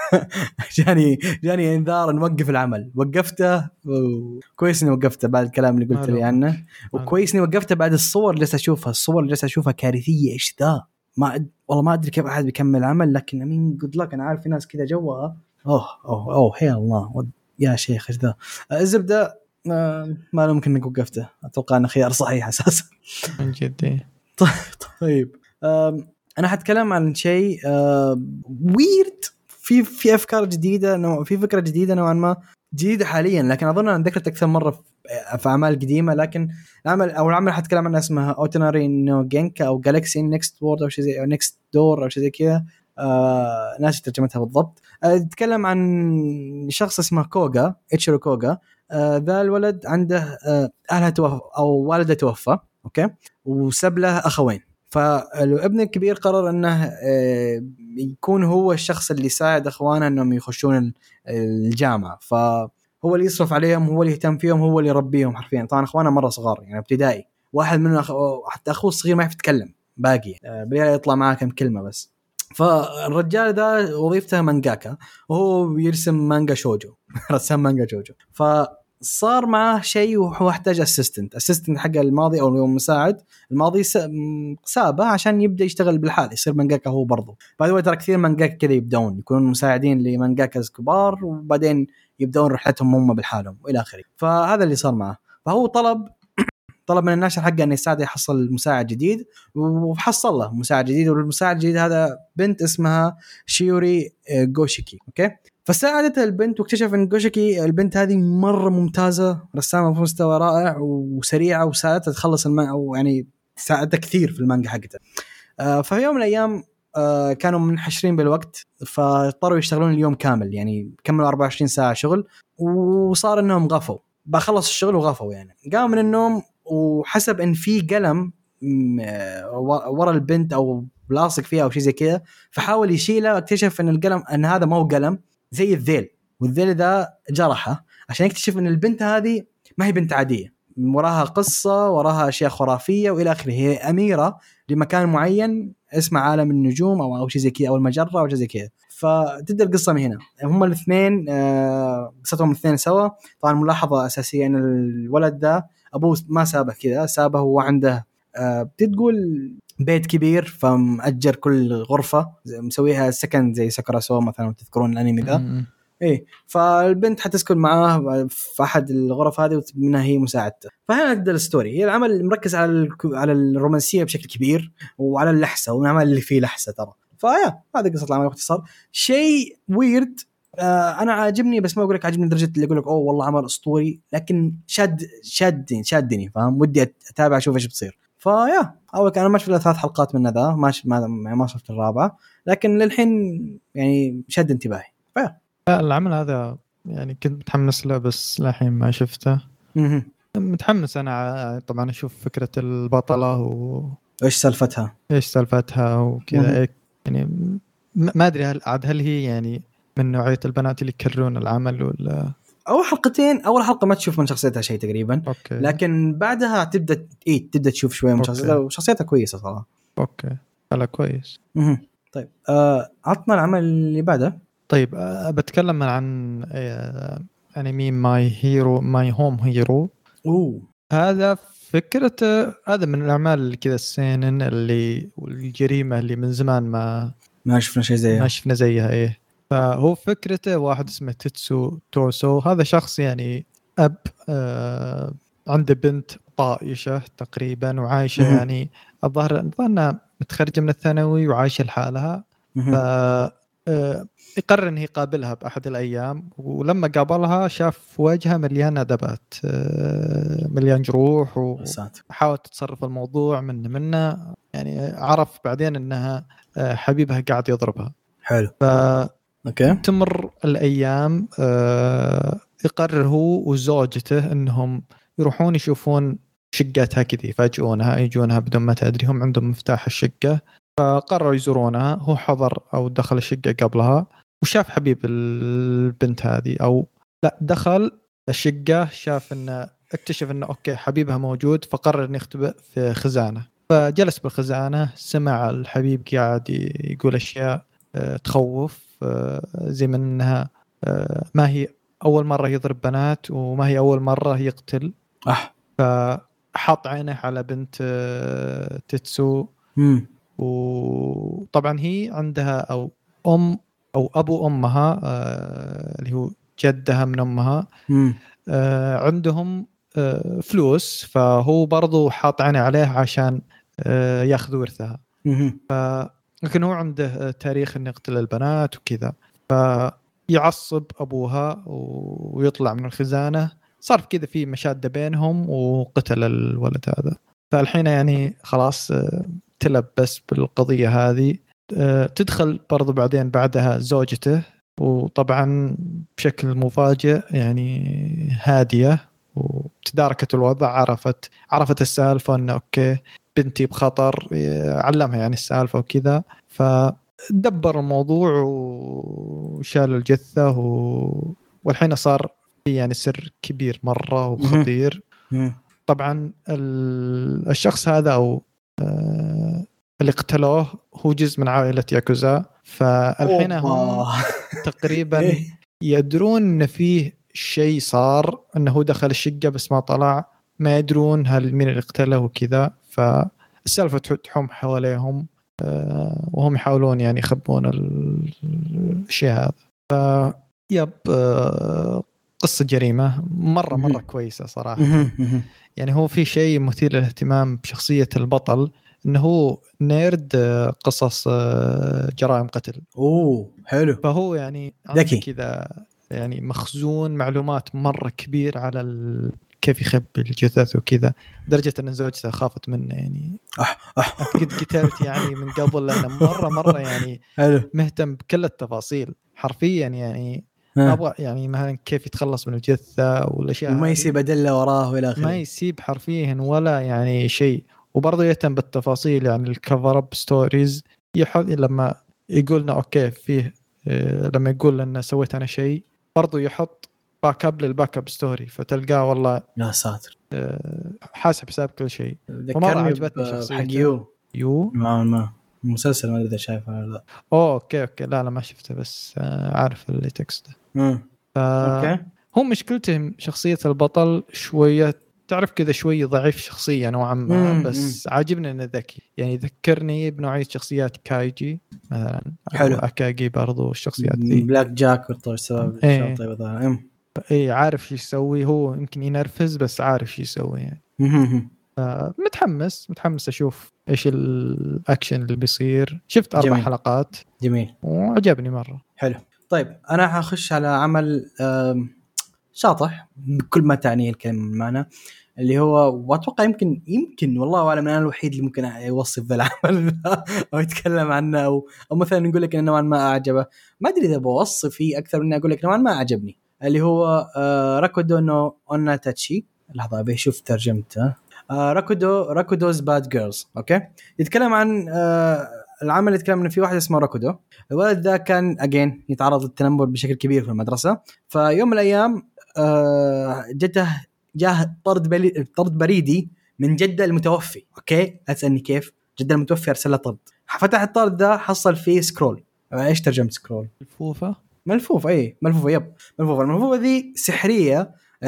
جاني انذار نوقف العمل، وقفته، وكويس اني وقفته بعد الكلام اللي قلت لي عنه، وكويس اني وقفته بعد الصور اللي أشوفها كارثية. ايش ذا؟ والله ما ادري كيف احد بيكمل العمل، لكن امين قد لك انا عارف في ناس كذا جوها اوه هي الله يا شيخ ايش ذا. الزبده ما ممكن انك وقفته، اتوقع انه خيار صحيح اساسا من جد. طيب انا حتكلم عن شيء ويرد، في افكار جديده، في فكره جديده نوعا ما جديده حاليا، لكن اظن انا ذكرت اكثر مره في اعمال قديمه. لكن العمل حتكلم عنه اسمها اوتوناري نو جينكا او جالكسي نيكست وورد او شيء زي او نيكست دور او شيء زي كذا. ناس ترجمتها بالضبط. تتكلم عن شخص اسمه كوغا، إتشيرو كوغا. ذا الولد عنده اهله توفى او والده توفى، اوكي، وسب له اخوين. فالابن الكبير قرر انه يكون هو الشخص اللي يساعد اخوانه انهم يخشون الجامعه، فهو اللي يصرف عليهم، هو اللي يهتم فيهم، هو اللي يربيهم حرفيا. طبعا اخوانه مره صغار يعني ابتدائي، واحد منهم حتى اخوه الصغير ما يعرف يتكلم، باقي يطلع معاه كم كلمه بس. فالرجال ده وظيفته مانجاكا، وهو يرسم مانجا شوجو رسام مانجا شوجو. فصار معاه شيء وهو احتاج اسيستنت حق الماضي او المساعد الماضي سابه عشان يبدا يشتغل بالحال، يصير مانجاكا هو برضه. بعد وقت ترى كثير مانجاكا كذا يبدون يكونون مساعدين لمانجاكا كبار، وبعدين يبدون رحلتهم هم بالحالهم والى اخره. فهذا اللي صار معه. فهو طلب من الناشر حقه أن يساعده يحصل مساعد جديد، وحصل له مساعد جديد. والمساعد الجديد هذا بنت اسمها شيوري غوشيكي، أوكي. فساعدتها البنت، واكتشف أن غوشيكي البنت هذه مرة ممتازة، رسامة في مستوى رائع وسريعة، وساعدتها تخلص أو يعني ساعدته كثير في المانجا حقته. ففي يوم من الأيام كانوا منحشرين بالوقت، فاضطروا يشتغلون اليوم كامل، يعني كملوا 24 ساعة شغل، وصار إنهم غفوا بخلص الشغل وغفوا. يعني قام من النوم وحسب إن في قلم ورا البنت أو لاصق فيها أو شيء زي كذا، فحاول يشيله واكتشف إن القلم إن هذا ما هو قلم، زي الذيل، والذيل ذا جرحه، عشان يكتشف إن البنت هذه ما هي بنت عادية، وراها قصة، وراها أشياء خرافية وإلى آخره. هي أميرة لمكان معين اسمه عالم النجوم أو شيء زي كذا، أو المجرة أو شيء زي كذا. فتبدأ القصة من هنا. هم الاثنين قصتهم الاثنين سوا. طبعا ملاحظة أساسية أن الولد ده أبوه ما سابه كذا، سابه هو عنده بتقول بيت كبير، فمأجر كل غرفة مسويها سكن زي ساكوراسو مثلا، تذكرون الأنمي ذا؟ إيه، فالبنت حتسكن معاه في أحد الغرف هذه، ومنها هي مساعدته. فهنا تبدأ الستوري. هي العمل مركز على الرومانسية بشكل كبير، وعلى اللحسة، والعمل اللي فيه لحسة ترى. فيا هذه قصة العمل باختصار. شيء ويرد أنا عاجبني، بس ما أقول لك عاجبني لدرجة اللي أقول لك أوه والله عمل أسطوري، لكن شادني فاهم، ودي أتابع أشوف إيش بتصير. فيا أول كان أنا ما شفت 3 حلقات من ذا، ما شفت الرابعة، لكن للحين يعني شد انتباهي. فيا العمل هذا يعني كنت متحمس له، بس للحين ما شفته. متحمس أنا طبعا أشوف فكرة البطلة وإيش سالفتها وكذا. يعني ما أدري هل هي يعني من نوعية البنات اللي يكررون العمل، ولا أول حلقتين، أول حلقة ما تشوف من شخصيتها شيء تقريبا. أوكي. لكن بعدها تبدأ تشوف شوية من شخصيتها، وشخصيتها كويسة صراحة. أوكي هلا كويس. طيب عطنا العمل اللي بعده. طيب بتكلم عن أنمي ماي هوم هيرو. هذا فكرته، هذا من الأعمال اللي كذا السينن اللي والجريمة اللي من زمان ما شفنا زيها. إيه، فهو فكرته واحد اسمه تيتسو توسو. هذا شخص يعني أب عنده بنت طائشة تقريبا وعايشة، يعني الظاهر أنها متخرجة من الثانوي وعايشة لحالها. يقرر أنه يقابلها بأحد الأيام، ولما قابلها شاف وجهها مليان ندبات، مليان جروح، وحاولت تتصرف الموضوع منه. يعني عرف بعدين أنها حبيبها قاعد يضربها. حلو. تمر الأيام، يقرر هو وزوجته أنهم يروحون يشوفون شقتها كذي، يجونها بدون ما تدري، هم عندهم مفتاح الشقة، فقرروا يزورونها. هو حضر أو دخل الشقة قبلها وشاف حبيب البنت هذه، أو لا، دخل الشقة اكتشف أنه أوكي حبيبها موجود، فقرر أن يختبئ في خزانة. فجلس بالخزانة، سمع الحبيب قاعد يقول أشياء تخوف، زي من أنها ما هي أول مرة يضرب بنات، وما هي أول مرة يقتل. فحط عينه على بنت تيتسو. وطبعا هي عندها أو أبو أمها، اللي هو جدها من أمها، عندهم فلوس، فهو برضو حاط عينه عليه عشان ياخذ ورثها. لكن هو عنده تاريخ إنه يقتل البنات وكذا، فيعصب أبوها ويطلع من الخزانة. صار كذا في مشادة بينهم، وقتل الولد هذا. فالحين يعني خلاص تلبس بالقضية هذه. تدخل برضو بعدها زوجته، وطبعا بشكل مفاجئ يعني هادية، وتداركت الوضع، عرفت السالفة أنه أوكي بنتي بخطر، علمها يعني السالفة وكذا. فدبر الموضوع وشال الجثة، والحين صار يعني سر كبير مرة وخطير. طبعا الشخص هذا أو اللي قتلوه هو جزء من عائلة ياكوزا. فالحين هم تقريبا يدرون أن فيه شيء صار، أنه دخل الشقة بس ما طلع، ما يدرون هل مين اللي قتله وكذا. فالسالفة تحوم حواليهم، وهم يحاولون يعني يخبون الشيء هذا. قصة جريمة مرة كويسة صراحة. يعني هو في شيء مثير للاهتمام بشخصية البطل، إنه هو نيرد قصص جرائم قتل. حلو. فهو يعني ذكي كذا، يعني مخزون معلومات مرة كبير على كيف يخبي الجثث وكذا، لدرجة أن زوجته خافت منه يعني. قد كتبت يعني من قبل لأنه مرة يعني مهتم بكل التفاصيل حرفيا يعني. أبغى يعني مثلا كيف يتخلص من الجثة والأشياء، وما يسيب أدلة وراه وإلى آخره، ما يسيب حرفيا ولا يعني شيء. وبرضه يهتم بالتفاصيل يعني الكفر اب ستوريز، يحط لما يقولنا أوكي فيه لما يقول لنا سويت أنا شيء برضو يحط باك اب للباك اب ستوري، فتلقاه والله يا ساتر حاسب حساب كل شيء. ذكرني عجبتني شخصيته حق يو ما مسلسل ما ادري شايفه ولا لا. اوكي لا ما شفته بس عارف اللي تكسته. اوكي هو مشكلته شخصية البطل شوية تعرف كذا شوي ضعيف شخصية نوعا ما، بس عاجبني انه ذكي يعني، ذكرني بنوعية شخصيات كايجي مثلا، حلو اكاجي برضو الشخصيات ذي، بلاك جاك والطول السبب الشرطي طيب اي عارف شو يسوي، هو يمكن ينرفز بس عارف شو يسوي يعني. متحمس اشوف ايش الاكشن اللي بيصير. شفت 4 حلقات جميل وعجبني مرة. حلو. طيب انا حخش على عمل شاطح بكل ما تعنيه الكلمة المعنى، اللي هو واتوقع يمكن والله اعلم انا الوحيد اللي ممكن يوصف ذا العمل او يتكلم عنه او مثلا نقول لك انه نوعا ما اعجبه. ما ادري اذا بوصف فيه اكثر من اقول لك نوعا ما اعجبني، اللي هو راكودو نو اوناتاتشي. لحظه ابي اشوف ترجمته. راكودوز باد جيرلز. اوكي يتكلم عن العمل، يتكلم انه في واحد اسمه راكودو. الولد ذا كان اجين يتعرض للتنمر بشكل كبير في المدرسه. فيوم من الايام جاه طرد بريدي من جده المتوفي. اوكي اسالني كيف جده المتوفي ارسل له طرد. فتح الطرد ده حصل فيه سكرول. ايش ترجمه سكرول؟ ملفوفه. اي ملفوفه. يب ملفوفه. الملفوفه ذي سحريه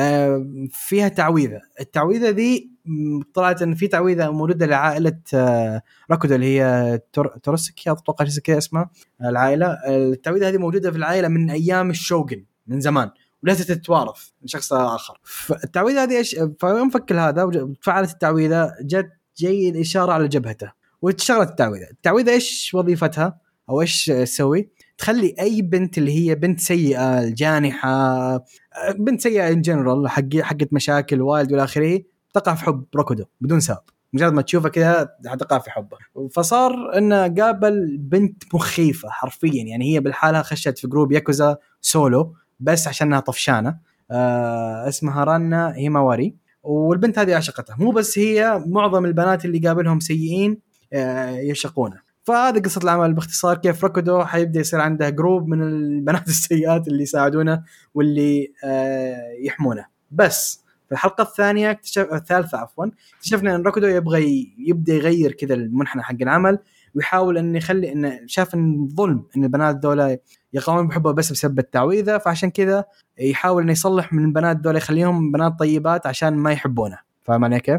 فيها تعويذه. التعويذه ذي طلعت ان في تعويذه موجوده لعائله راكودو اللي هي توروسكي اتوقع كذا اسمها العائله. التعويذه هذه موجوده في العائله من ايام الشوغن من زمان، ولازم تتوارث من شخص آخر. فالتعويذة هذه فيوم فك هذا وفعلت التعويذة جت جاي الإشارة على جبهته واشتغلت التعويذة إيش وظيفتها أو إيش تسوي؟ تخلي أي بنت اللي هي بنت سيئة الجانحة، بنت سيئة إن جنرال حقت مشاكل والد والآخره، تقع في حب راكودو بدون سبب. مجرد ما تشوفه كذا هتقع في حبه. فصار إنه قابل بنت مخيفة حرفيا يعني، هي بالحالة خشت في جروب ياكوزا سولو بس عشانها طفشانة. اسمها رانا هيماواري. والبنت هذه عشقتها. مو بس هي، معظم البنات اللي قابلهم سيئين يعشقونه. فهذا قصة العمل باختصار، كيف راكودو حيبدأ يصير عنده جروب من البنات السيئات اللي يساعدونه واللي يحمونه. بس في الحلقة الثالثة اكتشفنا أن راكودو يبدأ يغير كذا المنحنى حق العمل، ويحاول أن يخلي أن شاف أن ظلم أن البنات دولة يقومون بحبه بس بسبب التعويذة، فعشان كذا يحاول أن يصلح من البنات دولة يخليهم بنات طيبات عشان ما يحبونه. فاهم علي كيف؟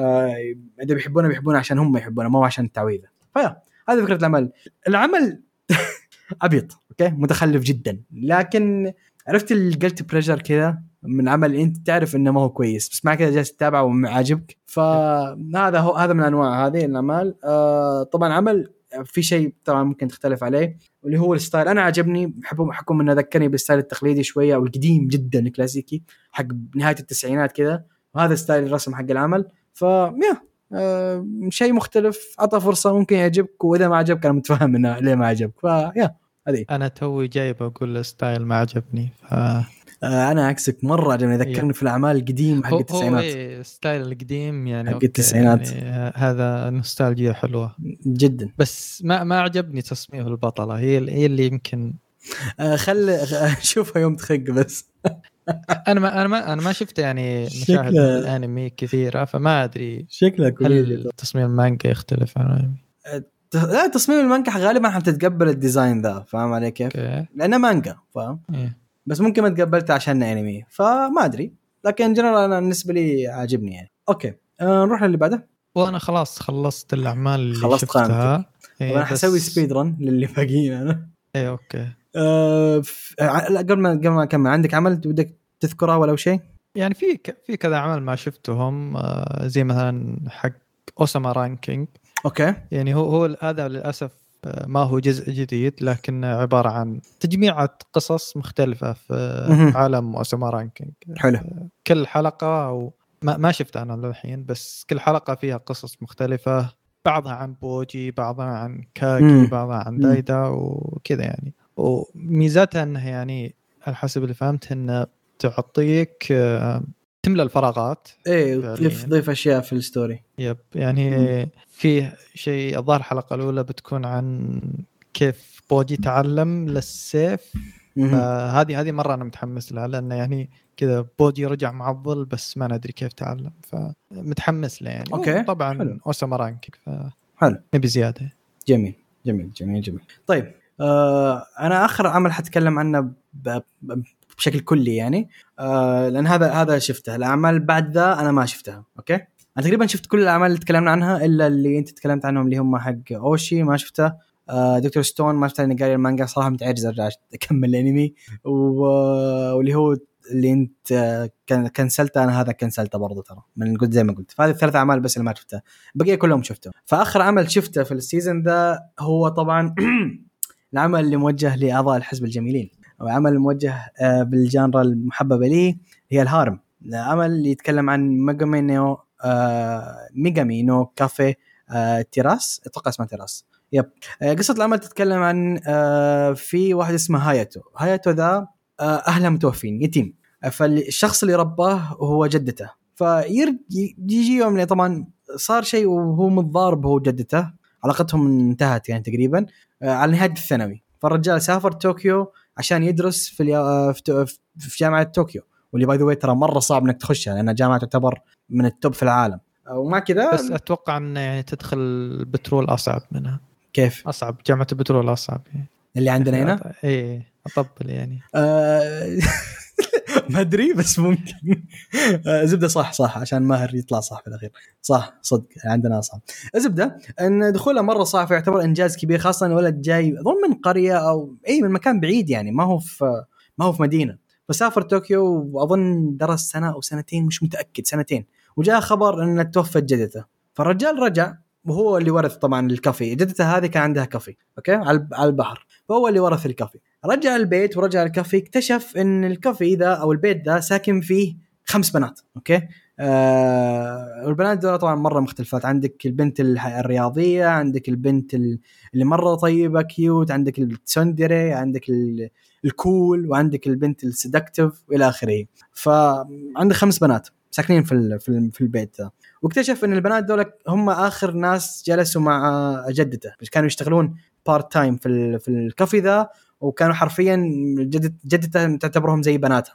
إذا بيحبونه عشان هم يحبونه مو عشان التعويذة. هذه فكرة العمل عبيط اوكي متخلف جدا، لكن عرفت الجلت بريشر كذا من عمل انت تعرف انه ما هو كويس بس مع كذا جالس تتابعه وعاجبك. هذا من انواع هذه الاعمال. طبعا عمل في شيء طبعا ممكن تختلف عليه واللي هو الستايل. انا عجبني بحكم انه ذكرني بالستايل التقليدي شويه او القديم جدا الكلاسيكي حق نهايه التسعينات كذا، وهذا ستايل الرسم حق العمل. شيء مختلف، عطى فرصة ممكن يعجبك، وإذا ما عجبك أنا متفهم إنه ليه ما عجبك. هذه أنا توي جايب أقول الستايل ما عجبني. أنا عكسك مرة عجبني، ذكرني في الأعمال القديم حق التسعينات. هو ستايل القديم يعني حق التسعينات يعني هذا نوستالجيا حلوة جدا. بس ما عجبني تصميم البطلة، هي اللي يمكن شوفها يوم تخق بس. انا ما شفت يعني مشاهد من الانمي كثيره فما ادري شكلك هل تصميم المانجا يختلف عن الانمي. لا تصميم المانجا غالبا حتتقبل الديزاين ذا، فاهم علي كيف؟ لانه مانجا فاهم بس ممكن ما تقبلته عشان انمي فما ادري، لكن جنرال انا بالنسبه لي عاجبني يعني. اوكي نروح للي بعده. وانا خلاص خلصت الاعمال اللي شفتها. انا حسوي سبيد رن للي باقيين انا. اوكي قبل ما اكمل عندك عمل بدك تذكره ولا شيء؟ يعني في كذا عمل ما شفتهم زي مثلا حق اوساما رانكينج. اوكي يعني هو هذا للاسف ما هو جزء جديد لكن عباره عن تجميعة قصص مختلفه في عالم اوساما رانكينج. حلو. كل حلقه او ما شفت انا للحين، بس كل حلقه فيها قصص مختلفه، بعضها عن بوجي، بعضها عن كاكي، بعضها عن دايدا وكذا يعني. وميزاتها انها يعني على حسب اللي فهمت انه تعطيك تملى الفراغات. ايه تضيف اشياء في الستوري. يب يعني فيه شيء الظاهر الحلقه الاولى بتكون عن كيف بوجي تعلم للسيف. هذه مره انا متحمس لها، لان يعني كذا بوجي رجع معضل بس ما ندري كيف تعلم، فمتحمس له يعني. اوكي طبعا اوسما رانك حلو نبي زياده. جميل جميل جميل جميل. طيب انا اخر عمل حتكلم عنه بشكل كلي يعني لان هذا شفته. الاعمال بعد ذا انا ما شفتها. اوكي انا تقريبا شفت كل الاعمال اللي تكلمنا عنها الا اللي انت تكلمت عنهم اللي هم حق اوشي ما شفته. دكتور ستون ما شفته لاني قاري المانجا صراحه متعجز ارجع اكمل الانمي. واللي هو اللي انت كنسلته انا هذا كنسلته برضو ترى من قلت زي ما قلت. فهذه الثلاث اعمال بس اللي ما شفتها، بقيه كلهم شفته. فاخر عمل شفته في السيزون ذا هو طبعا العمل اللي موجه لاعضاء الحزب الجميلين، او عمل موجه بالجانرا المحببه لي هي الهارم. العمل اللي يتكلم عن ميغامي نو كافيه تيراس، اتوقع اسمه تيراس. يب قصه العمل تتكلم عن في واحد اسمه هاياتو ذا اهله متوفين يتيم، فالشخص اللي رباه هو جدته. فيجي يوم اللي طبعا صار شيء وهو متضارب هو جدته، علاقتهم انتهت يعني تقريبا على نهايه الثانوي. فالرجال سافر طوكيو عشان يدرس في جامعه طوكيو، واللي باي ذا واي ترى مره صعب انك تخشها لان جامعه تعتبر من التوب في العالم. وما كذا بس اتوقع ان يعني تدخل البترول اصعب منها. كيف اصعب؟ جامعه البترول اصعب يعني. اللي عندنا هنا ايه اطبل يعني ما ادري بس ممكن زبده صح عشان ماهر يطلع صح في الاخير. صح صدق عندنا صح زبده ان دخولها مره صعب، يعتبر انجاز كبير خاصه الولد جاي اظن من قريه او اي من مكان بعيد يعني ما هو في مدينه. فسافر طوكيو واظن درس سنه او سنتين مش متاكد سنتين، وجاء خبر ان توفت جدته. فالرجال رجع وهو اللي ورث طبعا الكافي. جدته هذه كان عندها كافي اوكي على البحر، فهو اللي ورث الكافي. رجع البيت ورجع الكافي، اكتشف ان الكافي ذا او البيت ذا ساكن فيه 5 بنات. اوكي والبنات دول طبعا مره مختلفات. عندك البنت الرياضيه، عندك البنت اللي مره طيبه كيوت، عندك التسندري، عندك الكول، وعندك البنت السدكتيف والى اخره. فعنده 5 بنات ساكنين في البيت ذا. واكتشف ان البنات دول هم اخر ناس جلسوا مع جدته، بس كانوا يشتغلون بارت تايم في الكافي ذا، وكانوا حرفيا جدته تعتبرهم زي بناتها.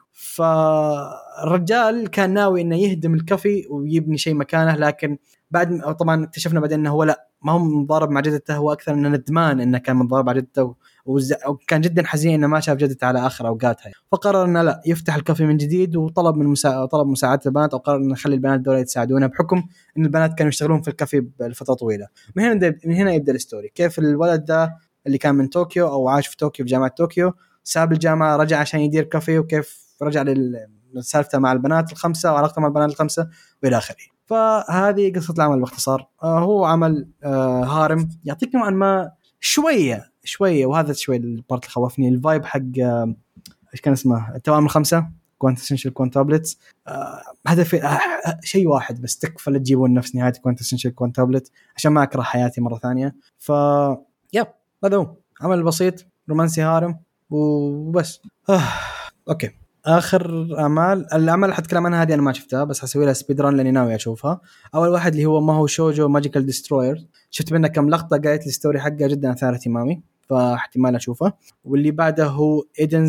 فالرجال كان ناوي انه يهدم الكافي ويبني شيء مكانه، لكن بعد طبعا اكتشفنا بعدين انه هو لا، ما هو مضارب مع جدته، هو اكثر انه ندمان انه كان مضارب مع جدته وكان جدا حزين انه ما شاف جدته على اخر اوقاتها. فقرر انه لا، يفتح الكافي من جديد، وطلب طلب مساعده البنات، وقرر انه يخلي البنات دول يساعدونه بحكم ان البنات كانوا يشتغلون في الكافي لفتره طويله. من هنا يبدا الستوري، كيف الولد ده اللي كان من طوكيو او عاش في طوكيو في جامعه طوكيو ساب الجامعه رجع عشان يدير كافي، وكيف رجع لسالفته مع البنات ال5 وعلاقته مع البنات ال5 والى اخره. فهذه قصه العمل باختصار. هو عمل هارم يعطيك نوعا ما شويه، وهذا شوي البارت اللي خوفني، الفايب حق ايش كان اسمه التوام ال5 كوانتسنشال كوانتابلت. هذا في شيء واحد بس تكفى تجيبون نفس نهايه كوانتسنشال كوانتابلت عشان ما اكره حياتي مره ثانيه. يب هذا هو عمل بسيط رومانسي هارم وبس. اوكي اخر الاعمال اللي حتكلم عنها هذه انا ما شفتها، بس حسوي لها سبيد ران لاني ناوي اشوفها. اول واحد اللي هو ما هو شوجو ماجيكال ديستروير، شفت منه كم لقطه، قالت لي ستوري حقه جدا اثار اهتمامي فاحتمال اشوفه. واللي بعده هو ايدن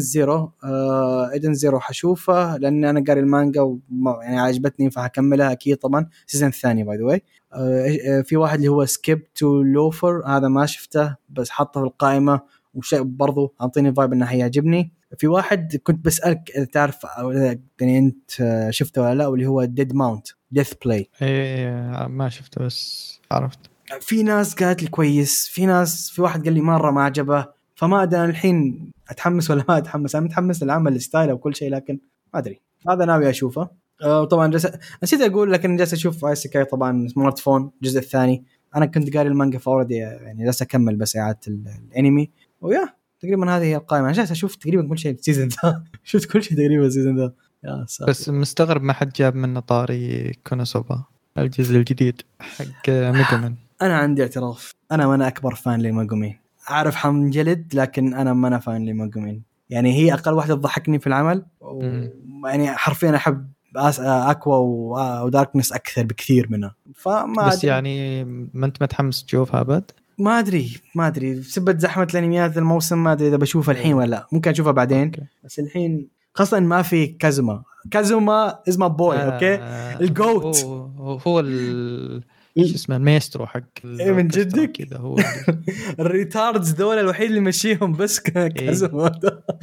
زيرو حشوفه لان انا قاري المانجا يعني عجبتني فهكملها اكيد طبعا. السيزون الثاني باي ذا واي. في واحد اللي هو سكيب تو لوفر، هذا ما شفته بس حطه في القائمه وشيء برضو اعطيني فايب انه هيعجبني. في واحد كنت بسألك إذا تعرف يعني انت شفته ولا لا، واللي هو ديد ماونت ديث بلاي. ايه ما شفته بس عرفت. في ناس قالت لي كويس، في واحد قال لي مرة ما عجبه، فما أدري الحين أتحمس ولا ما أتحمس. أنا متحمس للعمل الستايل وكل شيء لكن ما أدري، هذا ناوي أشوفه. طبعا نسيت أقول لكن جالس أشوف آيسيكاي طبعا سمارت فون الجزء الثاني. أنا كنت قاري المانجا فاوردي يعني جالس أكمل بس إعادة الأنمي ويا تقريبا هذه هي القائمة. أنا جالس أشوف تقريبا كل شيء السيزون ذا شفت كل شيء تقريبا السيزون ذا. يا ساتر. بس مستغرب ما حد جاب منه طاري كونوسوبا الجزء الجديد حق ميجومن. انا عندي اعتراف، انا اكبر فان لماجومين، عارف حنجلد لكن انا ما فان لماجومين. يعني هي اقل واحده تضحكني في العمل، يعني حرفيا احب اكوا وداركنس اكثر بكثير منها. فما بس يعني ما انت متحمس تشوفها ابد؟ ما ادري بسبب زحمه الانميات الموسم، ما ادري اذا بشوفها الحين ولا لا. ممكن اشوفها بعدين. أوكي. بس الحين خاصه ما في كازوما اسمه بوي. اوكي الجوت هو ايش اسمه المايسترو حق من جدك كذا هو الريتاردز دول الوحيد اللي مشيهم بس كازوما.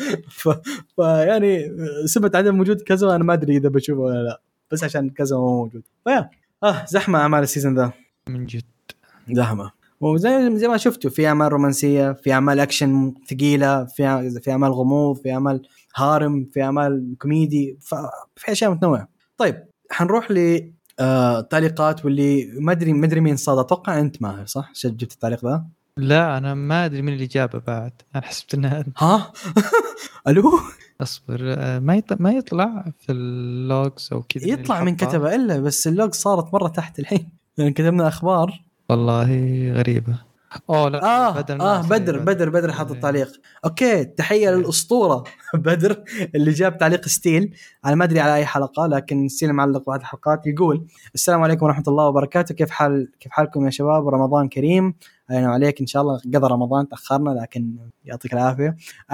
يعني سبت عدم وجود كازوما انا ما ادري اذا بشوفه ولا لا، بس عشان كازوما مو موجود. زحمه اعمال السيزون ذا من جد زحمه. وزي ما شفتوا في اعمال رومانسيه، في اعمال اكشن ثقيله، في اعمال غموض، في اعمال هارم، في اعمال كوميدي، في اشياء متنوعه. طيب حنروح ل تعليقات، واللي ما ادري مين صاد. اتوقع انت ماهر صح جبت التعليق ذا؟ لا انا ما ادري من اللي جابه بعد، انا حسبت انها ها الو اصبر ما يطلع في اللوجز او كذا، يطلع من كتبه الا بس اللوج صارت مره تحت الحين يعني كتبنا اخبار. والله غريبه. لا بدر حط التعليق. اوكي تحيه للاسطوره بدر اللي جاب تعليق ستيل. انا ما ادري على اي حلقه لكن ستيل معلق بعض الحلقات. يقول السلام عليكم ورحمه الله وبركاته، كيف حالكم يا شباب؟ رمضان كريم علينا وعليك ان شاء الله. قضى رمضان تاخرنا لكن يعطيك العافيه.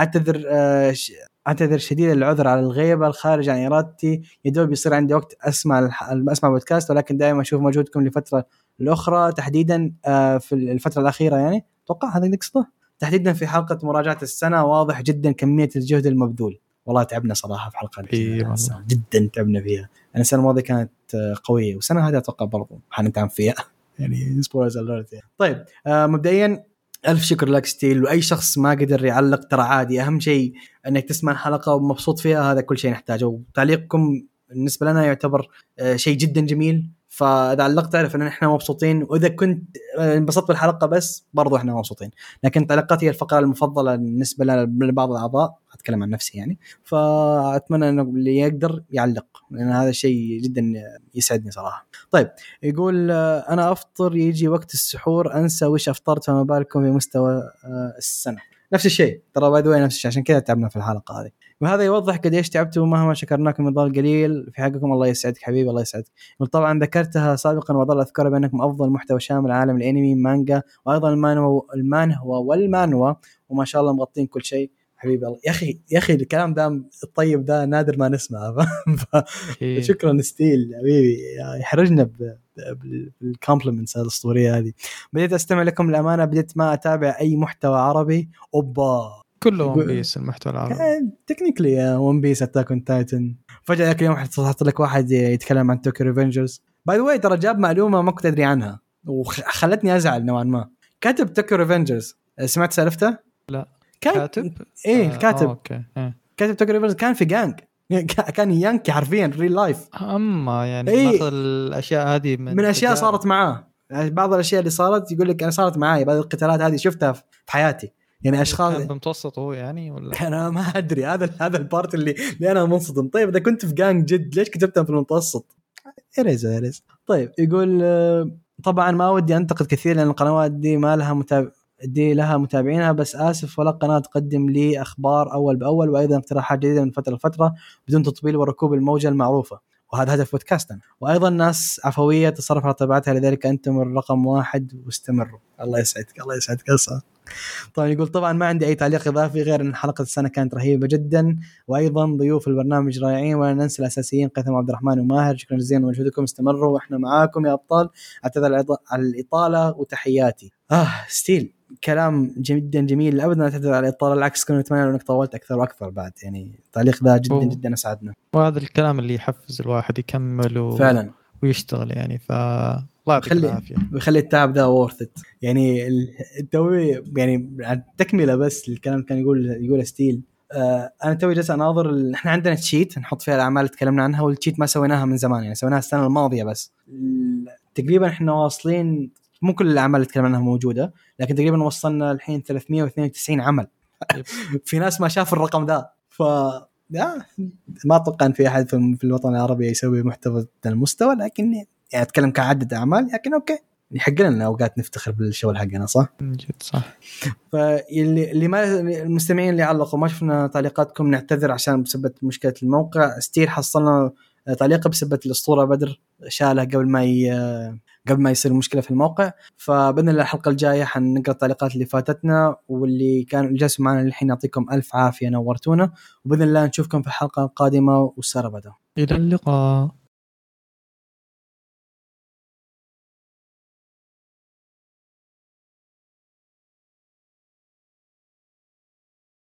اعتذر شديد العذر على الغيبه الخارج عن ارادتي، يدوب يصير عندي وقت اسمع بودكاست، ولكن دائما اشوف مجهودكم لفتره الأخرى، تحديدا في الفترة الأخيرة. يعني أتوقع هذا نقصده تحديدا في حلقة مراجعة السنة. واضح جدا كمية الجهد المبذول. والله تعبنا صراحة في حلقة السنة جدا تعبنا فيها. يعني السنة الماضية كانت قوية والسنة هذه أتوقع برضو حنتعب فيها يعني سبويلرز أليرت يعني. طيب مبدئيا ألف شكر لك ستيل، وأي شخص ما قدر يعلق ترى عادي، أهم شيء أنك تسمع الحلقة ومبسوط فيها، هذا كل شيء نحتاجه. وتعليقكم بالنسبة لنا يعتبر شيء جدا جميل، فإذا علقت تعرف أن إحنا مبسوطين، وإذا كنت انبسطت بالحلقة بس برضو إحنا مبسوطين. لكن تعليقاتي هي الفقرة المفضلة بالنسبة لبعض الأعضاء، أتكلم عن نفسي يعني. فأتمنى أن اللي يقدر يعلق لأن هذا شيء جدا يسعدني صراحة. طيب يقول أنا أفطر يجي وقت السحور أنسى وش أفطرت، فما بالكم في مستوى السنة. نفس الشيء ترى باي نفس الشيء، عشان كذا تعبنا في الحلقة هذه. وهذا يوضح قديش تعبتوا مهما شكرناكم الضال قليل في حقكم. الله يسعدك حبيبي الله يسعدك. طبعا ذكرتها سابقا وظل أذكر بأنكم أفضل محتوى شامل عالم الأنمي مانجا، وأيضا المانهوا والمانوا، وما شاء الله مغطين كل شيء حبيبي الله. يا أخي الكلام ده الطيب ده نادر ما نسمعه شكرا ستيل حبيبي يحرجنا بالكومبلمنتس الأسطورية هذه. بديت أستمع لكم الأمانة، بديت ما أتابع أي محتوى عربي. كله ون بيس المحتوى العربي تكنيكلي ون بيس أتاك أون تايتن. فجأة ذاك اليوم حط لك واحد يتكلم عن توكيو ريفنجرز. باي ذا واي ترى جاب معلومة ما كنت أدري عنها وخلتني أزعل نوعا ما. كاتب توكيو ريفنجرز سمعت سالفته؟ لا كاتب الكاتب كاتب توكيو ريفنجرز كان في جانج، كان يانكي حرفيا ريل لايف. أما يعني ماخذ الأشياء هذه من أشياء صارت معاه. يعني بعض الأشياء اللي صارت يقول لك أنا صارت معاي، بعض القتالات هذه شفتها في حياتي. يعني اشخاص كان بمتوسط هو يعني ولا انا ما ادري. هذا البارت اللي انا منصدم. طيب اذا كنت في جانج جد ليش كتبتها في المتوسط؟ إريز. طيب يقول طبعا ما ودي انتقد كثير لان القنوات دي ما لها متابعينها، بس اسف ولا قناه تقدم لي اخبار اول باول وايضا اقتراحات جديده من فتره لفتره بدون تطبيل وركوب الموجه المعروفه، وهذا هدف بودكاستنا. وايضا ناس عفويه تصرف على طبيعتها، لذلك انتم الرقم 1 واستمروا. الله يسعدك أصلا. طيب يقول طبعا ما عندي أي تعليق إضافي غير أن حلقة السنة كانت رهيبة جدا، وأيضا ضيوف البرنامج رائعين، ولا ننسى الأساسيين قيثم عبد الرحمن وماهر. شكرا جزيلا لمجهودكم، استمروا وإحنا معاكم يا أبطال. أعتذر على الإطالة وتحياتي. ستيل كلام جدا جميل، أبدا أعتذر على الإطالة، العكس كنا نتمنى أنك طولت أكثر وأكثر بعد. يعني تعليق ذا جدا أسعدنا، وهذا الكلام اللي يحفز الواحد يكمل فعلا ويشتغل يعني. الله يعطيك العافيه ويخلي التعب ده وورث ات. يعني التوي يعني تكمله بس الكلام كان يقول ستيل. انا توي جالس اناظر احنا عندنا تشيت نحط فيها الاعمال اللي تكلمنا عنها، والتشيت ما سويناها من زمان، يعني سويناها السنه الماضيه بس. تقريبا احنا واصلين مو كل الاعمال اللي تكلمنا عنها موجوده، لكن تقريبا وصلنا الحين 392 عمل في ناس ما شاف الرقم ده. ما اتوقع ان في احد في الوطن العربي يسوي محتوى ذا المستوى، لكن يعني اتكلم كعدد اعمال، لكن اوكي يحق لنا اوقات نفتخر بالشغل حقنا صح. جد صح. فاللي ما المستمعين اللي علقوا ما شفنا تعليقاتكم نعتذر عشان بسبب مشكله الموقع. ستيل حصلنا تعليق بسبب الاسطوره بدر شالها قبل ما يصير مشكله في الموقع. فبإذن الله الحلقه الجايه حنقرا التعليقات اللي فاتتنا، واللي كانوا جالسوا معنا الحين يعطيكم الف عافيه، نورتونا، وبإذن الله نشوفكم في الحلقه القادمه. والسلام. إلى اللقاء.